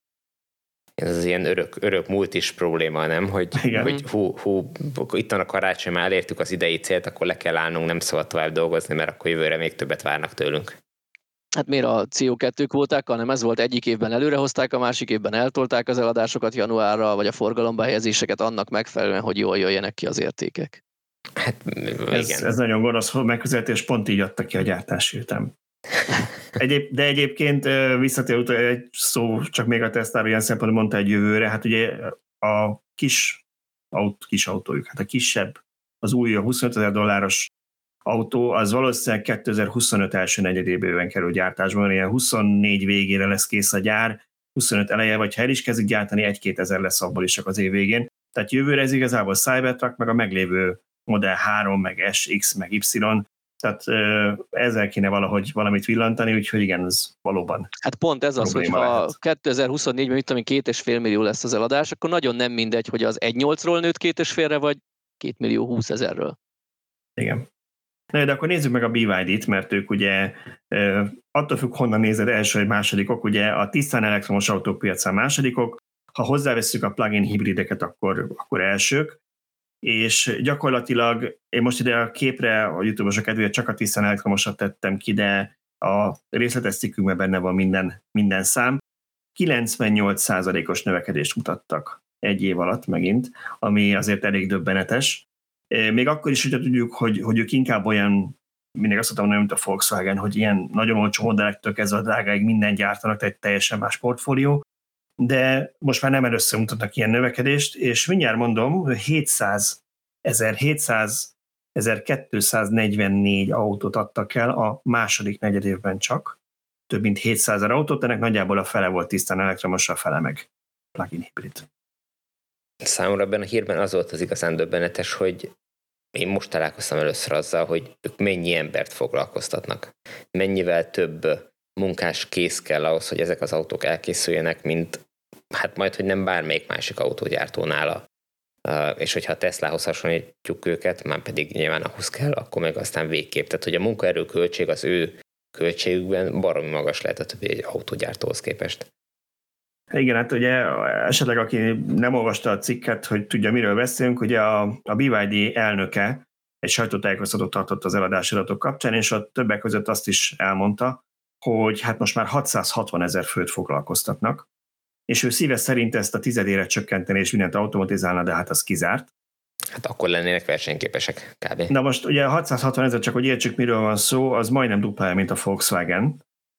Ez az ilyen örök, örök múlt is probléma, nem? Hogy, hogy hú, hú, itt van a karácsony, már elértük az idei célt, akkor le kell állnunk, nem szabad tovább dolgozni, mert akkor jövőre még többet várnak tőlünk. Hát miért a cé o kettő kvótákkal, hanem ez volt, egyik évben előrehozták, a másik évben eltolták az eladásokat januárra, vagy a forgalomba helyezéseket annak megfelelően, hogy jól jöjjenek ki az értékek. Hát igen. Ez, ez nagyon gonosz megközelítés, pont így adta ki a gyártási ütem. Egyéb, de egyébként visszatér egy szó, csak még a Teslára ilyen szempontból mondta egy jövőre, hát ugye a kis, aut, kis autójuk, hát a kisebb, az új, a huszonöt ezer dolláros autó, az valószínűleg kétezer-huszonöt első negyedében kerül gyártásban, ilyen huszonnégy végére lesz kész a gyár, huszonöt eleje, vagy ha el is kezdik gyártani, egy-két ezer lesz abból is csak az év végén. Tehát jövőre ez igazából Cybertruck, meg a meglévő Model három, meg S, X, meg Y, tehát ezzel kéne valahogy valamit villantani, úgyhogy igen, ez valóban. Hát pont ez az, hogy ha kétezer-huszonnégyben mit tudom, két és fél millió lesz az eladás, akkor nagyon nem mindegy, hogy az egy egész nyolcról nőtt két és félre, vagy két millió húsz ezerről. Igen. Na, de akkor nézzük meg a bé vé dé-t, mert ők ugye attól függ, honnan nézed, első vagy másodikok, ugye a tisztán elektromos autók piacán másodikok, ha hozzáveszünk a plug-in hibrideket, akkor, akkor elsők, és gyakorlatilag én most ide a képre a YouTube-osok kedvéért csak a tisztán elektromosat tettem ki, de a részletes cikkünkben benne van minden, minden szám. kilencvennyolc százalékos növekedést mutattak egy év alatt megint, ami azért elég döbbenetes. Még akkor is, hogyha tudjuk, hogy, hogy ők inkább olyan, mindig azt mondtam, mint a Volkswagen, hogy ilyen nagyon olcsó modellektől kezdve a drágáig minden gyártanak, tehát egy teljesen más portfólió, de most már nem először mutatnak ilyen növekedést, és mindjárt mondom, hétszáz ezer, hétszáz ezer kétszáznegyvennégy autót adtak el a második negyedévben csak, több mint hétszázezer autót, ennek nagyjából a fele volt tisztán elektromos, a fele meg plug-in hibrid. Számomra ebben a hírben az volt az igazán döbbenetes, hogy én most találkoztam először azzal, hogy ők mennyi embert foglalkoztatnak. Mennyivel több munkás kész kell ahhoz, hogy ezek az autók elkészüljenek, mint hát majd, hogy nem bármelyik másik autógyártónál. Uh, és hogyha a Teslahoz hasonlítjuk őket, már pedig nyilván ahhoz kell, akkor meg aztán végképp. Tehát, hogy a munkaerő költség az ő költségükben baromi magas lehet a többi autógyártóhoz képest. Igen, hát ugye esetleg aki nem olvasta a cikket, hogy tudja, miről beszélünk, ugye a, a bé vé dé elnöke egy sajtótájékoztatót tartott az eladási adatok kapcsán, és ott többek között azt is elmondta, hogy hát most már hatszázhatvan ezer főt foglalkoztatnak, és ő szíve szerint ezt a tizedére csökkenteni és mindent automatizálna, de hát az kizárt. Hát akkor lennének versenyképesek kb. Na most ugye hatszázhatvan ezer, csak hogy értsük, miről van szó, az majdnem duplája, mint a Volkswagen,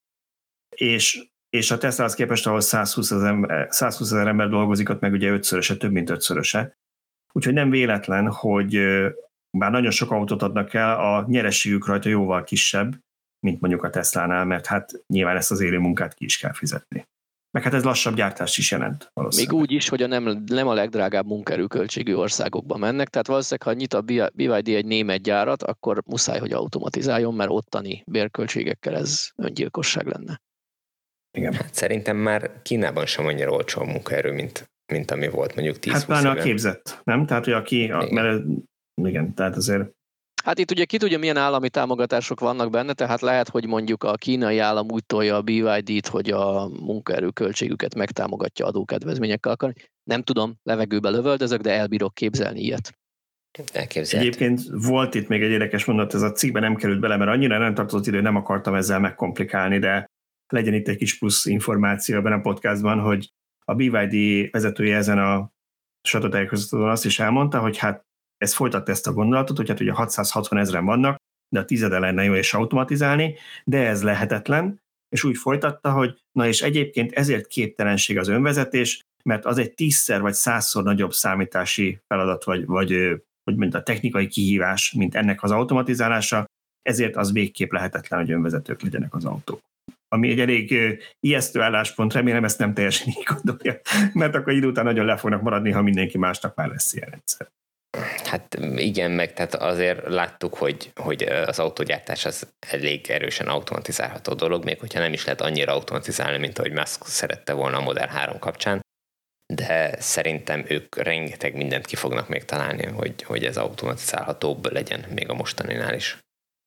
és, és a Teslahoz képest, ahol százhúsz ezer ember dolgozik, ott meg ugye ötszöröse, több mint ötszöröse. Úgyhogy nem véletlen, hogy bár nagyon sok autót adnak el, a nyereségük rajta jóval kisebb, mint mondjuk a Teslánál, mert hát nyilván ezt az élő munkát ki is kell fizetni. Meg hát ez lassabb gyártást is jelent. Még úgy is, hogy a nem, nem a legdrágább munkaerőköltségű országokba mennek, tehát valószínűleg, ha nyit a bé vé dé egy német gyárat, akkor muszáj, hogy automatizáljon, mert ottani bérköltségekkel ez öngyilkosság lenne. Igen. Hát szerintem már Kínában sem annyira olcsó a munkaerő, mint, mint ami volt mondjuk tíz-húsz Hát már a képzett, nem? Tehát, hogy aki, a, mert igen, tehát azért... Hát itt ugye ki tudja, milyen állami támogatások vannak benne, tehát lehet, hogy mondjuk a kínai állam úgy tolja a bé vé dét, hogy a munkaerő költségüket megtámogatja adókedvezményekkel akar. Nem tudom, levegőbe lövöldözök, de elbírok képzelni ilyet. Elképzelt. Egyébként volt itt még egy érdekes mondat, ez a cikkben nem került bele, mert annyira nem tartozott idő, nem akartam ezzel megkomplikálni, de legyen itt egy kis plusz információ ebben a podcastban, hogy a bé vé dé vezetője ezen a sajtótájékoztatón azt is elmondta, hogy hát ez folytatta ezt a gondolatot, hogy hát ugye hatszázhatvan ezren vannak, de a tizede lenne jó és automatizálni, de ez lehetetlen, és úgy folytatta, hogy na és egyébként ezért képtelenség az önvezetés, mert az egy tízszer vagy százszor nagyobb számítási feladat, vagy, vagy hogy mint a technikai kihívás, mint ennek az automatizálása, ezért az végképp lehetetlen, hogy önvezetők legyenek az autók. Ami egy elég ijesztő álláspont, remélem ezt nem teljesen így gondolja, mert akkor idő után nagyon le fognak maradni, ha mindenki másnak már lesz ilyen rendszer. Hát igen, meg tehát azért láttuk, hogy, hogy az autógyártás az elég erősen automatizálható dolog, még hogyha nem is lehet annyira automatizálni, mint ahogy Musk szerette volna a Model három kapcsán, de szerintem ők rengeteg mindent ki fognak még találni, hogy, hogy ez automatizálhatóbb legyen még a mostaninál is.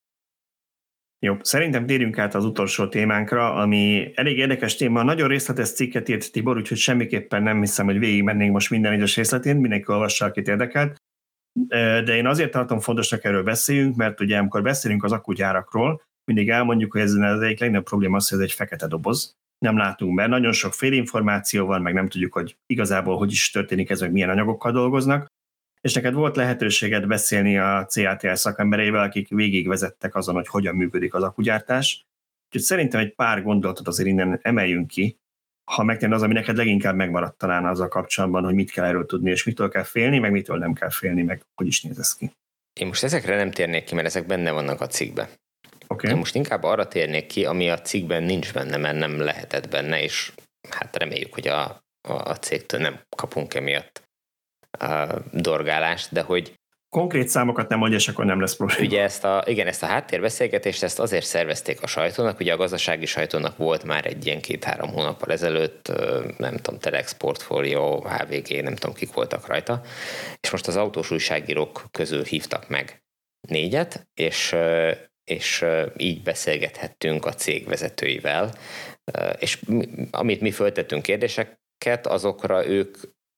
Jó, szerintem térjünk át az utolsó témánkra, ami elég érdekes téma. Nagyon részletes cikket írt Tibor, úgyhogy semmiképpen nem hiszem, hogy végig mennénk most minden egyes részletén, mindenki olvassa, akit érdekelt. De én azért tartom fontosnak erről beszéljünk, mert ugye amikor beszélünk az akkugyárakról, mindig elmondjuk, hogy ez az egyik legnagyobb probléma az, hogy ez egy fekete doboz. Nem látunk be, nagyon sok félinformáció van, meg nem tudjuk, hogy igazából hogy is történik ez, hogy milyen anyagokkal dolgoznak. És neked volt lehetőséged beszélni a cé á té el szakembereivel, akik végigvezettek azon, hogy hogyan működik az akkugyártás. Úgyhogy szerintem egy pár gondolatot azért innen emeljünk ki, ha megtenni az, ami neked leginkább megmaradt talán azzal kapcsolatban, hogy mit kell erről tudni, és mitől kell félni, meg mitől nem kell félni, meg hogy is néz ez ki. Én most ezekre nem térnék ki, mert ezek benne vannak a cikkben. Okay. Én most inkább arra térnék ki, ami a cikkben nincs benne, mert nem lehetett benne, és hát reméljük, hogy a, a, a cégtől nem kapunk emiatt a dorgálást, de hogy konkrét számokat nem mondja, és akkor nem lesz probléma. Ugye ezt a, igen, ezt a háttérbeszélgetést ezt azért szervezték a sajtónak, ugye a gazdasági sajtónak volt már egy ilyen két-három hónappal ezelőtt, nem tudom, Telex Portfolio, há vé gé, nem tudom, kik voltak rajta, és most az autós újságírók közül hívtak meg négyet, és, és így beszélgethettünk a cég vezetőivel, és amit mi föltettünk kérdéseket, azokra ők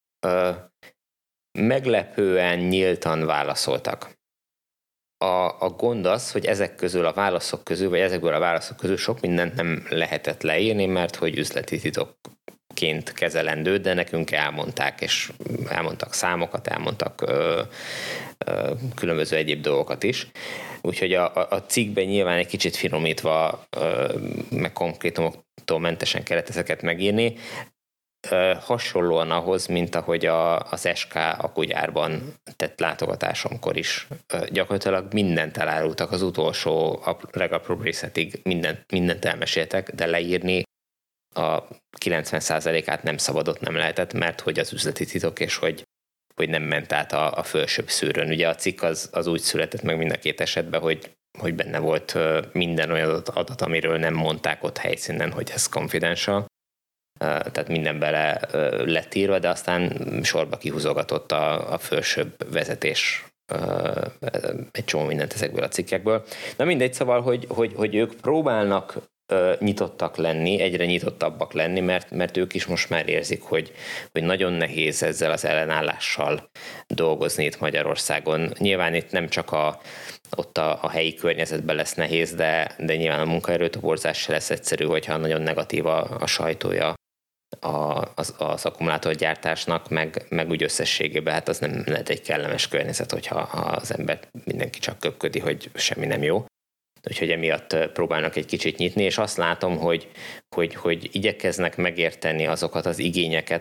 meglepően nyíltan válaszoltak. A, a gond az, hogy ezek közül a válaszok közül, vagy ezekből a válaszok közül sok mindent nem lehetett leírni, mert hogy üzleti titokként kezelendő, de nekünk elmondták, és elmondtak számokat, elmondtak ö, ö, különböző egyéb dolgokat is. Úgyhogy a, a cikkben nyilván egy kicsit finomítva, ö, meg konkrétumoktól mentesen kellett ezeket megírni, hasonlóan ahhoz, mint ahogy a, az es ká akkugyárban tett látogatásomkor is. Gyakorlatilag mindent elárultak az utolsó, a legapróbb részletig, mindent, mindent elmeséltek, de leírni a kilencven százalékát nem szabadott, nem lehetett, mert hogy az üzleti titok, és hogy, hogy nem ment át a, a felsőbb szűrőn. Ugye a cikk az, az úgy született meg mind a két esetben, hogy, hogy benne volt minden olyan adat, amiről nem mondták ott helyszínen, hogy ez confidential. Tehát minden bele lett írva, de aztán sorba kihúzogatott a, a felsőbb vezetés egy csomó mindent ezekből a cikkekből. Na mindegy, szóval, hogy, hogy, hogy ők próbálnak nyitottak lenni, egyre nyitottabbak lenni, mert, mert ők is most már érzik, hogy, hogy nagyon nehéz ezzel az ellenállással dolgozni itt Magyarországon. Nyilván itt nem csak a, ott a, a helyi környezetben lesz nehéz, de, de nyilván a munkaerőtoborzás se lesz egyszerű, hogyha nagyon negatív a, a sajtója A, az, az akkumulátorgyártásnak, meg, meg úgy összességében, hát az nem lehet egy kellemes környezet, hogyha az ember mindenki csak köpködi, hogy semmi nem jó. Úgyhogy emiatt próbálnak egy kicsit nyitni, és azt látom, hogy, hogy, hogy igyekeznek megérteni azokat az igényeket,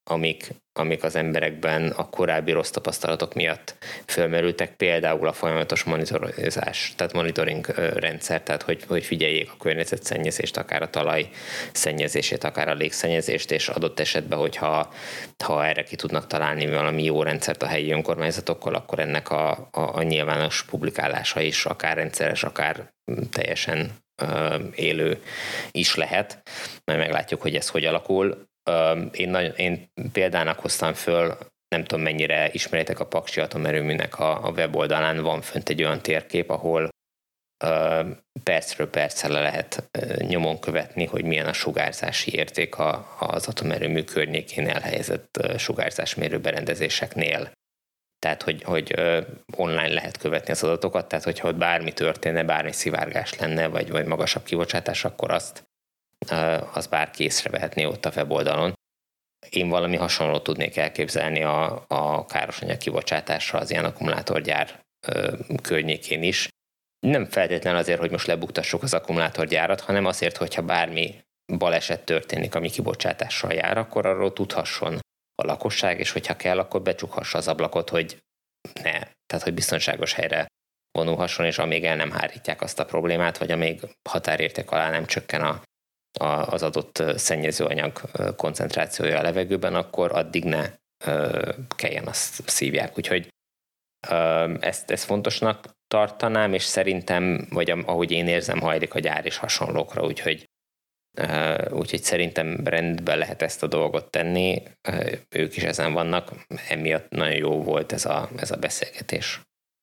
amik, amik az emberekben a korábbi rossz tapasztalatok miatt fölmerültek, például a folyamatos monitorozás, tehát monitoring rendszer, tehát hogy, hogy figyeljék a környezetszennyezést, akár a talaj szennyezését, akár a légszennyezést, és adott esetben, hogyha ha erre ki tudnak találni valami jó rendszert a helyi önkormányzatokkal, akkor ennek a, a, a nyilvános publikálása is akár rendszeres, akár teljesen uh, élő is lehet. Majd meglátjuk, hogy ez hogy alakul. Én, nagyon, én példának hoztam föl, nem tudom mennyire ismeritek a Paksi atomerőműnek a, a weboldalán, van fönt egy olyan térkép, ahol uh, percről percre le lehet uh, nyomon követni, hogy milyen a sugárzási érték a, az atomerőmű környékén elhelyezett uh, sugárzásmérő berendezéseknél. Tehát, hogy, hogy uh, online lehet követni az adatokat, tehát hogyha ott bármi történne, bármi szivárgás lenne, vagy, vagy magasabb kibocsátás, akkor azt az bárki észrevehetné ott a weboldalon. Én valami hasonlót tudnék elképzelni a, a károsanyag kibocsátásra az ilyen akkumulátorgyár ö, környékén is. Nem feltétlenül azért, hogy most lebuktassuk az akkumulátorgyárat, hanem azért, hogyha bármi baleset történik, ami kibocsátással jár, akkor arról tudhasson a lakosság, és hogyha kell, akkor becsukhassa az ablakot, hogy ne, tehát hogy biztonságos helyre vonulhasson, és amíg el nem hárítják azt a problémát, vagy amíg határérték alá nem csökken a az adott szennyezőanyag koncentrációja a levegőben, akkor addig ne kelljen azt szívják. Úgyhogy ezt, ezt fontosnak tartanám, és szerintem, vagy ahogy én érzem, hajlik a gyár is hasonlókra, úgyhogy, úgyhogy szerintem rendben lehet ezt a dolgot tenni. Ők is ezen vannak, emiatt nagyon jó volt ez a, ez a beszélgetés.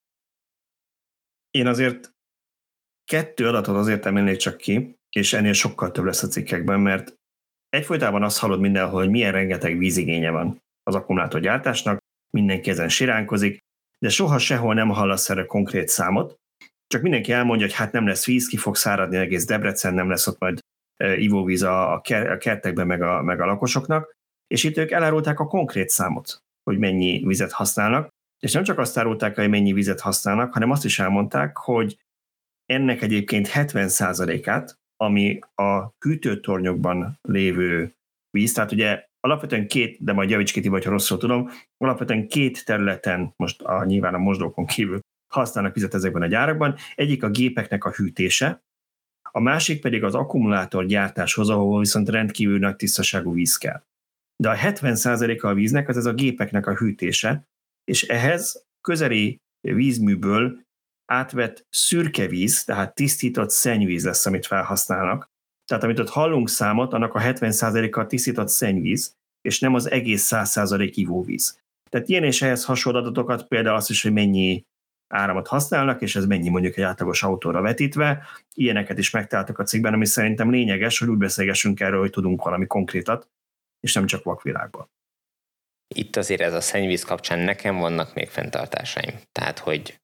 Én azért kettő adatot azért emelnék csak ki, és ennél sokkal több lesz a cikkekben, mert egyfolytában azt hallod mindenhol, hogy milyen rengeteg vízigénye van az akkumulátorgyártásnak, mindenki ezen siránkozik, de soha sehol nem hallasz erre konkrét számot, csak mindenki elmondja, hogy hát nem lesz víz, ki fog száradni egész Debrecen, nem lesz ott majd ivóvíz a kertekben meg a, meg a lakosoknak, és itt ők elárulták a konkrét számot, hogy mennyi vizet használnak, és nem csak azt árulták, hogy mennyi vizet használnak, hanem azt is elmondták, hogy ennek egyébként hetven százalékát, ami a hűtőtornyokban lévő víz, tehát ugye alapvetően két, de majd javíts ki, vagy ha rosszul tudom, alapvetően két területen, most a, nyilván a mosdókon kívül használnak vizet ezekben a gyárakban, egyik a gépeknek a hűtése, a másik pedig az akkumulátor gyártáshoz, ahol viszont rendkívül nagy tisztaságú víz kell. De a hetven százaléka a víznek az ez a gépeknek a hűtése, és ehhez közeli vízműből átvett szürke víz, tehát tisztított szennyvíz lesz, amit felhasználnak. Tehát amit ott hallunk számot, annak a hetven százaléka tisztított szennyvíz, és nem az egész száz százalék ivóvíz. Tehát ilyen és ehhez hasonló adatokat, például azt is, hogy mennyi áramot használnak, és ez mennyi mondjuk egy átlagos autóra vetítve. Ilyeneket is megtaláltak a cikkben, ami szerintem lényeges, hogy úgy beszélgessünk erről, hogy tudunk valami konkrétat, és nem csak vakvilágban. Itt azért ez a szennyvíz kapcsán nekem vannak még fenntartásaim. Tehát, hogy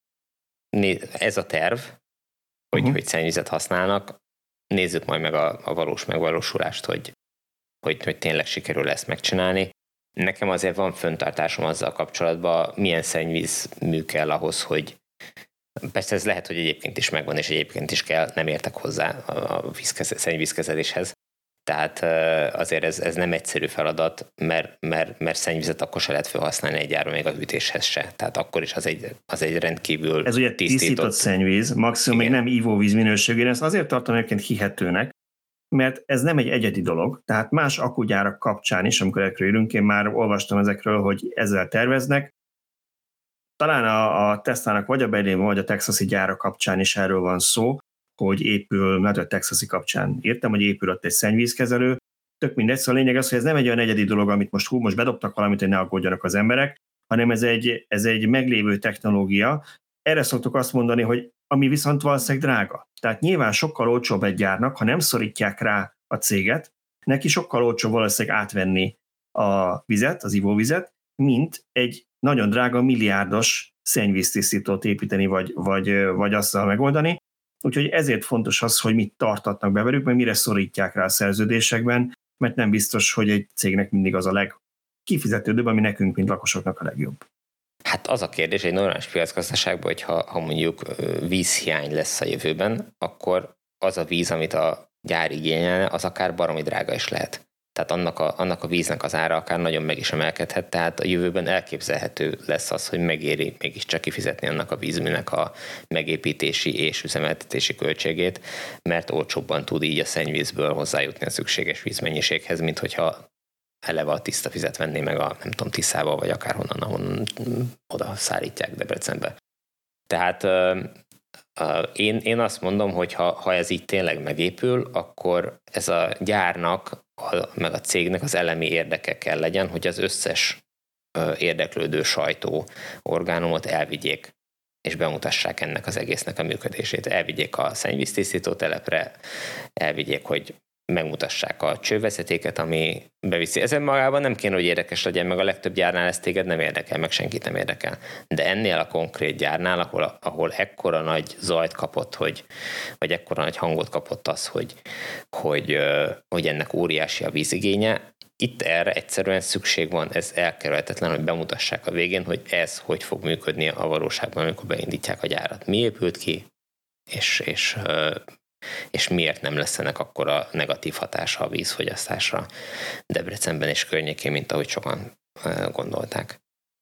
ez a terv, hogy, uh-huh. hogy szennyvizet használnak, nézzük majd meg a, a valós megvalósulást, hogy, hogy, hogy tényleg sikerül ezt megcsinálni. Nekem azért van fenntartásom azzal kapcsolatban, milyen szennyvízmű kell ahhoz, hogy persze ez lehet, hogy egyébként is megvan, és egyébként is kell, nem értek hozzá a vízkeze, szennyvízkezeléshez. Tehát azért ez, ez nem egyszerű feladat, mert, mert, mert szennyvizet akkor se lehet felhasználni egy gyárban, még a hűtéshez se. Tehát akkor is az egy, az egy rendkívül ez ugye tisztított, tisztított szennyvíz, maximum még nem ivóvíz minőségű, ezt azért tartom egyébként hihetőnek, mert ez nem egy egyedi dolog. Tehát más akkugyárak kapcsán is, amikor ezekről írunk, én már olvastam ezekről, hogy ezzel terveznek. Talán a, a Teslának vagy a Berlin, vagy a texasi gyára kapcsán is erről van szó, hogy épül, hát a texasi kapcsán írtam, hogy épül ott egy szennyvízkezelő. Tök mindegy, szóval a lényeg az, hogy ez nem egy olyan egyedi dolog, amit most hú, most bedobtak valamit, hogy ne aggódjanak az emberek, hanem ez egy, ez egy meglévő technológia. Erre szoktuk azt mondani, hogy ami viszont valószínűleg drága. Tehát nyilván sokkal olcsóbb egy gyárnak, ha nem szorítják rá a céget, neki sokkal olcsóbb valószínűleg átvenni a vizet, az ivóvizet, mint egy nagyon drága milliárdos szennyvíztisztítót építeni, vagy, vagy, vagy azzal megoldani. Úgyhogy ezért fontos az, hogy mit tartatnak be velük, mert mire szorítják rá a szerződésekben, mert nem biztos, hogy egy cégnek mindig az a legkifizetődőbb, ami nekünk, mint lakosoknak a legjobb. Hát az a kérdés egy normális piacgazdaságban, hogy ha, ha mondjuk vízhiány lesz a jövőben, akkor az a víz, amit a gyár igényelne, az akár baromi drága is lehet. Tehát annak a, annak a víznek az ára akár nagyon meg is emelkedhet, tehát a jövőben elképzelhető lesz az, hogy megéri mégiscsak kifizetni annak a vízműnek a megépítési és üzemeltetési költségét, mert olcsóbban tud így a szennyvízből hozzájutni a szükséges vízmennyiséghez, mint hogyha eleve a tiszta vizet venné meg a, nem tudom, Tiszába, vagy akárhonnan, ahonnan oda szállítják Debrecenbe. Tehát Uh, én, én azt mondom, hogy ha, ha ez így tényleg megépül, akkor ez a gyárnak, a, meg a cégnek az elemi érdeke kell legyen, hogy az összes uh, érdeklődő sajtó orgánumot elvigyék, és bemutassák ennek az egésznek a működését. Elvigyék a szennyvíztisztító telepre, elvigyék, hogy megmutassák a csővezetéket, ami beviszi. Ezen magában nem kéne, hogy érdekes legyen, meg a legtöbb gyárnál ez téged nem érdekel, meg senkit nem érdekel. De ennél a konkrét gyárnál, ahol, ahol ekkora nagy zajt kapott, hogy, vagy ekkora nagy hangot kapott az, hogy, hogy, hogy ennek óriási a vízigénye, itt erre egyszerűen szükség van, ez elkerülhetetlen, hogy bemutassák a végén, hogy ez hogy fog működni a valóságban, amikor beindítják a gyárat. Mi épült ki, és, és és miért nem lesz ennek akkora negatív hatása a vízfogyasztásra Debrecenben és környékén, mint ahogy sokan gondolták.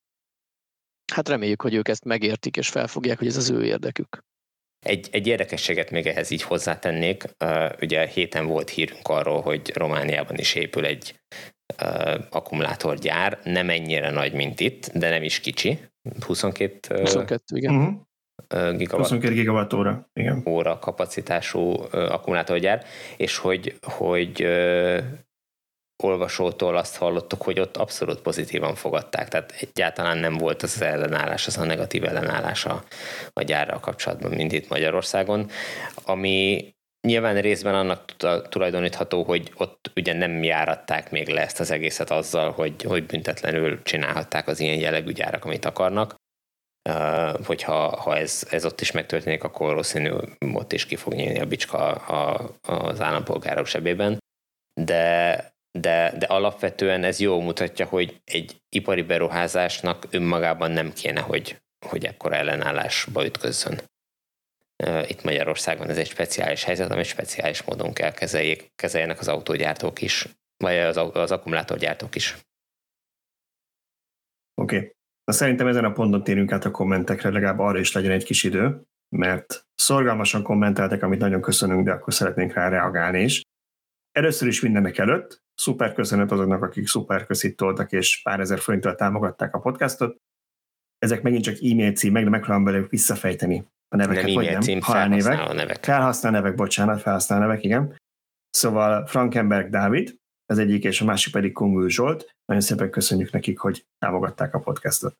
Hát reméljük, hogy ők ezt megértik, és felfogják, hogy ez az ő érdekük. Egy, egy érdekességet még ehhez így hozzátennék. Ugye héten volt hírünk arról, hogy Romániában is épül egy akkumulátorgyár, nem ennyire nagy, mint itt, de nem is kicsi. huszonkettő, huszonkettő igen. Uh-huh. Gigawatt, huszonkettő gigawatt óra, igen. óra kapacitású akkumulátorgyár, és hogy, hogy ö, olvasótól azt hallottuk, hogy ott abszolút pozitívan fogadták, tehát egyáltalán nem volt az, az ellenállás, az a negatív ellenállás a, a gyárral kapcsolatban, mint itt Magyarországon, ami nyilván részben annak tulajdonítható, hogy ott ugye nem járatták még le ezt az egészet azzal, hogy, hogy büntetlenül csinálhatták az ilyen jellegű gyárak, amit akarnak. Uh, hogyha ha ez, ez ott is megtörténik, akkor valószínű ott is ki fog nyílni a bicska a, az állampolgárok sebében, de, de, de alapvetően ez jól mutatja, hogy egy ipari beruházásnak önmagában nem kéne, hogy, hogy ekkora ellenállásba ütközzön. Uh, itt Magyarországon ez egy speciális helyzet, amit speciális módon kell kezeljék, kezeljenek az autógyártók is, vagy az, az akkumulátorgyártók is. Oké. Okay. Na, szerintem ezen a ponton térünk át a kommentekre, legalább arra is legyen egy kis idő, mert szorgalmasan kommenteltek, amit nagyon köszönünk, de akkor szeretnénk rá reagálni is. Először is mindenek előtt szuper köszönet azoknak, akik szuper köszit toltak, és pár ezer forinttal támogatták a podcastot. Ezek megint csak e-mail címek, de megpróbálom belőlük visszafejteni a neveket, nem vagy nem. Cím, felhasználó nevek. Felhasználó nevek, bocsánat, felhasználó nevek, igen. Szóval Frankenberg Dávid, az egyik, és a másik pedig Kungül Zsolt. Nagyon szépen köszönjük nekik, hogy támogatták a podcastot.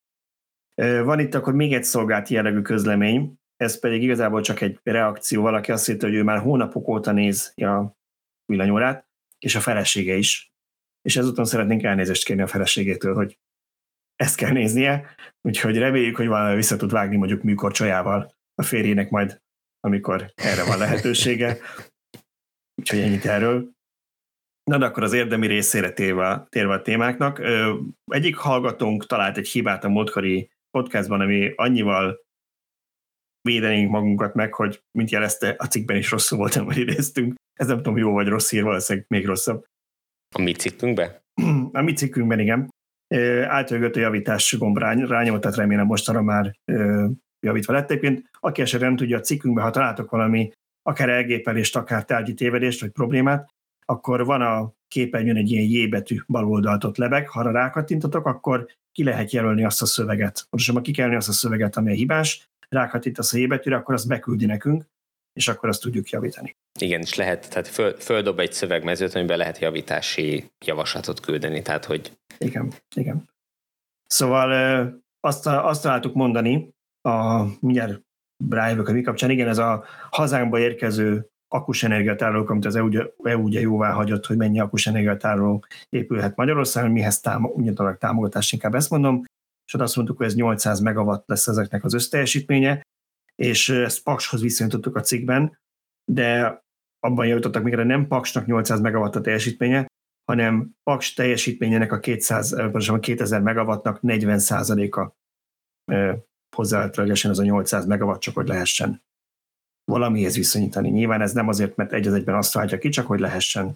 Van itt akkor még egy szolgált jellegű közlemény, ez pedig igazából csak egy reakció. Valaki azt írta, hogy ő már hónapok óta nézi a villanyórát, és a felesége is. És ezúton szeretnénk elnézést kérni a feleségétől, hogy ezt kell néznie, úgyhogy reméljük, hogy valami vissza tud vágni mondjuk műkorcsolyával a férjének majd, amikor erre van lehetősége. Úgyhogy ennyit erről. Na, de akkor az érdemi részére térve, térve a témáknak. Ö, egyik hallgatónk talált egy hibát a múltkori podcastban, ami annyival védenénk magunkat meg, hogy mint jelezte, a cikkben is rosszul volt, amit idéztünk. Ez nem tudom, jó vagy rossz hír, valószínűleg még rosszabb. A mi cikkünkben? A mi cikkünkben, igen. Átjögött a javítás gomb rányomott, tehát remélem mostanra már ö, javítva lettek. Aki esetleg nem tudja, a cikkünkben, ha találtok valami akár elgépelést, akár tárgyi tévedést, vagy problémát, akkor van a képernyőn egy ilyen J betű bal oldalt ott lebeg, ha rákattintotok, akkor ki lehet jelölni azt a szöveget. Pontosabban ki kell jelölni azt a szöveget, ami hibás, rákattintasz a J betűre, akkor azt beküldi nekünk, és akkor azt tudjuk javítani. Igen, és lehet, tehát föl, földob egy szövegmezőt, amiben lehet javítási javaslatot küldeni, tehát hogy... Igen, igen. Szóval azt, azt találtuk mondani, a mindjárt rájövök a mi kapcsán, igen, ez a hazánkba érkező akkus energiatárolók, amit az é u ugye jóvá hagyott, hogy mennyi akkus energiatároló épülhet Magyarországon, mihez támogatnak támogatást, inkább ezt mondom, és ott azt mondtuk, hogy ez nyolcszáz megawatt lesz ezeknek az összteljesítménye, és ezt Pakshoz viszonyítottuk a cikkben, de abban javítottak még, nem Paksnak nyolcszáz megawatt a teljesítménye, hanem Paks teljesítményének a kétszáz, kétezer megawattnak negyven százaléka hozzávetőlegesen az a nyolcszáz megawatt, csak hogy lehessen valamihez viszonyítani. Nyilván ez nem azért, mert egy az egyben azt váltja ki, csak hogy lehessen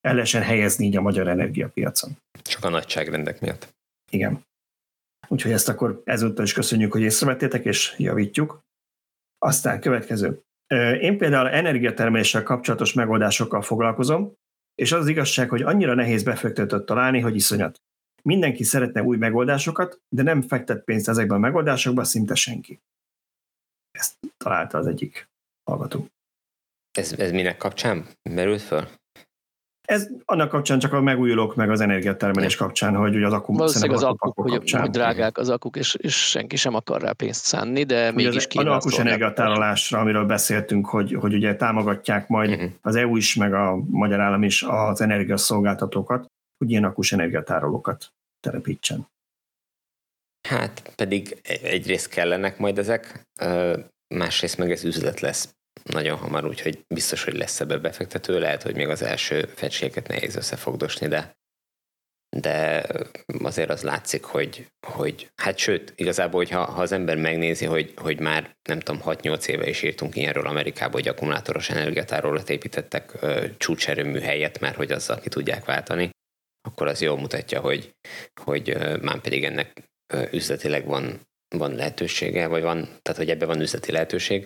el lehessen helyezni így a magyar energiapiacon. Csak a nagyságrendek miatt. Igen. Úgyhogy ezt akkor ezúttal is köszönjük, hogy észrevettétek, és javítjuk. Aztán következő. Én például energiatermeléssel kapcsolatos megoldásokkal foglalkozom, és az, az igazság, hogy annyira nehéz befektetőt találni, hogy iszonyat. Mindenki szeretne új megoldásokat, de nem fektet pénzt ezekben a megoldásokban szinte senki. Ezt találta az egyik hallgató. Ez, ez minek kapcsán merült föl? Ez annak kapcsán csak a megújulók, meg az energiatermelés kapcsán, hogy ugye az akku, valószínűleg az akuk, hogy, hogy drágák az akuk, és, és senki sem akar rá pénzt szánni, de ugye mégis kéne. Az akkus energiatárolásra, amiről beszéltünk, hogy, hogy ugye támogatják majd uh-huh. az é u is, meg a magyar állam is az energiaszolgáltatókat, hogy ilyen akkus energiatárolókat telepítsen. Hát pedig egyrészt kellenek majd ezek, másrészt meg ez üzlet lesz nagyon hamar, úgyhogy biztos, hogy lesz ebbe befektető, lehet, hogy még az első fecséket nehéz összefogdosni, de, de azért az látszik, hogy, hogy hát sőt, igazából, hogyha, ha az ember megnézi, hogy, hogy már nem tudom, hat-nyolc éve is írtunk ilyenről Amerikába, hogy akkumulátoros energiatárolót építettek csúcserőmű helyett, mert hogy azzal ki tudják váltani, akkor az jól mutatja, hogy, hogy már pedig ennek üzletileg van, van lehetősége, vagy van, tehát hogy ebben van üzleti lehetőség.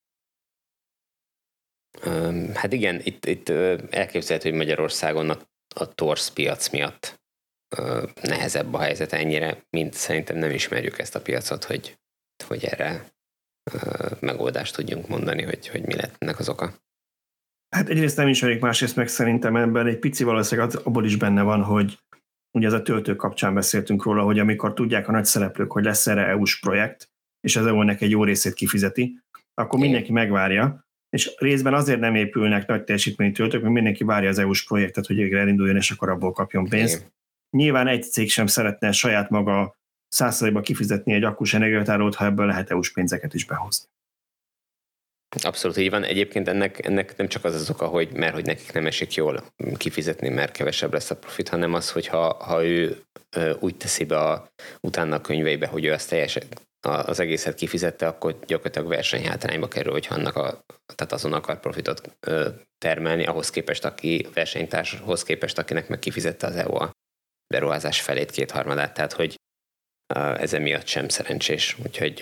Hát igen, itt, itt elképzelhető, hogy Magyarországon a, a torsz piac miatt nehezebb a helyzet ennyire, mint szerintem nem ismerjük ezt a piacot, hogy, hogy erre megoldást tudjunk mondani, hogy, hogy mi lett ennek az oka. Hát egyrészt nem ismerik, másrészt meg szerintem ebben egy pici valószínűleg abból is benne van, hogy ugye ez a töltő kapcsán beszéltünk róla, hogy amikor tudják a nagy szereplők, hogy lesz erre é u-s projekt, és az é u-nek egy jó részét kifizeti, akkor mindenki megvárja, és részben azért nem épülnek nagy teljesítményű töltők, mert mindenki várja az é u-s projektet, hogy végre elinduljon, és akkor abból kapjon pénzt. Igen. Nyilván egy cég sem szeretne saját maga száz százalékban kifizetni egy akkus energiatárolót, ha ebből lehet é u-s pénzeket is behozni. Abszolút így van. Egyébként ennek, ennek nem csak az az oka, hogy mert hogy nekik nem esik jól kifizetni, mert kevesebb lesz a profit, hanem az, hogy ha, ha ő úgy teszi be a, utána a könyveibe, hogy ő azt teljesen az egészet kifizette, akkor gyakorlatilag versenyhátrányba kerül, hogyha annak a, tehát azon akar profitot termelni, ahhoz képest, aki versenytárshoz képest, akinek meg kifizette az é u a beruházás felét, kétharmadát, tehát hogy ezen miatt sem szerencsés. Úgyhogy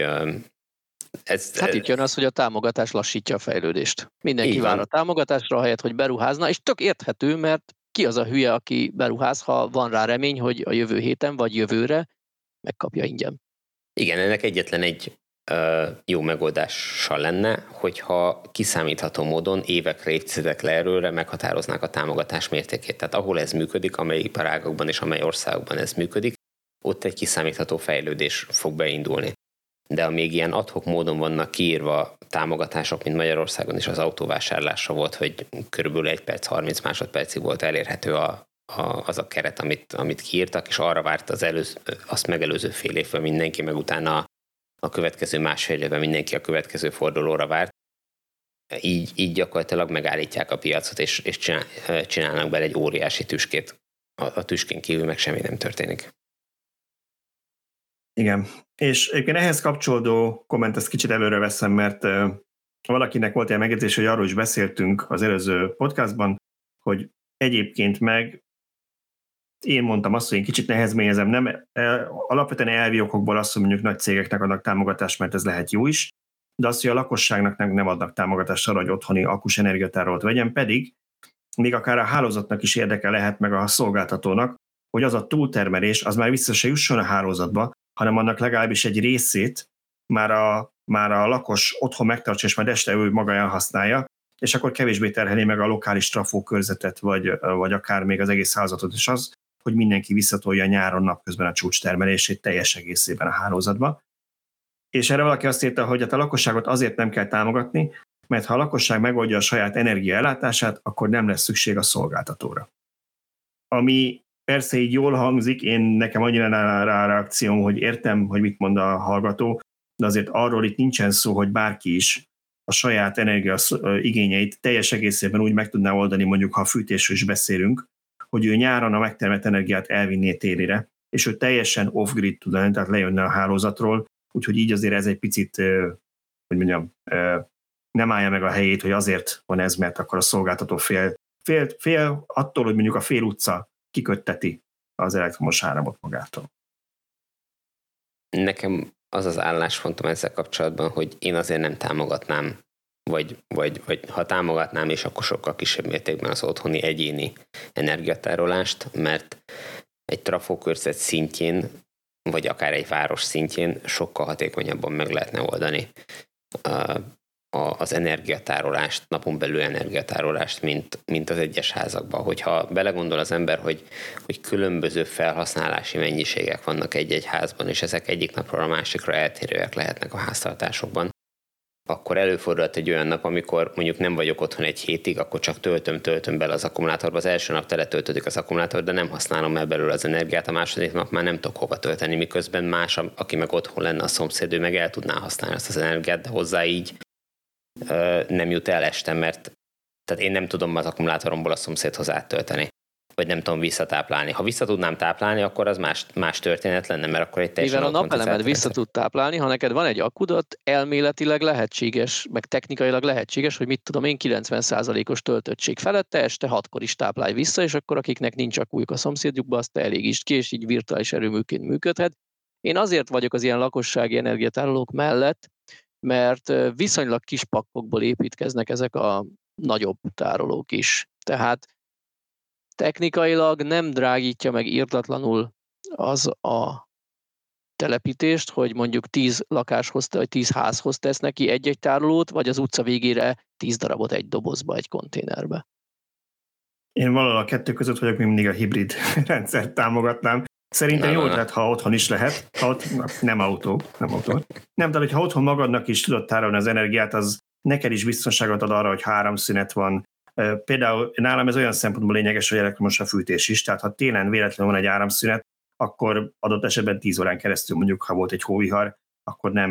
ez, hát itt jön az, hogy a támogatás lassítja a fejlődést. Mindenki vár a támogatásra, ahelyett, hogy beruházna, és tök érthető, mert ki az a hülye, aki beruház, ha van rá remény, hogy a jövő héten vagy jövőre megkapja ingyen. Igen, ennek egyetlen egy ö, jó megoldással lenne, hogyha kiszámítható módon évekre, évtizedekre előre meghatároznák a támogatás mértékét. Tehát ahol ez működik, amely iparágokban és amely országokban ez működik, ott egy kiszámítható fejlődés fog beindulni. De amíg ilyen ad-hoc módon vannak kiírva támogatások, mint Magyarországon is az autóvásárlásra volt, hogy körülbelül egy perc, harminc másodpercig volt elérhető a, a, az a keret, amit, amit kiírtak, és arra várt az előző, azt megelőző fél évvel mindenki, meg utána a következő másfél évben mindenki a következő fordulóra várt. Így, így gyakorlatilag megállítják a piacot, és, és csinál, csinálnak bele egy óriási tüskét. A, a tüskén kívül meg semmi nem történik. Igen, és egyébként ehhez kapcsolódó komment, ezt kicsit előre veszem, mert uh, valakinek volt ilyen megjegyzés, hogy arról is beszéltünk az előző podcastban, hogy egyébként meg én mondtam azt, hogy én kicsit nehezményezem, nem uh, alapvetően elvi okokból azt, hogy mondjuk nagy cégeknek adnak támogatást, mert ez lehet jó is, de azt, hogy a lakosságnak nem adnak támogatást arra, hogy otthoni akkus energiatárolót vegyen, pedig még akár a hálózatnak is érdeke lehet, meg a szolgáltatónak, hogy az a túltermelés, az már vissza se jusson a hálózatba, hanem annak legalábbis egy részét már a, már a lakos otthon megtartsa, és majd este ő maga elhasználja, és akkor kevésbé terheli meg a lokális trafókörzetet, vagy, vagy akár még az egész hálózatot is az, hogy mindenki visszatolja nyáron napközben a csúcstermelését teljes egészében a hálózatba. És erre valaki azt írta, hogy hát a lakosságot azért nem kell támogatni, mert ha a lakosság megoldja a saját energiaellátását, akkor nem lesz szükség a szolgáltatóra. Ami persze így jól hangzik, én nekem annyira rá a reakcióm, hogy értem, hogy mit mond a hallgató, de azért arról itt nincsen szó, hogy bárki is a saját energia igényeit teljes egészében úgy meg tudná oldani, mondjuk ha a fűtésről is beszélünk, hogy ő nyáron a megtermelt energiát elvinné télire, és ő teljesen off-grid tud lenni, tehát lejönne a hálózatról, úgyhogy így azért ez egy picit, hogy mondjam, nem állja meg a helyét, hogy azért van ez, mert akkor a szolgáltató fél fél, fél attól, hogy mondjuk a fél utca kikötteti az elektromos áramot magától. Nekem az az álláspontom ezzel kapcsolatban, hogy én azért nem támogatnám, vagy, vagy, vagy ha támogatnám is, akkor sokkal kisebb mértékben az otthoni egyéni energiatárolást, mert egy trafókörzet szintjén, vagy akár egy város szintjén sokkal hatékonyabban meg lehetne oldani az energiatárolást, napon belül energiatárolást, mint, mint az egyes házakban. Hogyha belegondol az ember, hogy, hogy különböző felhasználási mennyiségek vannak egy-egy házban, és ezek egyik napról a másikra eltérőek lehetnek a háztartásokban, akkor előfordulhat egy olyan nap, amikor mondjuk nem vagyok otthon egy hétig, akkor csak töltöm, töltöm bele az akkumulátorba. Az első nap teletöltődik az akkumulátor, de nem használom el belőle az energiát, a második nap már nem tudok hova tölteni, miközben más, aki meg otthon lenne, a szomszéd, ő meg el tudná használni ezt az energiát, de hozzá így nem jut el este, mert tehát én nem tudom az akkumulátoromból a szomszédhoz áttölteni, vagy nem tudom visszatáplálni. Ha vissza tudnám táplálni, akkor az más, más történet lenne, mert akkor egy teljesen... Mivel a napelemed vissza tud táplálni, ha neked van egy akkudat, elméletileg lehetséges, meg technikailag lehetséges, hogy mit tudom én, kilencven százalékos töltöttség felette, este hatkor is táplálj vissza, és akkor akiknek nincs akkujuk a szomszédjukba, azt te elégítsd ki, és így virtuális erőműként működhet. Én azért vagyok az ilyen lakossági energiatárolók mellett, mert viszonylag kis pakkokból építkeznek ezek a nagyobb tárolók is. Tehát technikailag nem drágítja meg írtatlanul az a telepítést, hogy mondjuk tíz lakáshoz, vagy tíz házhoz tesz neki egy-egy tárolót, vagy az utca végére tíz darabot egy dobozba, egy konténerbe. Én valahol a kettő között vagyok, még mindig a hibrid rendszert támogatnám. Szerintem jó lehet, ha otthon is lehet, ha ott, nem autó, nem autó. Nem, de hogyha otthon magadnak is tudod tárolni az energiát, az neked is biztonságot ad arra, hogy ha áramszünet van. Például nálam ez olyan szempontból lényeges, hogy elektromos a fűtés is, tehát ha télen véletlenül van egy áramszünet, akkor adott esetben tíz órán keresztül, mondjuk ha volt egy hóvihar, akkor nem,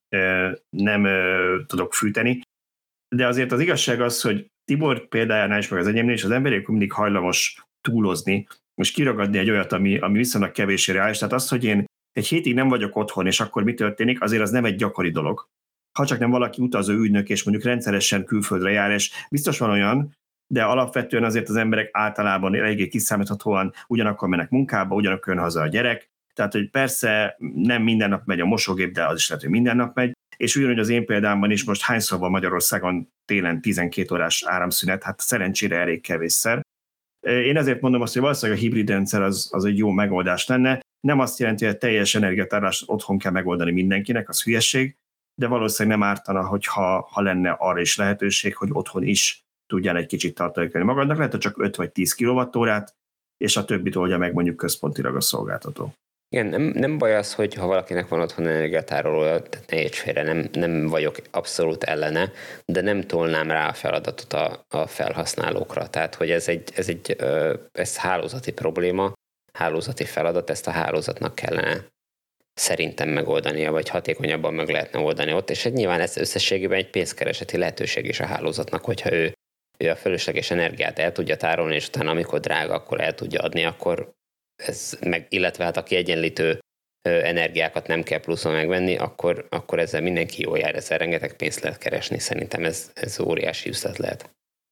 nem tudok fűteni. De azért az igazság az, hogy Tibor példájánál is, meg az enyémnél is az emberek mindig hajlamos túlozni, és kiragadni egy olyat, ami, ami viszonylag kevéssé reális. Tehát az, hogy én egy hétig nem vagyok otthon, és akkor mi történik, azért az nem egy gyakori dolog. Ha csak nem valaki utazó ügynök, és mondjuk rendszeresen külföldre jár, és biztos van olyan, de alapvetően azért az emberek általában eléggé kiszámíthatóan ugyanakkor mennek munkába, ugyanakkor jön haza a gyerek. Tehát, hogy persze nem minden nap megy a mosógép, de az is lehet, hogy minden nap megy. És ugyanúgy az én példámban is most hányszor van Magyarországon télen tizenkét órás áramszünet, hát szerencsére elég kevésszer. Én ezért mondom azt, hogy valószínűleg a hibrid rendszer az, az egy jó megoldás lenne. Nem azt jelenti, hogy a teljes energiatárolást otthon kell megoldani mindenkinek, az hülyeség, de valószínűleg nem ártana, hogyha ha lenne arra is lehetőség, hogy otthon is tudjál egy kicsit tartalékolni magadnak. Lehet, hogy csak öt vagy tíz kilowattórát, és a többit oldja meg mondjuk központilag a szolgáltató. Igen, nem, nem baj az, hogy ha valakinek van otthon energiatárolója, tehát ne érts félre, nem, nem vagyok abszolút ellene, de nem tolnám rá a feladatot a, a felhasználókra. Tehát, hogy ez egy, ez egy ez hálózati probléma, hálózati feladat, ezt a hálózatnak kellene szerintem megoldania, vagy hatékonyabban meg lehetne oldani ott, és nyilván ez összességében egy pénzkereseti lehetőség is a hálózatnak, hogyha ő, ő a fölösleges energiát el tudja tárolni, és utána amikor drága, akkor el tudja adni, akkor ez meg, illetve hát a kiegyenlítő energiákat nem kell pluszon megvenni, akkor, akkor ezzel mindenki jól jár, ezzel rengeteg pénzt lehet keresni, szerintem ez, ez óriási üzlet lehet.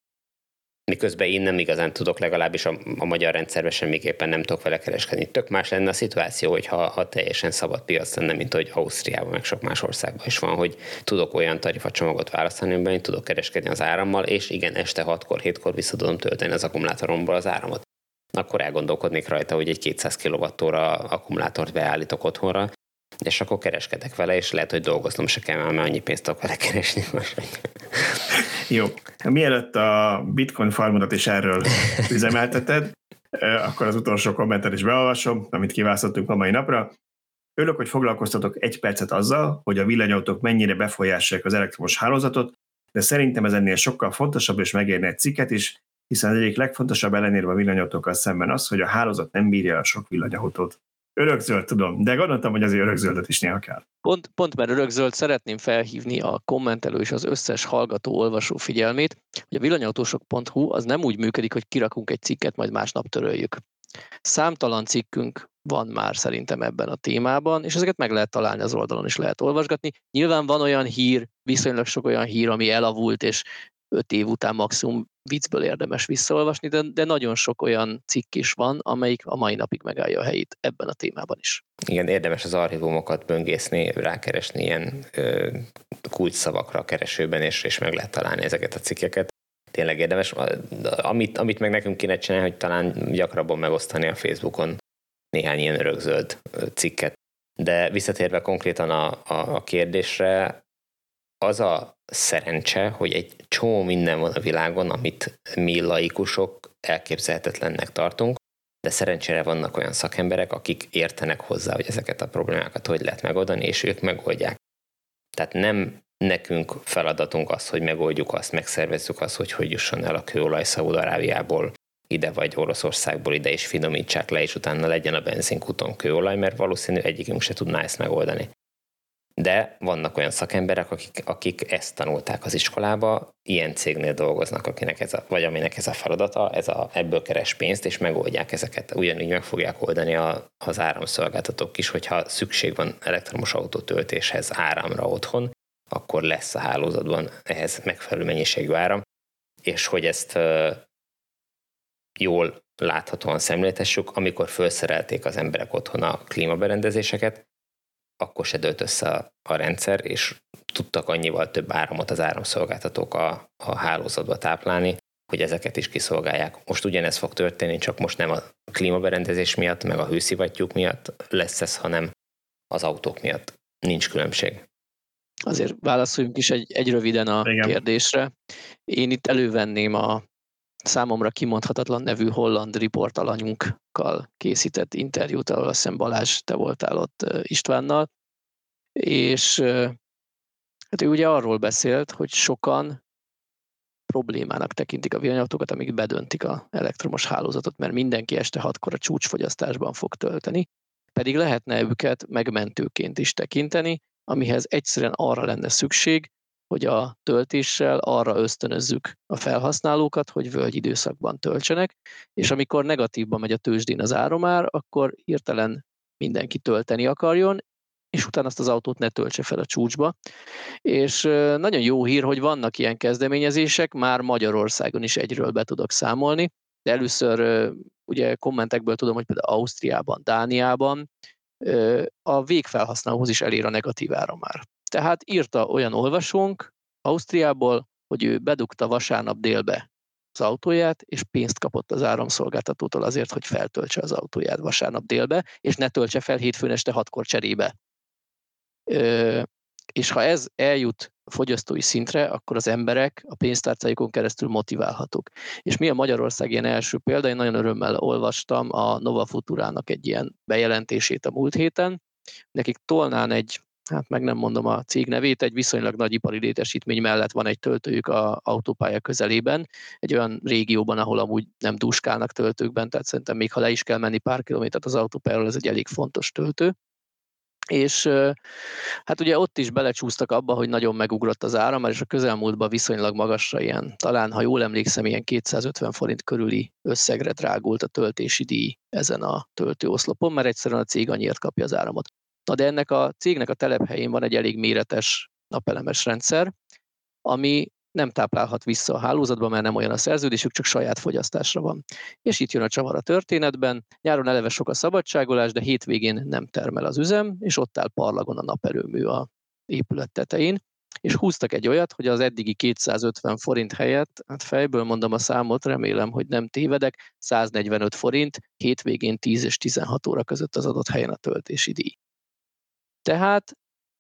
Miközben én nem igazán tudok, legalábbis a, a magyar rendszerben semmiképpen nem tudok vele kereskedni. Tök más lenne a szituáció, hogyha ha teljesen szabad piac lenne, mint hogy Ausztriában, meg sok más országban is van, hogy tudok olyan tarifacsomagot választani, amiben én tudok kereskedni az árammal, és igen, este hatkor, hétkor vissza tudom tölteni az akkumulátoromból az áramot. Akkor elgondolkodnék rajta, hogy egy kétszáz kilowattóra akkumulátort beállítok otthonra, és akkor kereskedek vele, és lehet, hogy dolgoznom se kell, mert annyi pénzt tudok vele keresni most. Jó. Mielőtt a Bitcoin farmodat is erről üzemelteted, akkor az utolsó kommentet is beolvasom, amit kiválasztottunk a mai napra. Örülök, hogy foglalkoztatok egy percet azzal, hogy a villanyautók mennyire befolyásolják az elektromos hálózatot, de szerintem ez ennél sokkal fontosabb, és megérne egy cikket is, hiszen az egyik legfontosabb ellenérve a villanyautókkal szemben az, hogy a hálózat nem bírja a sok villanyautót. Örökzöld, tudom, de gondoltam, hogy azért örökzöldet is néha kell. Pont, pont mert örökzöld, szeretném felhívni a kommentelő és az összes hallgató, olvasó figyelmét, hogy a villanyautósok pont hu az nem úgy működik, hogy kirakunk egy cikket, majd másnap töröljük. Számtalan cikkünk van már szerintem ebben a témában, és ezeket meg lehet találni az oldalon is, lehet olvasgatni. Nyilván van olyan hír, viszonylag sok olyan hír, ami elavult, és öt év után maximum viccből érdemes visszaolvasni, de, de nagyon sok olyan cikk is van, amelyik a mai napig megállja a helyét ebben a témában is. Igen, érdemes az archívumokat böngészni, rákeresni ilyen ö, kulcsszavakra a keresőben, és, és meg lehet találni ezeket a cikkeket. Tényleg érdemes. Amit, amit meg nekünk kéne csinálni, hogy talán gyakrabban megosztani a Facebookon néhány ilyen örökzöld cikket. De visszatérve konkrétan a, a, a kérdésre, az a szerencse, hogy egy csomó minden van a világon, amit mi laikusok elképzelhetetlennek tartunk, de szerencsére vannak olyan szakemberek, akik értenek hozzá, hogy ezeket a problémákat hogy lehet megoldani, és ők megoldják. Tehát nem nekünk feladatunk az, hogy megoldjuk azt, megszervezzük azt, hogy hogy jusson el a kőolaj Szaúd-Arábiából ide, vagy Oroszországból ide, és finomítsák le, és utána legyen a benzinkuton kőolaj, mert valószínű egyikünk se tudná ezt megoldani. De vannak olyan szakemberek, akik, akik ezt tanulták az iskolába, ilyen cégnél dolgoznak, akinek ez a, vagy aminek ez a feladata, ez a, ebből keres pénzt, és megoldják ezeket. Ugyanígy meg fogják oldani a, az áramszolgáltatók is, hogyha szükség van elektromos autótöltéshez áramra otthon, akkor lesz a hálózatban ehhez megfelelő mennyiségű áram, és hogy ezt uh, jól láthatóan szemléltessük, amikor felszerelték az emberek otthon a klímaberendezéseket, akkor se dőlt össze a, a rendszer, és tudtak annyival több áramot az áramszolgáltatók a, a hálózatba táplálni, hogy ezeket is kiszolgálják. Most ugyanez fog történni, csak most nem a klímaberendezés miatt, meg a hőszivattyúk miatt lesz ez, hanem az autók miatt. Nincs különbség. Azért válaszoljunk is egy, egy röviden a Igen. kérdésre. Én itt elővenném a számomra kimondhatatlan nevű holland riportalanyunkkal készített interjút, ahol azt hiszem Balázs, te voltál ott Istvánnal, és hát ő ugye arról beszélt, hogy sokan problémának tekintik a villanyautókat, amik bedöntik az elektromos hálózatot, mert mindenki este hatkor a csúcsfogyasztásban fog tölteni, pedig lehetne őket megmentőként is tekinteni, amihez egyszerűen arra lenne szükség, hogy a töltéssel arra ösztönözzük a felhasználókat, hogy völgyidőszakban töltsenek, és amikor negatívban megy a tőzsdén az áramár, akkor hirtelen mindenki tölteni akarjon, és utána azt az autót ne töltse fel a csúcsba. És nagyon jó hír, hogy vannak ilyen kezdeményezések, már Magyarországon is egyről be tudok számolni, de először ugye kommentekből tudom, hogy például Ausztriában, Dániában a végfelhasználóhoz is elér a negatív áramár. Tehát írta olyan olvasónk Ausztriából, hogy ő bedugta vasárnap délbe az autóját, és pénzt kapott az áramszolgáltatótól azért, hogy feltöltse az autóját vasárnap délbe, és ne töltse fel hétfőn este hatkor cserébe. Ö, és ha ez eljut a fogyasztói szintre, akkor az emberek a pénztárcájukon keresztül motiválhatók. És mi a Magyarország ilyen első példa? Én nagyon örömmel olvastam a Nova Futurának egy ilyen bejelentését a múlt héten. Nekik Tolnán egy, hát meg nem mondom a cég nevét, egy viszonylag nagy ipari létesítmény mellett van egy töltőjük az autópálya közelében, egy olyan régióban, ahol amúgy nem dúskálnak töltőkben, tehát szerintem még ha le is kell menni pár kilométert az autópályáról, ez egy elég fontos töltő. És hát ugye ott is belecsúsztak abba, hogy nagyon megugrott az áram, és a közelmúltban viszonylag magasra ilyen, talán ha jól emlékszem, ilyen kétszázötven forint körüli összegre drágult a töltési díj ezen a töltőoszlopon, mert egyszerűen a cég annyiért kapja az áramot. Na de ennek a cégnek a telephelyén van egy elég méretes napelemes rendszer, ami nem táplálhat vissza a hálózatba, mert nem olyan a szerződésük, csak saját fogyasztásra van. És itt jön a csavar a történetben, nyáron eleve sok a szabadságolás, de hétvégén nem termel az üzem, és ott áll parlagon a naperőmű a épület tetején, és húztak egy olyat, hogy az eddigi kétszázötven forint helyett, hát fejből mondom a számot, remélem, hogy nem tévedek, száznegyvenöt forint, hétvégén tíz és tizenhat óra között az adott helyen a töltési díj. Tehát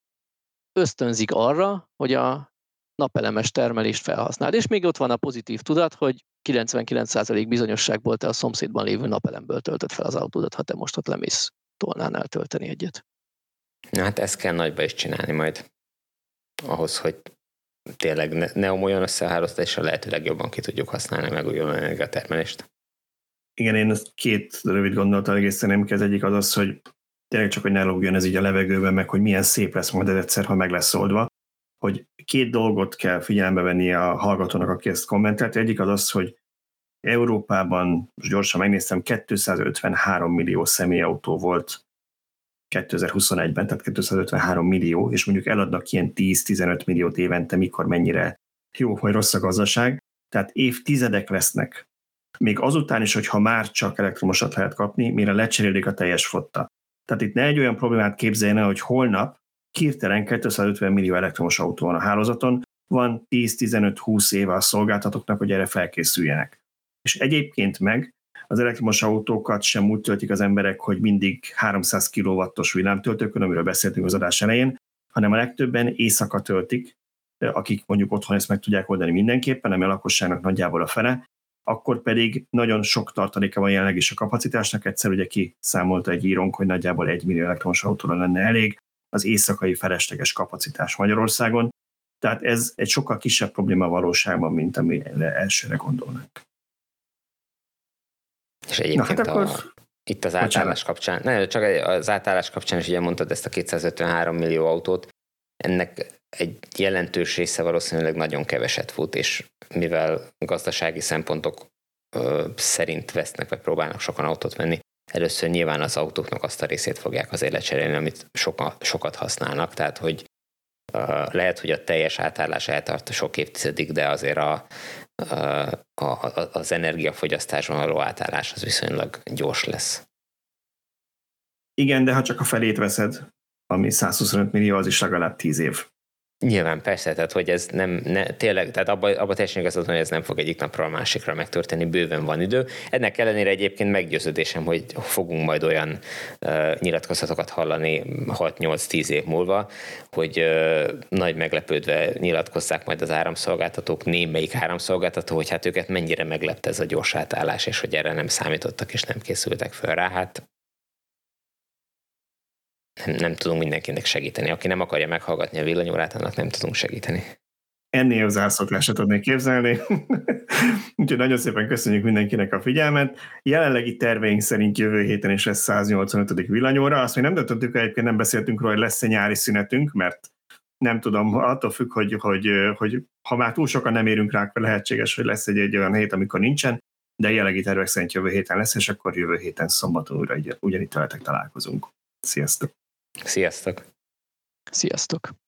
ösztönzik arra, hogy a napelemes termelést felhasználd. És még ott van a pozitív tudat, hogy kilencvenkilenc százalék bizonyosságból te a szomszédban lévő napelemből töltöd fel az autódat, ha te most ott lemész Tolnánál tölteni egyet. Na hát ezt kell nagyba is csinálni majd. Ahhoz, hogy tényleg ne, ne omoljon össze a hálózat, és a lehető legjobban ki tudjuk használni meg újra energiatermelést. Igen, én ezt két rövid gondolattal egészen ki. Az egyik az az, hogy tényleg csak, hogy ne lógjon ez így a levegőben, meg hogy milyen szép lesz majd ez egyszer, ha meg lesz oldva, hogy két dolgot kell figyelembe venni a hallgatónak, aki ezt kommentelt. Egyik az az, hogy Európában, most gyorsan megnéztem, kétszázötvenhárom millió személyautó volt kétezer-huszonegyben, tehát kétszázötvenhárom millió, és mondjuk eladnak ilyen tíz-tizenöt milliót évente, mikor mennyire jó vagy rossz a gazdaság, tehát évtizedek lesznek. Még azután is, hogyha már csak elektromosat lehet kapni, mire lecserélik a teljes flotta. Tehát itt ne egy olyan problémát képzeljen el, hogy holnap hirtelen kétszázötven millió elektromos autó van a hálózaton, van tíz-tizenöt-húsz éve a szolgáltatóknak, hogy erre felkészüljenek. És egyébként meg az elektromos autókat sem úgy töltik az emberek, hogy mindig háromszáz kilowattos villámtöltőkön, amiről beszéltünk az adás elején, hanem a legtöbben éjszaka töltik, akik mondjuk otthon ezt meg tudják oldani mindenképpen, ami a lakosságnak nagyjából a fele, akkor pedig nagyon sok tartaléka van jelenleg is a kapacitásnak. Egyszer ugye kiszámolta egy írónk, hogy nagyjából egy millió elektromos autóra lenne elég az éjszakai felesleges kapacitás Magyarországon. Tehát ez egy sokkal kisebb probléma a valóságban, mint amire elsőre gondolnánk. És egyébként Na, hát akkor... a, itt az átállás kapcsán, nem, csak az átállás kapcsán is ugye mondtad ezt a kétszázötvenhárom millió autót, ennek egy jelentős része valószínűleg nagyon keveset fut, és mivel gazdasági szempontok ö, szerint vesznek, vagy próbálnak sokan autót venni, először nyilván az autóknak azt a részét fogják azért lecserélni, amit soka, sokat használnak, tehát hogy ö, lehet, hogy a teljes átállás eltart sok évtizedig, de azért a, a, a, az energiafogyasztásban való átállás az viszonylag gyors lesz. Igen, de ha csak a felét veszed, ami százhuszonöt millió, az is legalább tíz év. Nyilván, persze, tehát hogy ez nem, ne, tényleg, tehát abban abba teljesen igazad, hogy ez nem fog egyik napról a másikra megtörténni, bőven van idő. Ennek ellenére egyébként meggyőződésem, hogy fogunk majd olyan uh, nyilatkozatokat hallani hat-nyolc-tíz év múlva, hogy uh, nagy meglepődve nyilatkozzák majd az áramszolgáltatók, némelyik áramszolgáltató, hogy hát őket mennyire meglepte ez a gyors átállás, és hogy erre nem számítottak, és nem készültek fel rá. Hát Nem, nem tudunk mindenkinek segíteni. Aki nem akarja meghallgatni a villanyórát, annak nem tudunk segíteni. Ennél zárszóklásra tudnék képzelni. Úgyhogy nagyon szépen köszönjük mindenkinek a figyelmet. Jelenlegi terveink szerint jövő héten is lesz száznyolcvanötödik villanyóra. Azt még nem döntöttük, egyébként nem beszéltünk róla, hogy lesz-e nyári szünetünk, mert nem tudom, attól függ, hogy, hogy, hogy ha már túl sokan nem érünk rá, akkor lehetséges, hogy lesz egy, egy olyan hét, amikor nincsen, de jelenlegi tervek szerint jövő héten lesz, és akkor jövő héten szombaton újra ugyanitt veletek találkozunk. Sziasztok! Sziasztok! Sziasztok!